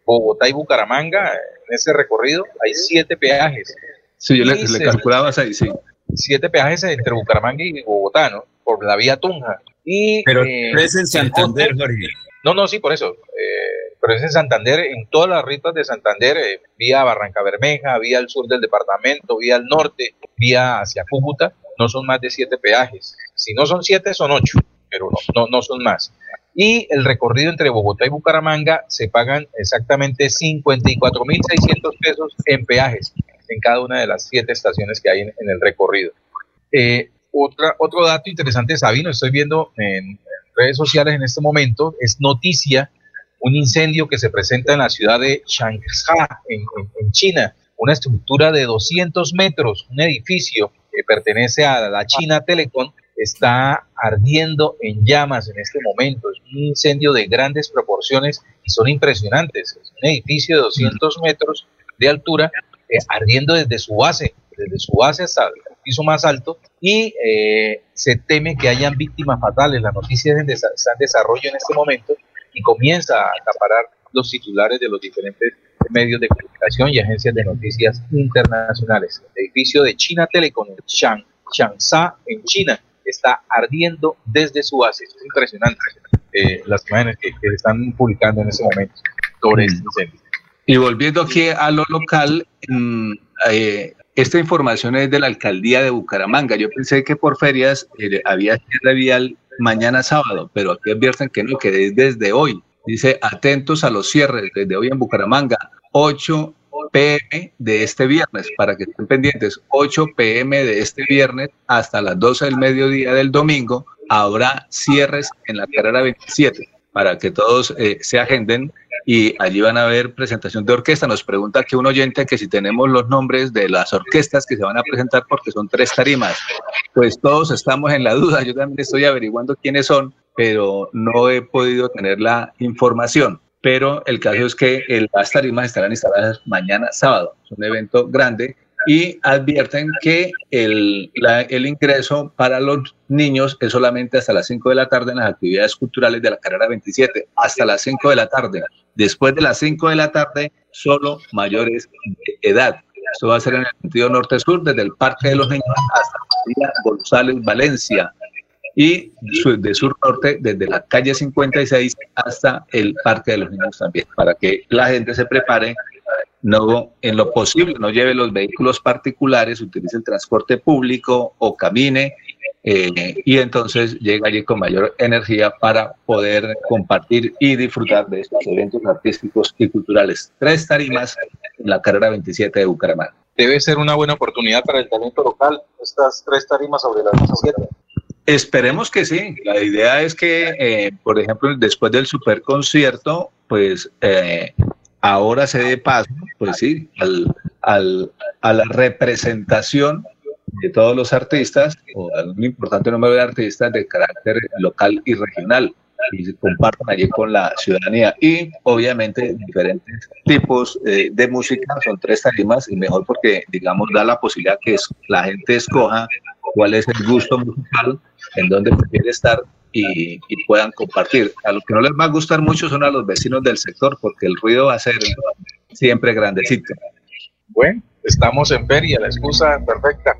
Bogotá y Bucaramanga, en ese recorrido hay siete peajes. Sí, yo le, Y le se- calculaba ahí, sí. Siete peajes entre Bucaramanga y Bogotá, ¿no? Por la vía Tunja. Y, Pero eh, es en Santander, otro- Jorge. No, no, sí, por eso. Eh, pero es en Santander, en todas las rutas de Santander, eh, vía Barranca Bermeja, vía al sur del departamento, vía al norte, vía hacia Cúcuta, no son más de siete peajes. Si no son siete, son ocho, pero no, no, no son más. Y el recorrido entre Bogotá y Bucaramanga se pagan exactamente cincuenta y cuatro mil seiscientos pesos en peajes en cada una de las siete estaciones que hay en, en el recorrido. Eh, otra, otro dato interesante, Sabino, estoy viendo en, en redes sociales en este momento, es noticia un incendio que se presenta en la ciudad de Shanghai, en, en, en China, una estructura de doscientos metros, un edificio que pertenece a la China Telecom, está ardiendo en llamas en este momento. Es un incendio de grandes proporciones y son impresionantes. Es un edificio de doscientos metros de altura, eh, ardiendo desde su base, desde su base hasta el piso más alto, y eh, se teme que hayan víctimas fatales. La noticia es en desa- está en desarrollo en este momento y comienza a acaparar los titulares de los diferentes medios de comunicación y agencias de noticias internacionales. El edificio de China Telecom en Shang, Changsha, en China, está ardiendo desde su base. Es impresionante eh, las imágenes que, que se están publicando en ese momento sobre este incendio. Y volviendo aquí a lo local, mm, eh, esta información es de la alcaldía de Bucaramanga. Yo pensé que por ferias eh, había cierre vial mañana sábado, pero aquí advierten que no, que es desde hoy. Dice, atentos a los cierres desde hoy en Bucaramanga, ocho pe eme de este viernes, para que estén pendientes, ocho pe eme de este viernes hasta las doce del mediodía del domingo, habrá cierres en la carrera veintisiete, para que todos eh, se agenden, y allí van a ver presentación de orquesta. Nos pregunta aquí un oyente que si tenemos los nombres de las orquestas que se van a presentar, porque son tres tarimas. Pues todos estamos en la duda, yo también estoy averiguando quiénes son, pero no he podido tener la información. Pero el caso es que el- las tarimas estarán instaladas mañana sábado. Es un evento grande y advierten que el, la- el ingreso para los niños es solamente hasta las cinco de la tarde en las actividades culturales de la carrera veintisiete, hasta las cinco de la tarde. Después de las cinco de la tarde, solo mayores de edad. Esto va a ser en el sentido norte-sur, desde el Parque de los Niños hasta la Vía González Valencia, y su- de sur-norte, desde la calle cincuenta y seis hasta el Parque de los Niños también, para que la gente se prepare, no, en lo posible, no lleve los vehículos particulares, utilice el transporte público o camine, eh, y entonces llega allí con mayor energía para poder compartir y disfrutar de estos eventos artísticos y culturales. Tres tarimas en la carrera veintisiete de Bucaramanga. Debe ser una buena oportunidad para el talento local, estas tres tarimas sobre las veintisiete. Esperemos que sí. La idea es que, eh, por ejemplo, después del superconcierto, pues eh, ahora se dé paso, pues sí, al, al, a la representación de todos los artistas, o a un importante número de artistas de carácter local y regional, y se compartan allí con la ciudadanía. Y obviamente diferentes tipos eh, de música, son tres tarimas, y mejor porque, digamos, da la posibilidad que es, la gente escoja cuál es el gusto musical, en dónde prefiere estar, y, y puedan compartir. A los que no les va a gustar mucho son a los vecinos del sector, porque el ruido va a ser siempre grandecito. Bueno, estamos en feria, la excusa perfecta.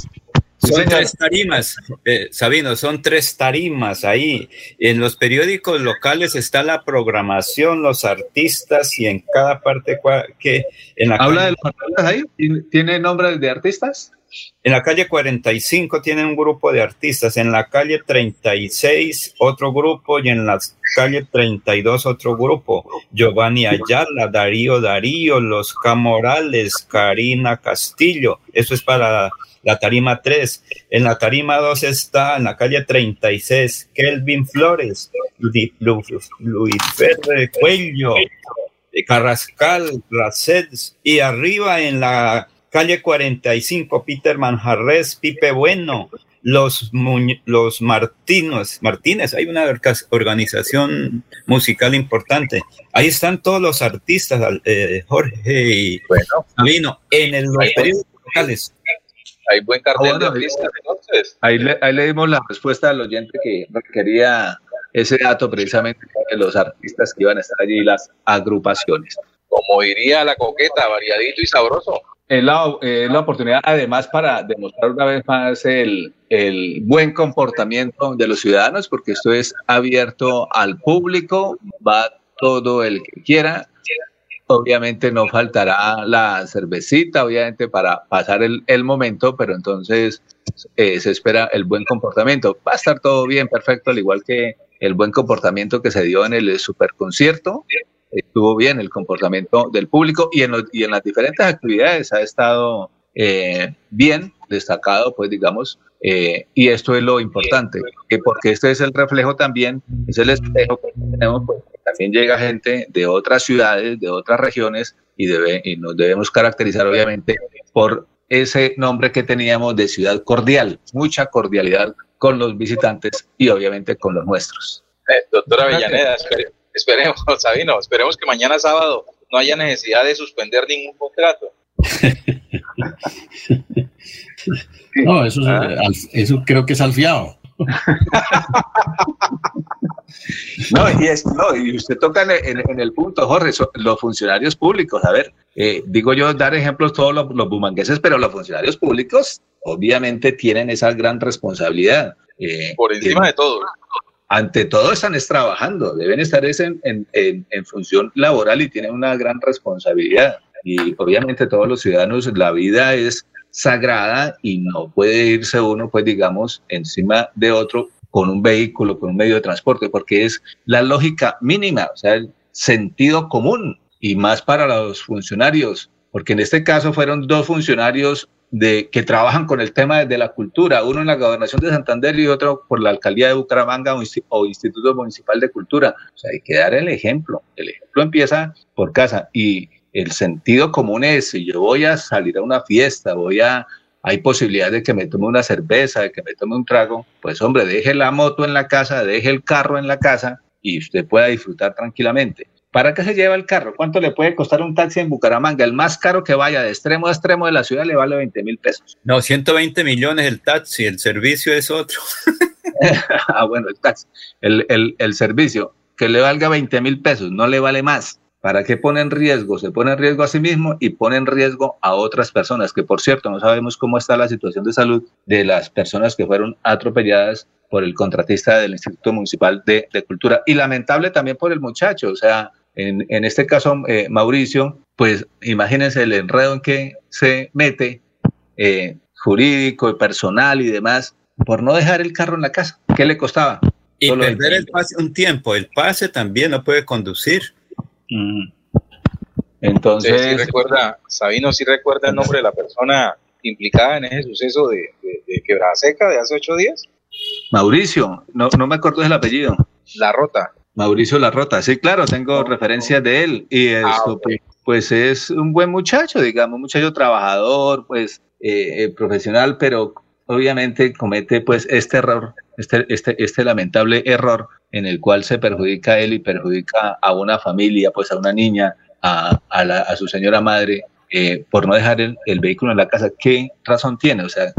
Son señor. tres tarimas, eh, Sabino, son tres tarimas ahí. En los periódicos locales está la programación, los artistas, y en cada parte cua- que en la ¿Habla calle, de los artistas ahí? ¿Tiene- ¿Tiene nombre de artistas? en la calle cuarenta y cinco tienen un grupo de artistas, en la calle treinta y seis otro grupo, y en la calle treinta y dos otro grupo. Giovanni Ayala, Darío Darío, Los Camorales, Karina Castillo. Eso es para la tarima tres. En la tarima dos está, en la calle treinta y seis, Kelvin Flores, Luis, Luis Ferre Cuello, eh, Carrascal, Racets, y arriba en la calle cuarenta y cinco, Peter Manjarres, Pipe Bueno, los, Muñ- los Martínez, Martínez, hay una orca- organización musical importante. Ahí están todos los artistas, eh, Jorge y Bueno, Sabino, en el, los ahí- periódicos locales. Hay buen cartel Ah, bueno, de artistas, entonces. Ahí le, ahí le dimos la respuesta al oyente que requería ese dato precisamente de los artistas que iban a estar allí, las agrupaciones. como diría la coqueta, variadito y sabroso. Es la, eh, la oportunidad, además, para demostrar una vez más el, el buen comportamiento de los ciudadanos, porque esto es abierto al público, va todo el que quiera. Obviamente no faltará la cervecita, obviamente, para pasar el, el momento, pero entonces eh, se espera el buen comportamiento. Va a estar todo bien, perfecto, al igual que el buen comportamiento que se dio en el superconcierto. Estuvo bien el comportamiento del público y en, los, y en las diferentes actividades ha estado eh, bien destacado, pues digamos, eh, y esto es lo importante, que porque este es el reflejo también, es el espejo que tenemos, pues también llega gente de otras ciudades, de otras regiones y, debe, y nos debemos caracterizar obviamente por ese nombre que teníamos de ciudad cordial, mucha cordialidad con los visitantes y obviamente con los nuestros. Eh, doctora Avellaneda, espere. Esperemos, Sabino, esperemos que mañana sábado no haya necesidad de suspender ningún contrato. No, eso, ¿Ah? eso creo que es alfiado. No, y, es, no, y usted toca en, en, en el punto, Jorge, so, los funcionarios públicos, a ver, eh, digo yo dar ejemplos todos los, los bumangueses, pero los funcionarios públicos obviamente tienen esa gran responsabilidad. Eh, Por encima eh, de todo. Ante todo están es trabajando, deben estar es en, en, en, en función laboral y tienen una gran responsabilidad. Y obviamente todos los ciudadanos, la vida es sagrada y no puede irse uno, pues digamos, encima de otro con un vehículo, con un medio de transporte, porque es la lógica mínima, o sea, el sentido común, y más para los funcionarios, porque en este caso fueron dos funcionarios de que trabajan con el tema de la cultura, uno en la Gobernación de Santander y otro por la Alcaldía de Bucaramanga o, o Instituto Municipal de Cultura. O sea, hay que dar el ejemplo. El ejemplo empieza por casa y el sentido común es, si yo voy a salir a una fiesta, voy a, hay posibilidad de que me tome una cerveza, de que me tome un trago, pues hombre, deje la moto en la casa, deje el carro en la casa y usted pueda disfrutar tranquilamente. ¿Para qué se lleva el carro? ¿Cuánto le puede costar un taxi en Bucaramanga? El más caro que vaya de extremo a extremo de la ciudad le vale veinte mil pesos. No, ciento veinte millones el taxi, el servicio es otro. Ah, bueno, el taxi, el, el, el servicio, que le valga veinte mil pesos, no le vale más. ¿Para qué pone en riesgo? Se pone en riesgo a sí mismo y pone en riesgo a otras personas, que por cierto, no sabemos cómo está la situación de salud de las personas que fueron atropelladas por el contratista del Instituto Municipal de, de Cultura. Y lamentable también por el muchacho, o sea, En, en este caso, eh, Mauricio, pues imagínense el enredo en que se mete, eh, jurídico, personal y demás, por no dejar el carro en la casa. ¿Qué le costaba? Y Solo perder el pase un tiempo. El pase también no puede conducir. Mm. Entonces, sí, sí recuerda, Sabino, sí recuerda el nombre de la persona implicada en ese suceso de, de, de Quebrada Seca de hace ocho días. Mauricio, no, no me acuerdo del apellido. La Rota. Mauricio Larrota, sí, claro, tengo referencias de él y esto, ah, okay. pues es un buen muchacho, digamos, un muchacho trabajador, pues eh, eh, profesional, pero obviamente comete pues este error, este, este, este lamentable error en el cual se perjudica a él y perjudica a una familia, pues a una niña, a, a, la, a su señora madre, eh, por no dejar el, el vehículo en la casa. ¿Qué razón tiene? O sea,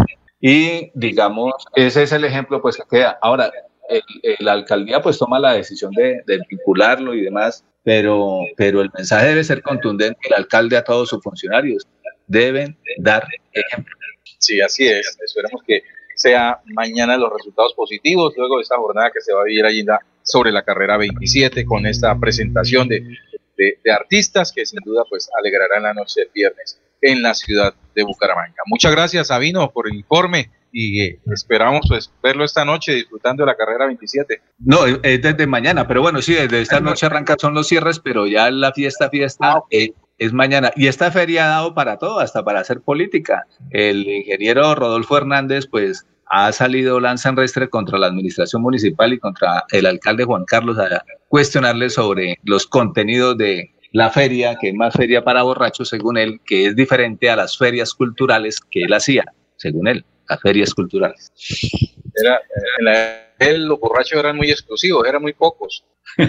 y digamos, ese es el ejemplo pues que queda. Ahora, El, el, la alcaldía pues toma la decisión de, de vincularlo y demás, pero, pero el mensaje debe ser contundente. El alcalde a todos sus funcionarios deben dar ejemplo. Sí, así es. Esperemos que sea mañana los resultados positivos luego de esta jornada que se va a vivir allí sobre la carrera veintisiete con esta presentación de, de, de artistas que sin duda pues alegrarán la noche del viernes en la ciudad de Bucaramanga. Muchas gracias, Sabino, por el informe. Y eh, esperamos pues verlo esta noche disfrutando de la carrera veintisiete. No, es desde mañana, pero bueno, sí, desde esta noche arranca, son los cierres, pero ya la fiesta, fiesta eh, es mañana. Y esta feria ha dado para todo, hasta para hacer política. El ingeniero Rodolfo Hernández, pues, ha salido lanza en restre contra la administración municipal y contra el alcalde Juan Carlos a cuestionarle sobre los contenidos de la feria, que es más feria para borrachos, según él, que es diferente a las ferias culturales que él hacía, según él. Las ferias culturales. Era, en la, él, los borrachos eran muy exclusivos, eran muy pocos.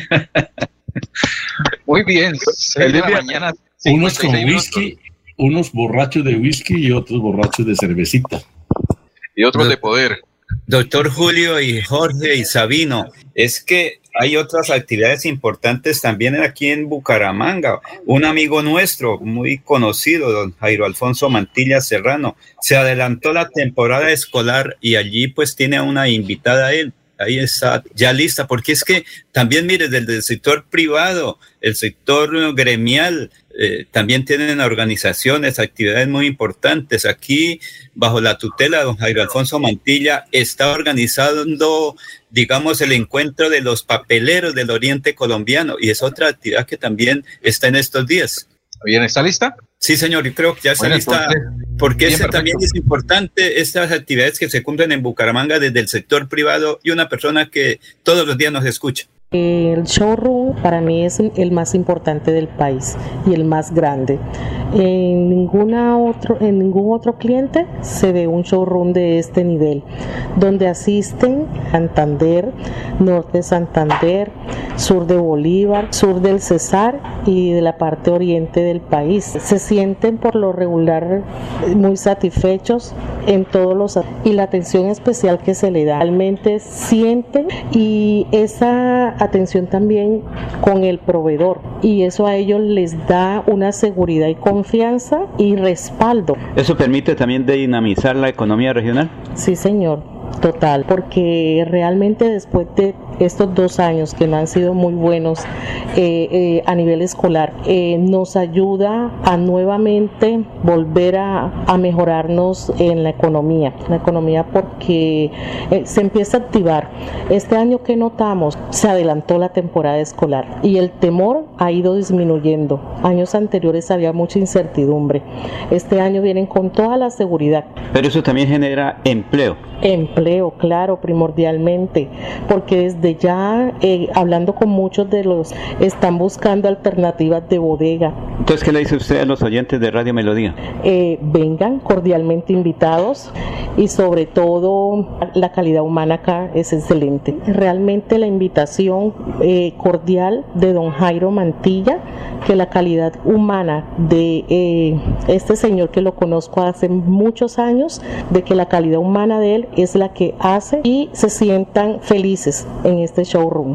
Muy bien. El de la mañana, unos con whisky, unos borrachos de whisky y otros borrachos de cervecita. Y otros de poder. Doctor Julio y Jorge y Sabino, es que hay otras actividades importantes también aquí en Bucaramanga. Un amigo nuestro muy conocido, don Jairo Alfonso Mantilla Serrano, se adelantó la temporada escolar y allí pues tiene a una invitada a él. Ahí está ya lista, porque es que también, mire, desde el sector privado, el sector gremial, eh, también tienen organizaciones, actividades muy importantes. Aquí, bajo la tutela de don Jairo Alfonso Mantilla, está organizando, digamos, el encuentro de los papeleros del Oriente Colombiano, y es otra actividad que también está en estos días. ¿Bien, está lista? Sí, señor, yo creo que ya está bueno, lista, entonces, porque bien, este también es importante, estas actividades que se cumplen en Bucaramanga desde el sector privado y una persona que todos los días nos escucha. El showroom para mí es el más importante del país y el más grande. En, ninguna otro, en ningún otro cliente se ve un showroom de este nivel, donde asisten Santander, Norte de Santander, Sur de Bolívar, Sur del Cesar y de la parte oriente del país. Se sienten por lo regular muy satisfechos en todos los y la atención especial que se le da. Realmente sienten y esa atención también con el proveedor, y eso a ellos les da una seguridad y confianza y respaldo. ¿Eso permite también dinamizar la economía regional? Sí, señor, total, porque realmente después de estos dos años que no han sido muy buenos eh, eh, a nivel escolar, eh, nos ayuda a nuevamente volver a, a mejorarnos en la economía, la economía porque eh, se empieza a activar. Este año que notamos, se adelantó la temporada escolar y el temor ha ido disminuyendo. Años anteriores había mucha incertidumbre. Este año vienen con toda la seguridad. Pero eso también genera empleo. Empleo, claro, primordialmente, porque desde ya, eh, hablando con muchos de los, están buscando alternativas de bodega. Entonces, ¿qué le dice usted a los oyentes de Radio Melodía? Eh, vengan, cordialmente invitados, y sobre todo la calidad humana acá es excelente. Realmente la invitación eh, cordial de don Jairo Mantilla, que la calidad humana de eh, este señor que lo conozco hace muchos años, de que la calidad humana de él es la que hace y se sientan felices en este showroom.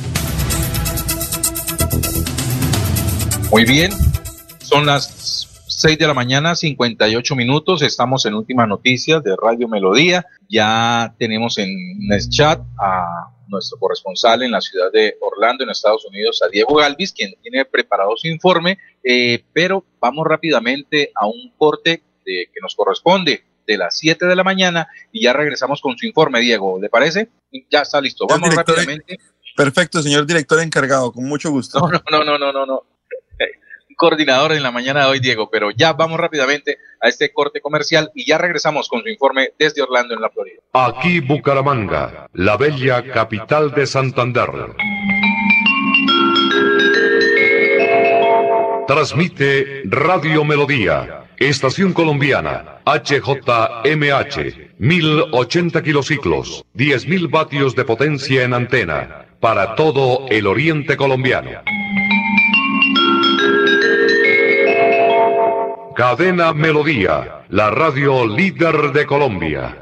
Muy bien, son las seis de la mañana, cincuenta y ocho minutos, estamos en Últimas Noticias de Radio Melodía. Ya tenemos en el chat a nuestro corresponsal en la ciudad de Orlando, en Estados Unidos, a Diego Galvis, quien tiene preparado su informe, eh, pero vamos rápidamente a un corte de, que nos corresponde de las siete de la mañana y ya regresamos con su informe, Diego, ¿le parece? Ya está listo, vamos rápidamente. Perfecto, señor director encargado, con mucho gusto. No, no, no, no, no, no. Coordinador en la mañana de hoy, Diego, pero ya vamos rápidamente a este corte comercial y ya regresamos con su informe desde Orlando, en la Florida. Aquí Bucaramanga, la bella capital de Santander. Transmite Radio Melodía, estación colombiana, H J M H, mil ochenta kilociclos, diez mil vatios de potencia en antena, para todo el oriente colombiano. Cadena Melodía, la radio líder de Colombia.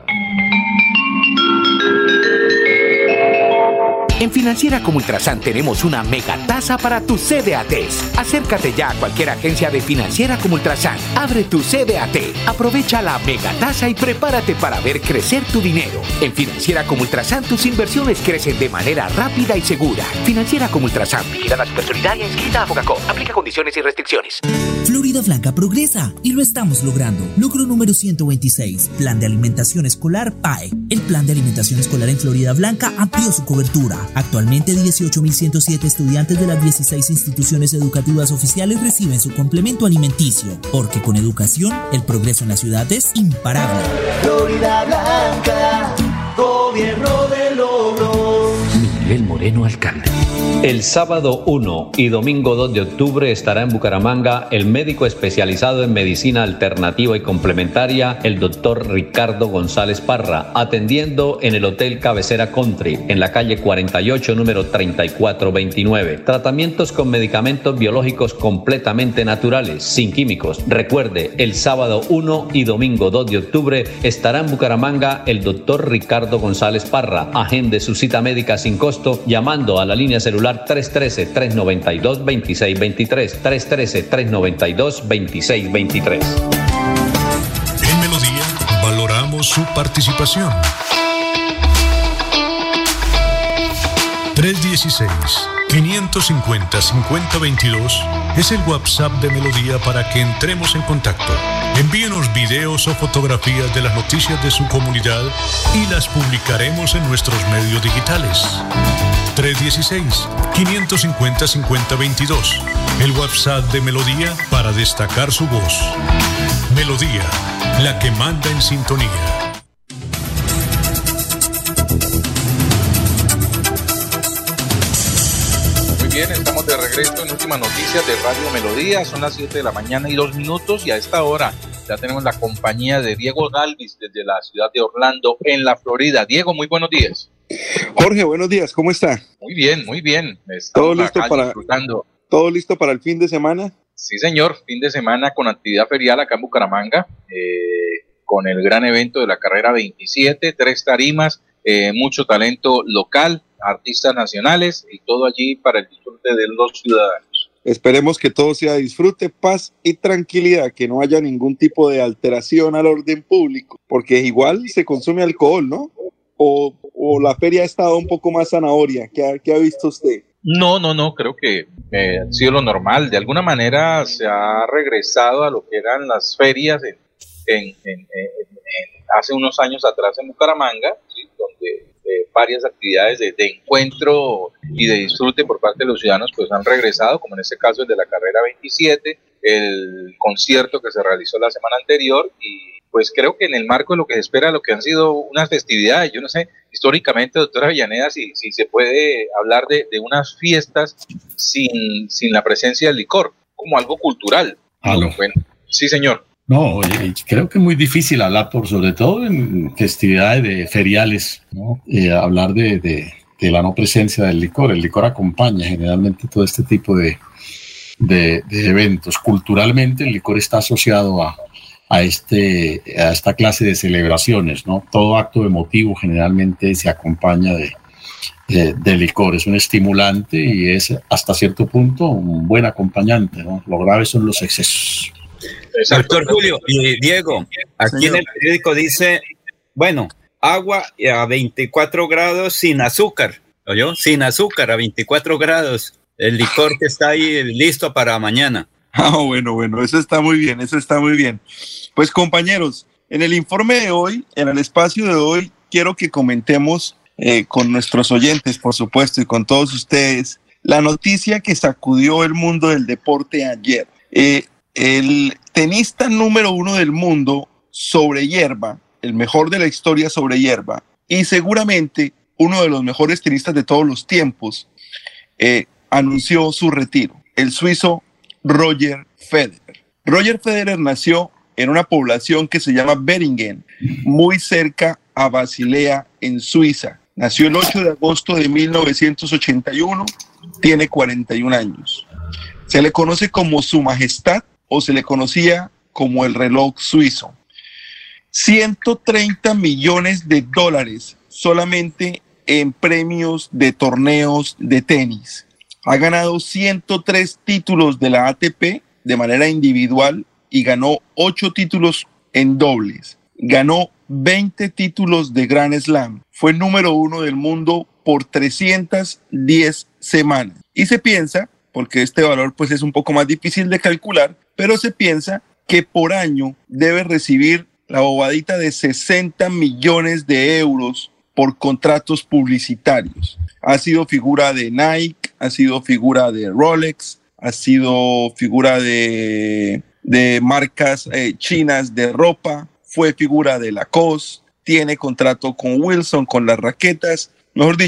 En Financiera como Ultrasan tenemos una mega tasa para tus C D A Ts. Acércate ya a cualquier agencia de Financiera como Ultrasan. Abre tu C D A T, aprovecha la mega tasa y prepárate para ver crecer tu dinero. En Financiera como Ultrasan tus inversiones crecen de manera rápida y segura. Financiera como Ultrasan, vigilada supersolidaria, inscrita a Fogacop. Aplica condiciones y restricciones. Florida Blanca progresa y lo estamos logrando. Logro número ciento veintiséis, Plan de Alimentación Escolar P A E. El Plan de Alimentación Escolar en Florida Blanca amplió su cobertura. Actualmente dieciocho mil ciento siete estudiantes de las dieciséis instituciones educativas oficiales reciben su complemento alimenticio, porque con educación el progreso en la ciudad es imparable. Florida Blanca, gobierno de logros. Miguel Moreno. Moreno Alcalde. El sábado uno y domingo dos de octubre estará en Bucaramanga el médico especializado en medicina alternativa y complementaria, el doctor Ricardo González Parra, atendiendo en el Hotel Cabecera Country, en la calle cuarenta y ocho, número treinta y cuatro veintinueve. Tratamientos con medicamentos biológicos completamente naturales, sin químicos. Recuerde, el sábado uno y domingo dos de octubre estará en Bucaramanga el doctor Ricardo González Parra. Agende su cita médica sin costo llamando a la línea celular tres uno tres, tres nueve dos, dos seis dos tres, tres uno tres, tres nueve dos, dos seis dos tres. En Melodía valoramos su participación. tres uno seis, cinco cinco cero, cinco cero dos dos es el WhatsApp de Melodía para que entremos en contacto. Envíenos videos o fotografías de las noticias de su comunidad y las publicaremos en nuestros medios digitales. tres uno seis, cinco cinco cero, cinco cero dos dos, el WhatsApp de Melodía para destacar su voz. Melodía, la que manda en sintonía. Bien, estamos de regreso en Últimas Noticias de Radio Melodía. Son las siete de la mañana y dos minutos y a esta hora ya tenemos la compañía de Diego Galvis desde la ciudad de Orlando, en la Florida. Diego, muy buenos días. Jorge, buenos días, ¿cómo está? Muy bien, muy bien. ¿Todo listo para, disfrutando. ¿Todo listo para el fin de semana? Sí, señor, fin de semana con actividad ferial acá en Bucaramanga, eh, con el gran evento de la carrera veintisiete, tres tarimas, eh, mucho talento local, artistas nacionales y todo allí para el disfrute de los ciudadanos. Esperemos que todo sea disfrute, paz y tranquilidad, que no haya ningún tipo de alteración al orden público, porque igual se consume alcohol, ¿no? O, o la feria ha estado un poco más zanahoria. ¿Qué ha, qué ha visto usted? No, no, no, creo que eh, ha sido lo normal. De alguna manera se ha regresado a lo que eran las ferias en, en, en, en, en hace unos años atrás en Bucaramanga, ¿sí? Donde Eh, varias actividades de, de encuentro y de disfrute por parte de los ciudadanos pues han regresado, como en este caso el de la carrera veintisiete, el concierto que se realizó la semana anterior y pues creo que en el marco de lo que se espera, lo que han sido unas festividades, yo no sé, históricamente, doctora Avellaneda, si, si se puede hablar de, de unas fiestas sin, sin la presencia del licor, como algo cultural. ¿Aló? Bueno, sí, señor. No, creo que es muy difícil hablar, por sobre todo en festividades de feriales, ¿no? Eh, hablar de, de, de la no presencia del licor. El licor acompaña generalmente todo este tipo de, de, de eventos. Culturalmente el licor está asociado a, a, este, a esta clase de celebraciones, ¿no? Todo acto emotivo generalmente se acompaña de, de, de licor. Es un estimulante y es hasta cierto punto un buen acompañante, ¿no? Lo grave son los excesos. Exacto. Doctor Julio y Diego, aquí Señor. En el periódico dice, bueno, agua a veinticuatro grados sin azúcar, ¿oyó? Sin azúcar a veinticuatro grados, el licor que está ahí listo para mañana. Ah, bueno, bueno, eso está muy bien, eso está muy bien. Pues compañeros, en el informe de hoy, en el espacio de hoy, quiero que comentemos eh, con nuestros oyentes, por supuesto, y con todos ustedes, la noticia que sacudió el mundo del deporte ayer. Eh, El tenista número uno del mundo sobre hierba, el mejor de la historia sobre hierba, y seguramente uno de los mejores tenistas de todos los tiempos, eh, anunció su retiro, el suizo Roger Federer. Roger Federer nació en una población que se llama Beringen, muy cerca a Basilea, en Suiza. Nació el ocho de agosto de mil novecientos ochenta y uno, tiene cuarenta y un años. Se le conoce como Su Majestad, o se le conocía como el reloj suizo. ciento treinta millones de dólares solamente en premios de torneos de tenis. Ha ganado ciento tres títulos de la A T P de manera individual y ganó ocho títulos en dobles. Ganó veinte títulos de Grand Slam. Fue número uno del mundo por trescientas diez semanas. Y se piensa, porque este valor pues es un poco más difícil de calcular, pero se piensa que por año debe recibir la bobadita de sesenta millones de euros por contratos publicitarios. Ha sido figura de Nike, ha sido figura de Rolex, ha sido figura de, de marcas eh, chinas de ropa, fue figura de Lacoste, tiene contrato con Wilson, con las raquetas. Mejor dicho,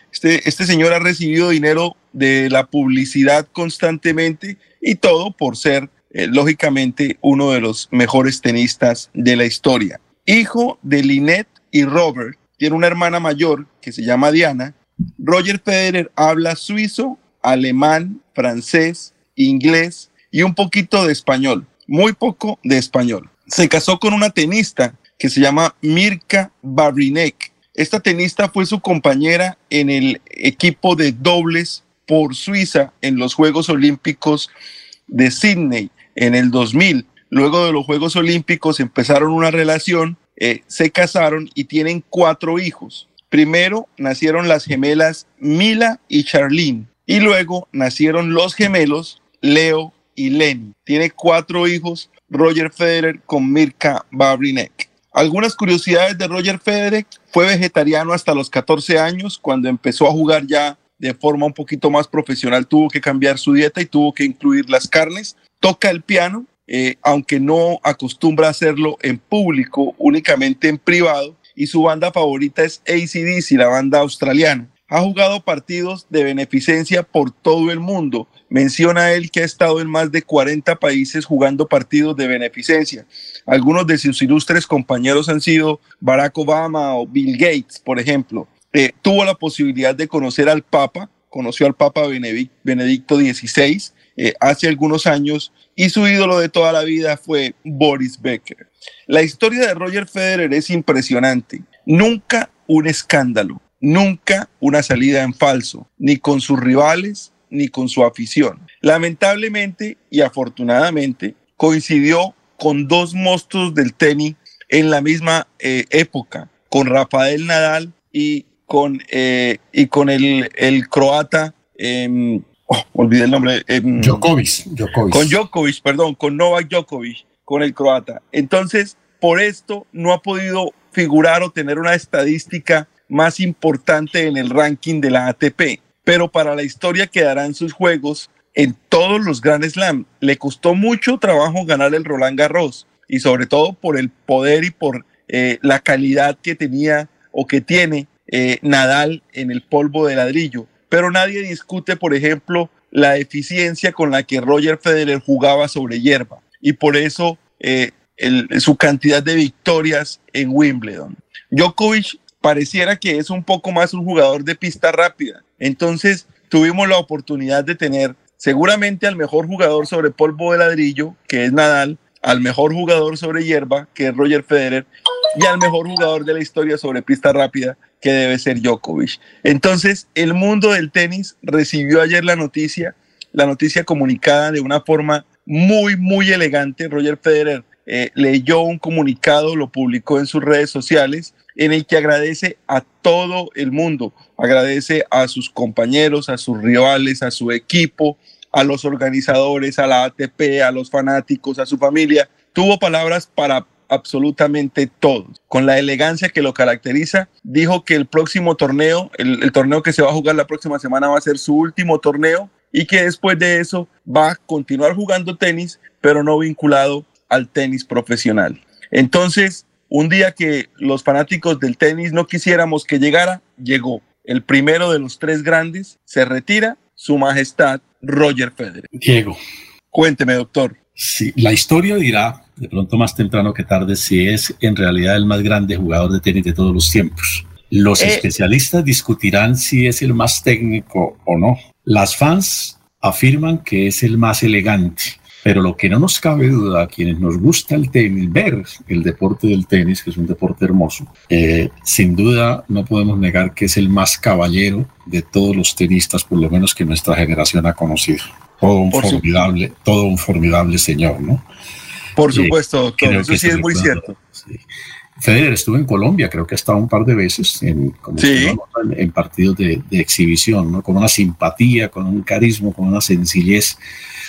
Este, este señor ha recibido dinero de la publicidad constantemente y todo por ser, eh, lógicamente, uno de los mejores tenistas de la historia. Hijo de Lynette y Robert, tiene una hermana mayor que se llama Diana. Roger Federer habla suizo, alemán, francés, inglés y un poquito de español, muy poco de español. Se casó con una tenista que se llama Mirka Babrinek. Esta tenista fue su compañera en el equipo de dobles por Suiza en los Juegos Olímpicos de Sydney en el dos mil. Luego de los Juegos Olímpicos empezaron una relación, eh, se casaron y tienen cuatro hijos. Primero nacieron las gemelas Mila y Charlene y luego nacieron los gemelos Leo y Lenny. Tiene cuatro hijos Roger Federer con Mirka Babrinek. Algunas curiosidades de Roger Federer: fue vegetariano hasta los catorce años. Cuando empezó a jugar ya de forma un poquito más profesional, tuvo que cambiar su dieta y tuvo que incluir las carnes. Toca el piano, eh, aunque no acostumbra a hacerlo en público, únicamente en privado. Y su banda favorita es A C D C, la banda australiana. Ha jugado partidos de beneficencia por todo el mundo. Menciona él que ha estado en más de cuarenta países jugando partidos de beneficencia. Algunos de sus ilustres compañeros han sido Barack Obama o Bill Gates, por ejemplo. Eh, tuvo la posibilidad de conocer al Papa, conoció al Papa Benedicto dieciséis eh, hace algunos años, y su ídolo de toda la vida fue Boris Becker. La historia de Roger Federer es impresionante. Nunca un escándalo, nunca una salida en falso, ni con sus rivales, ni con su afición. Lamentablemente y afortunadamente coincidió con dos monstruos del tenis en la misma eh, época, con Rafael Nadal y con, eh, y con el, el croata, eh, oh, olvidé el nombre. Eh, Djokovic, Djokovic. Con Djokovic, perdón, con Novak Djokovic, con el croata. Entonces, por esto no ha podido figurar o tener una estadística más importante en el ranking de la A T P. Pero para la historia quedarán sus juegos en todos los Grand Slam. Le costó mucho trabajo ganar el Roland Garros, y sobre todo por el poder y por eh, la calidad que tenía o que tiene eh, Nadal en el polvo de ladrillo. Pero nadie discute, por ejemplo, la eficiencia con la que Roger Federer jugaba sobre hierba, y por eso eh, el, su cantidad de victorias en Wimbledon. Djokovic pareciera que es un poco más un jugador de pista rápida. Entonces tuvimos la oportunidad de tener seguramente al mejor jugador sobre polvo de ladrillo, que es Nadal, al mejor jugador sobre hierba, que es Roger Federer, y al mejor jugador de la historia sobre pista rápida, que debe ser Djokovic. Entonces el mundo del tenis recibió ayer la noticia, la noticia comunicada de una forma muy, muy elegante. Roger Federer eh, leyó un comunicado, lo publicó en sus redes sociales, en el que agradece a todo el mundo, agradece a sus compañeros, a sus rivales, a su equipo, a los organizadores, a la A T P, a los fanáticos, a su familia. Tuvo palabras para absolutamente todos. Con la elegancia que lo caracteriza, dijo que el próximo torneo, el, el torneo que se va a jugar la próxima semana, va a ser su último torneo, y que después de eso va a continuar jugando tenis, pero no vinculado al tenis profesional. Entonces, un día que los fanáticos del tenis no quisiéramos que llegara, llegó. El primero de los tres grandes se retira, su majestad Roger Federer. Diego. Cuénteme, doctor. Sí, la historia dirá, de pronto más temprano que tarde, si es en realidad el más grande jugador de tenis de todos los tiempos. Los eh, especialistas discutirán si es el más técnico o no. Las fans afirman que es el más elegante. Pero lo que no nos cabe duda a quienes nos gusta el tenis, ver el deporte del tenis, que es un deporte hermoso, eh, sin duda no podemos negar que es el más caballero de todos los tenistas, por lo menos que nuestra generación ha conocido. Todo un por formidable, su... todo un formidable señor, ¿no? Por supuesto, doctor, eso sí es muy cierto. Sí. Federer estuvo en Colombia, creo que ha estado un par de veces en, como sí. en, en partidos de, de exhibición, ¿no? Con una simpatía, con un carisma, con una sencillez.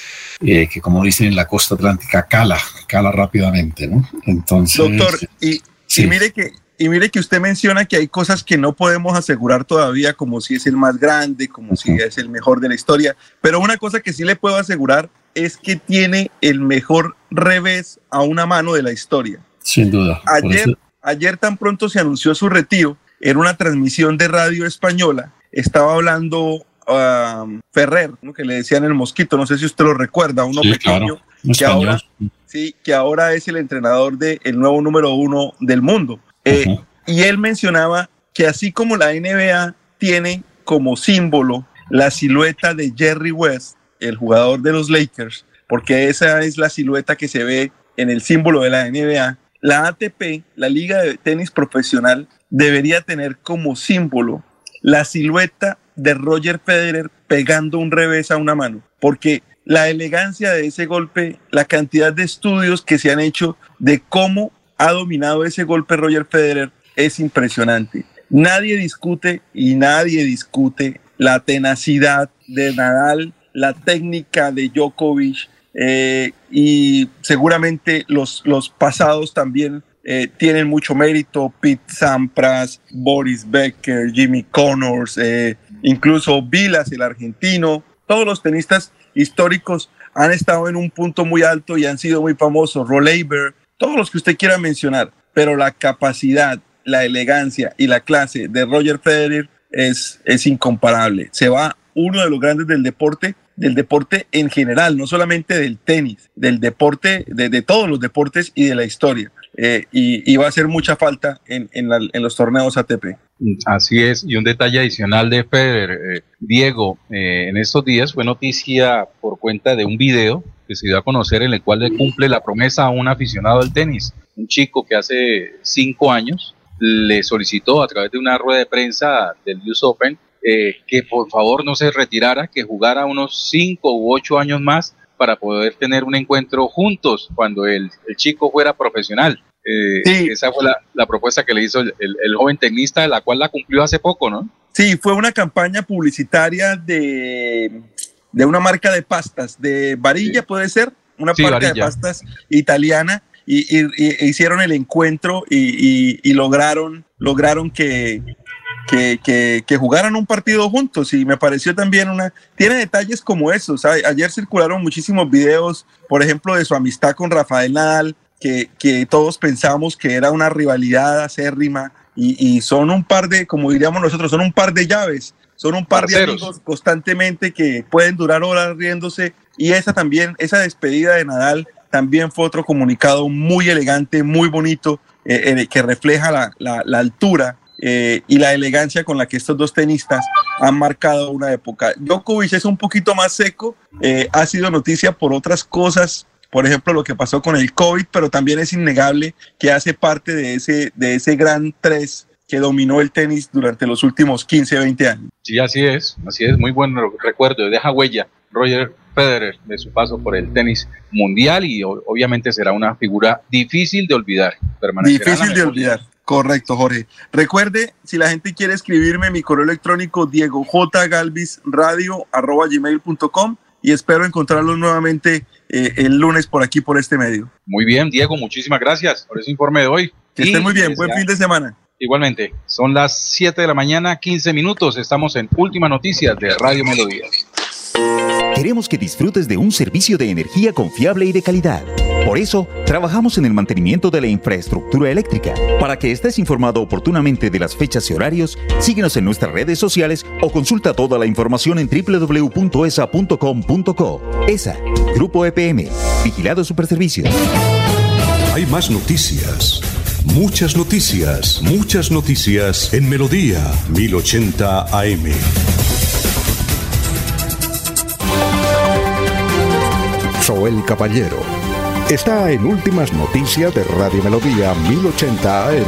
Eh, que como dicen en la costa atlántica, cala, cala rápidamente, ¿no? Entonces, doctor, y, sí. y, mire que, y mire que usted menciona que hay cosas que no podemos asegurar todavía, como si es el más grande, como uh-huh. si es el mejor de la historia, pero una cosa que sí le puedo asegurar es que tiene el mejor revés a una mano de la historia. Sin duda. Ayer, ayer tan pronto se anunció su retiro, en una transmisión de radio española, estaba hablando uh, Ferrer, ¿no? Que le decían el Mosquito, no sé si usted lo recuerda, uno sí, pequeño, claro. que, ahora, sí, que ahora es el entrenador del nuevo número uno del mundo. Eh, uh-huh. Y él mencionaba que así como la N B A tiene como símbolo la silueta de Jerry West, el jugador de los Lakers, porque esa es la silueta que se ve en el símbolo de la N B A, la A T P, la Liga de Tenis Profesional, debería tener como símbolo la silueta de Roger Federer pegando un revés a una mano, porque la elegancia de ese golpe, la cantidad de estudios que se han hecho de cómo ha dominado ese golpe Roger Federer es impresionante. Nadie discute y nadie discute la tenacidad de Nadal, la técnica de Djokovic, eh, y seguramente los, los pasados también eh, tienen mucho mérito. Pete Sampras, Boris Becker, Jimmy Connors, eh, incluso Vilas, el argentino. Todos los tenistas históricos han estado en un punto muy alto y han sido muy famosos. Rollaber, todos los que usted quiera mencionar, pero la capacidad, la elegancia y la clase de Roger Federer es, es incomparable. Se va uno de los grandes del deporte, del deporte en general, no solamente del tenis, del deporte, de, de todos los deportes y de la historia. Eh, y, y va a hacer mucha falta en, en, la, en los torneos A T P. Así es, y un detalle adicional de Federer, eh, Diego, eh, en estos días fue noticia por cuenta de un video que se dio a conocer en el cual le cumple la promesa a un aficionado al tenis, un chico que hace cinco años le solicitó a través de una rueda de prensa del U S Open eh, que por favor no se retirara, que jugara unos cinco u ocho años más para poder tener un encuentro juntos cuando el, el chico fuera profesional. Eh, sí. Esa fue la, la propuesta que le hizo el, el, el joven tenista, la cual la cumplió hace poco, ¿no? Sí, fue una campaña publicitaria de, de una marca de pastas, de Varilla, sí. Puede ser, una sí, marca Varilla. de pastas italiana, y, y, y hicieron el encuentro y, y, y lograron, lograron que, que, que, que jugaran un partido juntos, y me pareció también una... Tiene detalles como esos. Ayer circularon muchísimos videos, por ejemplo, de su amistad con Rafael Nadal, que, que todos pensamos que era una rivalidad acérrima, y, y son un par de, como diríamos nosotros, son un par de llaves, son un par Parceros. de amigos constantemente que pueden durar horas riéndose, y esa también, esa despedida de Nadal también fue otro comunicado muy elegante, muy bonito, eh, eh, que refleja la, la, la altura eh, y la elegancia con la que estos dos tenistas han marcado una época. Djokovic es un poquito más seco, eh, ha sido noticia por otras cosas, por ejemplo lo que pasó con el COVID, pero también es innegable que hace parte de ese, de ese gran tres que dominó el tenis durante los últimos quince, veinte años. Sí, así es, así es, muy buen recuerdo, deja huella Roger Federer de su paso por el tenis mundial, y obviamente será una figura difícil de olvidar. Difícil de olvidar, correcto, Jorge. Recuerde, si la gente quiere escribirme, mi correo electrónico diego j galvis radio arroba gmail punto com, y espero encontrarlos nuevamente eh, el lunes por aquí, por este medio. Muy bien, Diego, muchísimas gracias por ese informe de hoy. Que estén muy bien, buen fin de semana. Igualmente, son las siete de la mañana, quince minutos, estamos en Últimas Noticias de Radio Melodía. Queremos que disfrutes de un servicio de energía confiable y de calidad. Por eso, trabajamos en el mantenimiento de la infraestructura eléctrica. Para que estés informado oportunamente de las fechas y horarios, síguenos en nuestras redes sociales o consulta toda la información en doble u doble u doble u punto e s a punto com punto co. E S A, Grupo E P M, Vigilado Superservicios. Hay más noticias. Muchas noticias, muchas noticias en Melodía mil ochenta A M. Joel Caballero está en Últimas Noticias de Radio Melodía mil ochenta A M.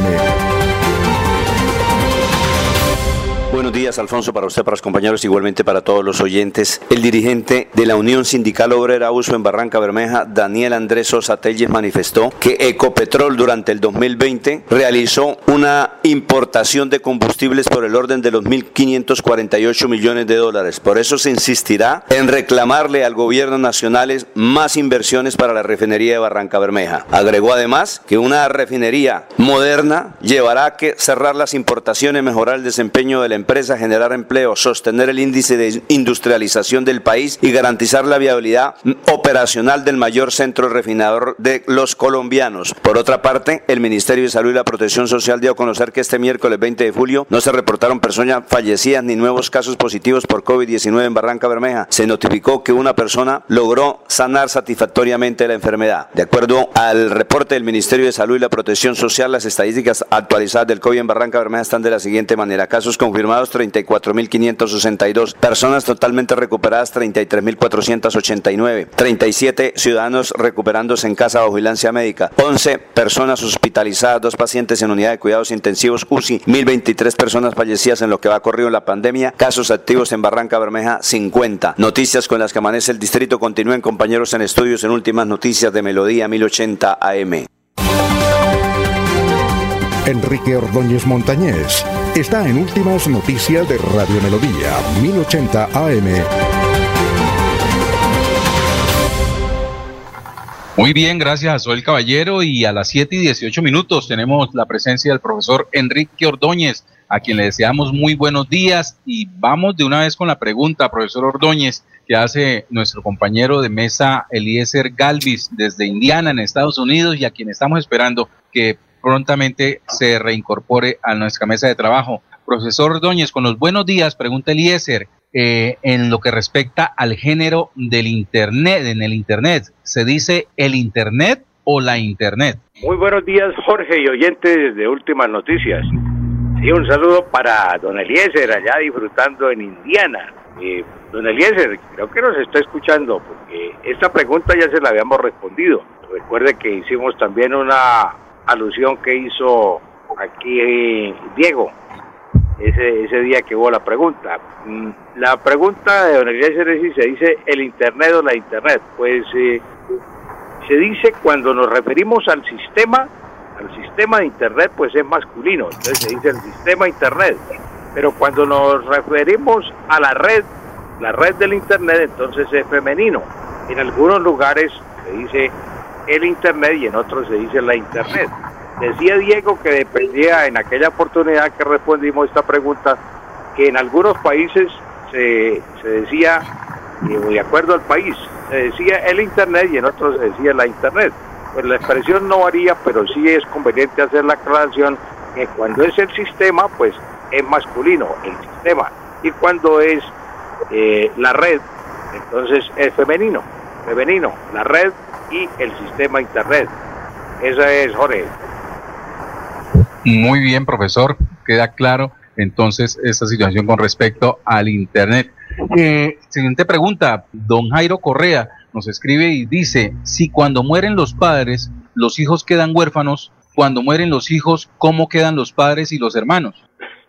Buenos días, Alfonso, para usted, para los compañeros, igualmente para todos los oyentes. El dirigente de la Unión Sindical Obrera Uso en Barranca Bermeja, Daniel Andrés Sosa Telles, manifestó que Ecopetrol durante el dos mil veinte realizó una importación de combustibles por el orden de los mil quinientos cuarenta y ocho millones de dólares. Por eso se insistirá en reclamarle al gobierno nacional más inversiones para la refinería de Barranca Bermeja. Agregó además que una refinería moderna llevará a que cerrar las importaciones, mejorar el desempeño de la empresa a generar empleo, sostener el índice de industrialización del país y garantizar la viabilidad operacional del mayor centro refinador de los colombianos. Por otra parte, el Ministerio de Salud y la Protección Social dio a conocer que este miércoles veinte de julio no se reportaron personas fallecidas ni nuevos casos positivos por COVID diecinueve en Barranca Bermeja. Se notificó que una persona logró sanar satisfactoriamente la enfermedad. De acuerdo al reporte del Ministerio de Salud y la Protección Social, las estadísticas actualizadas del COVID en Barranca Bermeja están de la siguiente manera: casos confirmados treinta y cuatro mil quinientos sesenta y dos, personas totalmente recuperadas treinta y tres mil cuatrocientos ochenta y nueve, treinta y siete ciudadanos recuperándose en casa bajo vigilancia médica, once personas hospitalizadas, dos pacientes en unidad de cuidados intensivos U C I, mil veintitrés personas fallecidas en lo que va corrido en la pandemia, casos activos en Barranca Bermeja cincuenta. Noticias con las que amanece el distrito. Continúen, compañeros en estudios, en Últimas Noticias de Melodía mil ochenta A M. Enrique Ordóñez Montañez está en Últimas Noticias de Radio Melodía mil ochenta A M. Muy bien, gracias a Soel Caballero, y a las siete y dieciocho minutos tenemos la presencia del profesor Enrique Ordóñez, a quien le deseamos muy buenos días, y vamos de una vez con la pregunta, profesor Ordóñez, que hace nuestro compañero de mesa Eliezer Galvis desde Indiana, en Estados Unidos, y a quien estamos esperando que prontamente se reincorpore a nuestra mesa de trabajo. Profesor Ordóñez, con los buenos días, pregunta Eliezer, eh, en lo que respecta al género del Internet, en el Internet, ¿se dice el Internet o la Internet? Muy buenos días, Jorge y oyentes de Últimas Noticias. Sí, un saludo para don Eliezer, allá disfrutando en Indiana. Eh, don Eliezer, creo que nos está escuchando, porque esta pregunta ya se la habíamos respondido. Recuerde que hicimos también una alusión que hizo aquí eh, Diego, ese, ese día que hubo la pregunta. La pregunta de don Eliezer es si se dice el Internet o la Internet. Pues eh, se dice cuando nos referimos al sistema, al sistema de Internet, pues es masculino, entonces se dice el sistema Internet. Pero cuando nos referimos a la red, la red del Internet, entonces es femenino. En algunos lugares se dice el Internet y en otros se dice la Internet. Decía Diego que dependía, en aquella oportunidad que respondimos esta pregunta, que en algunos países se, se decía, de acuerdo al país, se decía el Internet y en otros se decía la Internet. Pues la expresión no varía, pero sí es conveniente hacer la aclaración que cuando es el sistema, pues es masculino, el sistema, y cuando es eh, la red, entonces es femenino, femenino, la red y el sistema Internet. Esa es, Jorge. Muy bien, profesor, queda claro entonces esta situación con respecto al Internet. Eh, siguiente pregunta, don Jairo Correa nos escribe y dice, si cuando mueren los padres, los hijos quedan huérfanos, cuando mueren los hijos, ¿cómo quedan los padres y los hermanos?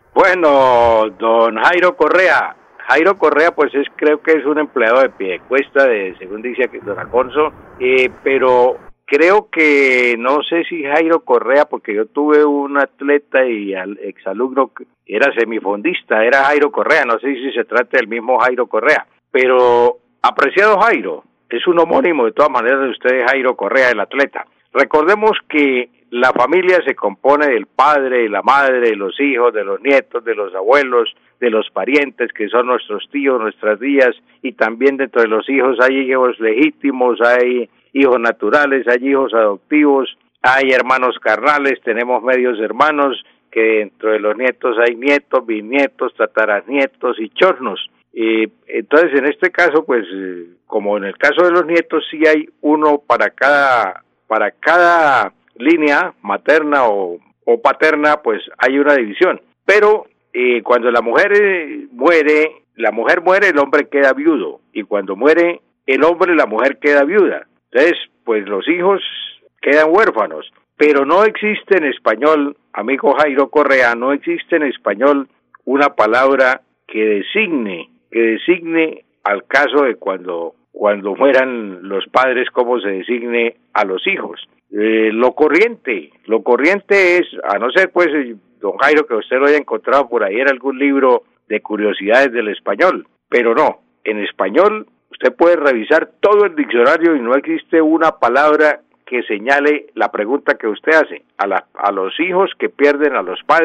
Bueno, don Jairo Correa, Jairo Correa pues es, creo que es un empleado de Piedecuesta, de, según dice don Alfonso, eh, pero creo que, no sé si Jairo Correa, porque yo tuve un atleta y al exalumno que era semifondista, era Jairo Correa, no sé si se trata del mismo Jairo Correa, pero apreciado Jairo, es un homónimo de todas maneras de usted, Jairo Correa, el atleta. Recordemos que la familia se compone del padre, de la madre, de los hijos, de los nietos, de los abuelos, de los parientes que son nuestros tíos, nuestras tías, y también dentro de los hijos hay hijos legítimos, hay hijos naturales, hay hijos adoptivos, hay hermanos carnales, tenemos medios hermanos, que dentro de los nietos hay nietos, bisnietos, tataranietos y chornos. Y entonces en este caso, pues como en el caso de los nietos, sí hay uno para cada para cada línea materna o, o paterna, pues hay una división. Pero eh, cuando la mujer eh, muere, la mujer muere, el hombre queda viudo, y cuando muere el hombre, la mujer queda viuda. Entonces, pues los hijos quedan huérfanos, pero no existe en español, amigo Jairo Correa, no existe en español una palabra que designe, que designe al caso de cuando, cuando mueran los padres, cómo se designe a los hijos. Eh, lo corriente, lo corriente es, a no ser pues, don Jairo, que usted lo haya encontrado por ahí en algún libro de curiosidades del español, pero no, en español usted puede revisar todo el diccionario y no existe una palabra que señale la pregunta que usted hace. A, la, a los hijos que pierden a los padres,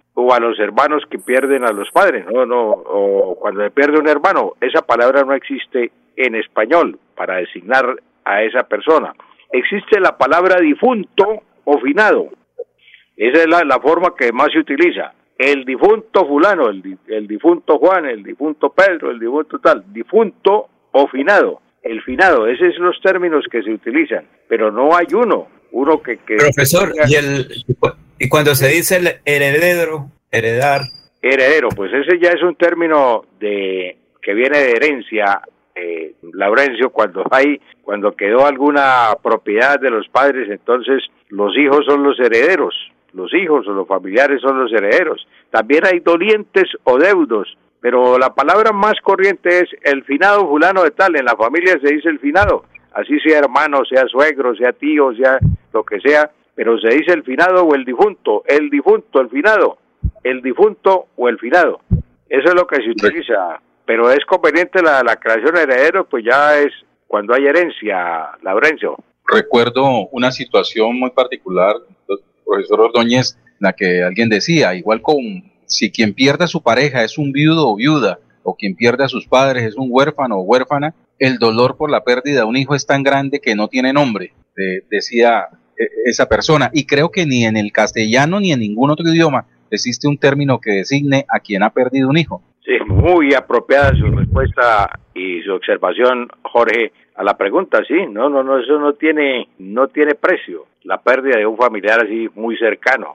o a los hermanos que pierden a los padres, no, no, o cuando se pierde un hermano, esa palabra no existe en español para designar a esa persona. Existe la palabra difunto o finado. Esa es la, la forma que más se utiliza. El difunto fulano, el, el difunto Juan, el difunto Pedro, el difunto tal, difunto o finado. El finado, esos son los términos que se utilizan, pero no hay uno, uno que... que Profesor, que, y, el, y cuando se dice el heredero, heredar... Heredero, pues ese ya es un término de que viene de herencia, eh, Laurencio, cuando hay, cuando quedó alguna propiedad de los padres, entonces los hijos son los herederos. Los hijos o los familiares son los herederos. También hay dolientes o deudos, pero la palabra más corriente es el finado fulano de tal. En la familia se dice el finado, así sea hermano, sea suegro, sea tío, sea lo que sea, pero se dice el finado o el difunto, el difunto, el finado, el difunto o el finado. Eso es lo que se utiliza, pero es conveniente la, la creación de herederos, pues ya es cuando hay herencia, Laurencio. Recuerdo una situación muy particular, profesor Ordóñez, la que alguien decía, igual con si quien pierde a su pareja es un viudo o viuda, o quien pierde a sus padres es un huérfano o huérfana, el dolor por la pérdida de un hijo es tan grande que no tiene nombre, de, decía esa persona, y creo que ni en el castellano ni en ningún otro idioma existe un término que designe a quien ha perdido un hijo. Sí, muy apropiada su respuesta y su observación, Jorge, a la pregunta. Sí, no, no, no, eso no tiene, no tiene precio, la pérdida de un familiar así muy cercano.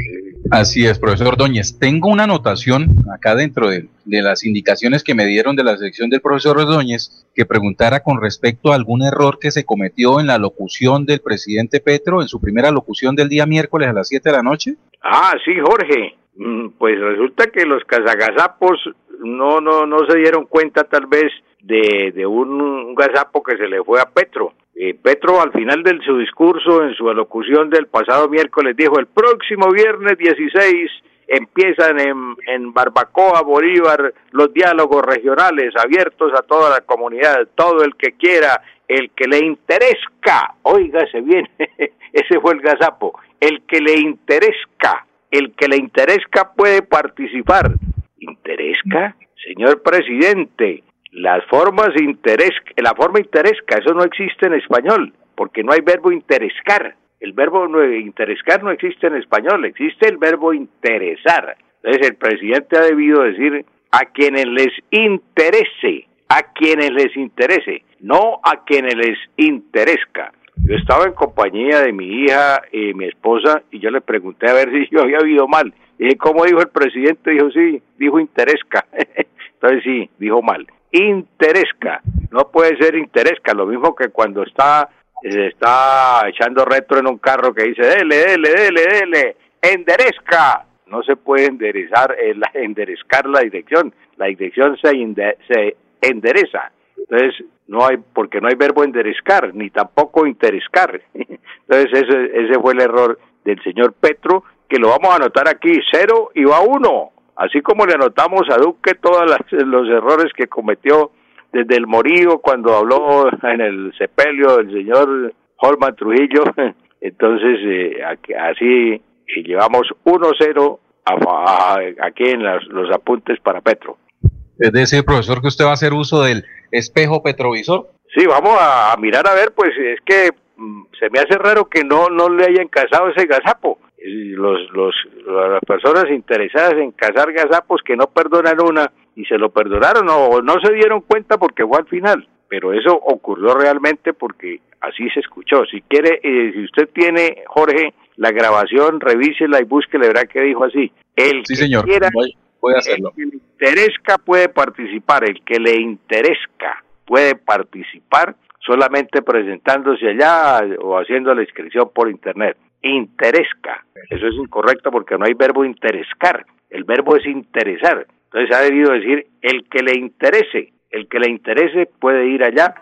Así es, profesor Ordóñez. Tengo una anotación acá dentro de, de las indicaciones que me dieron de la sección del profesor Ordóñez, que preguntara con respecto a algún error que se cometió en la locución del presidente Petro, en su primera locución del día miércoles a las siete de la noche. Ah, sí, Jorge. Pues resulta que los cazagazapos no, no, no se dieron cuenta tal vez de, de un, un gazapo que se le fue a Petro. Eh, Petro al final de su discurso, en su alocución del pasado miércoles, dijo: el próximo viernes dieciséis empiezan en, en Barbacoa, Bolívar, los diálogos regionales abiertos a toda la comunidad, todo el que quiera, el que le interesa, óigase bien, ese fue el gazapo, el que le interesa, el que le interesa puede participar. ¿Interesa? Señor presidente, las formas interés, la forma interesca, eso no existe en español, porque no hay verbo interescar. El verbo no, interescar no existe en español, existe el verbo interesar. Entonces el presidente ha debido decir a quienes les interese, a quienes les interese, no a quienes les interesa. Yo estaba en compañía de mi hija y mi esposa y yo le pregunté a ver si yo había oído mal. Y dije, ¿cómo dijo el presidente? Dijo, sí, dijo interesca. Entonces sí, dijo mal. Interesca, no puede ser interesca, lo mismo que cuando está se está echando retro en un carro que dice dele, dele, dele, dele, enderezca, no se puede enderezar, eh, la, enderezcar la dirección, la dirección se, inde, se endereza, entonces no hay, porque no hay verbo enderezcar, ni tampoco interescar, entonces ese, ese fue el error del señor Petro, que lo vamos a anotar aquí, cero y va uno. Así como le anotamos a Duque todos los errores que cometió desde el Morío cuando habló en el sepelio del señor Holman Trujillo, entonces eh, así eh, llevamos uno cero a, a, aquí en las, los apuntes para Petro. Es decir, profesor, que usted va a hacer uso del espejo petrovisor. Sí, vamos a, a mirar a ver, pues es que mm, se me hace raro que no, no le hayan casado ese gazapo. Los, los, las personas interesadas en cazar gazapos que no perdonan una y se lo perdonaron o no se dieron cuenta porque fue al final, pero eso ocurrió realmente porque así se escuchó. Si quiere, eh, si usted tiene, Jorge, la grabación, revísela y búsquela, verá que dijo así: el sí, que señor, quiera, voy, voy a hacerlo. El que le interesa puede participar, el que le interesa puede participar solamente presentándose allá o haciendo la inscripción por internet. Interesca, eso es incorrecto porque no hay verbo interescar, el verbo es interesar, entonces ha debido decir el que le interese, el que le interese puede ir allá.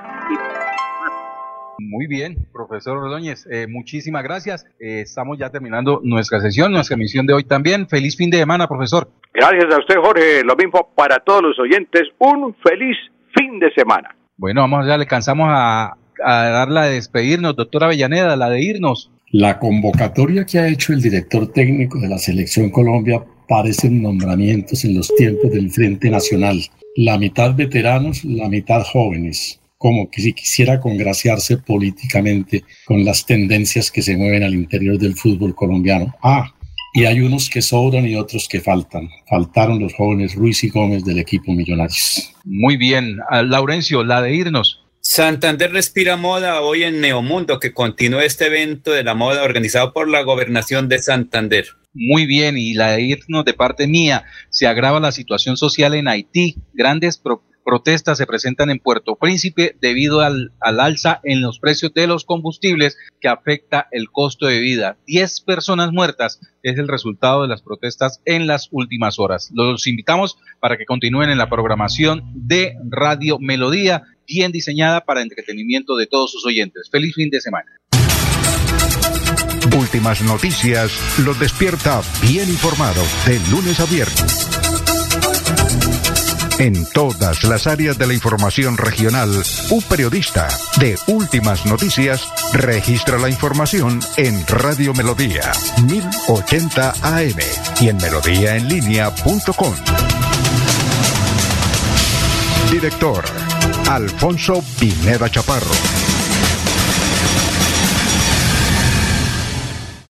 Y... Muy bien, profesor Ordóñez, eh, muchísimas gracias, eh, estamos ya terminando nuestra sesión, nuestra emisión de hoy también. Feliz fin de semana, profesor. Gracias a usted, Jorge, lo mismo para todos los oyentes, un feliz fin de semana. Bueno, vamos ya, le cansamos a, a dar la de despedirnos, doctora Avellaneda, la de irnos. La convocatoria que ha hecho el director técnico de la Selección Colombia parecen nombramientos en los tiempos del Frente Nacional. La mitad veteranos, la mitad jóvenes, como que si quisiera congraciarse políticamente con las tendencias que se mueven al interior del fútbol colombiano. Ah, y hay unos que sobran y otros que faltan. Faltaron los jóvenes Ruiz y Gómez del equipo Millonarios. Muy bien, uh, Laurencio, la de irnos. Santander respira moda hoy en Neomundo, que continúa este evento de la moda organizado por la Gobernación de Santander. Muy bien, y la de irnos de parte mía, se agrava la situación social en Haití. Grandes pro- protestas se presentan en Puerto Príncipe debido al, al alza en los precios de los combustibles que afecta el costo de vida. Diez personas muertas es el resultado de las protestas en las últimas horas. Los invitamos para que continúen en la programación de Radio Melodía, bien diseñada para entretenimiento de todos sus oyentes. Feliz fin de semana. Últimas noticias los despierta bien informados de lunes a viernes. En todas las áreas de la información regional, un periodista de Últimas Noticias registra la información en Radio Melodía mil ochenta A M y en melodíaenlínea punto com. Director Alfonso Pineda Chaparro.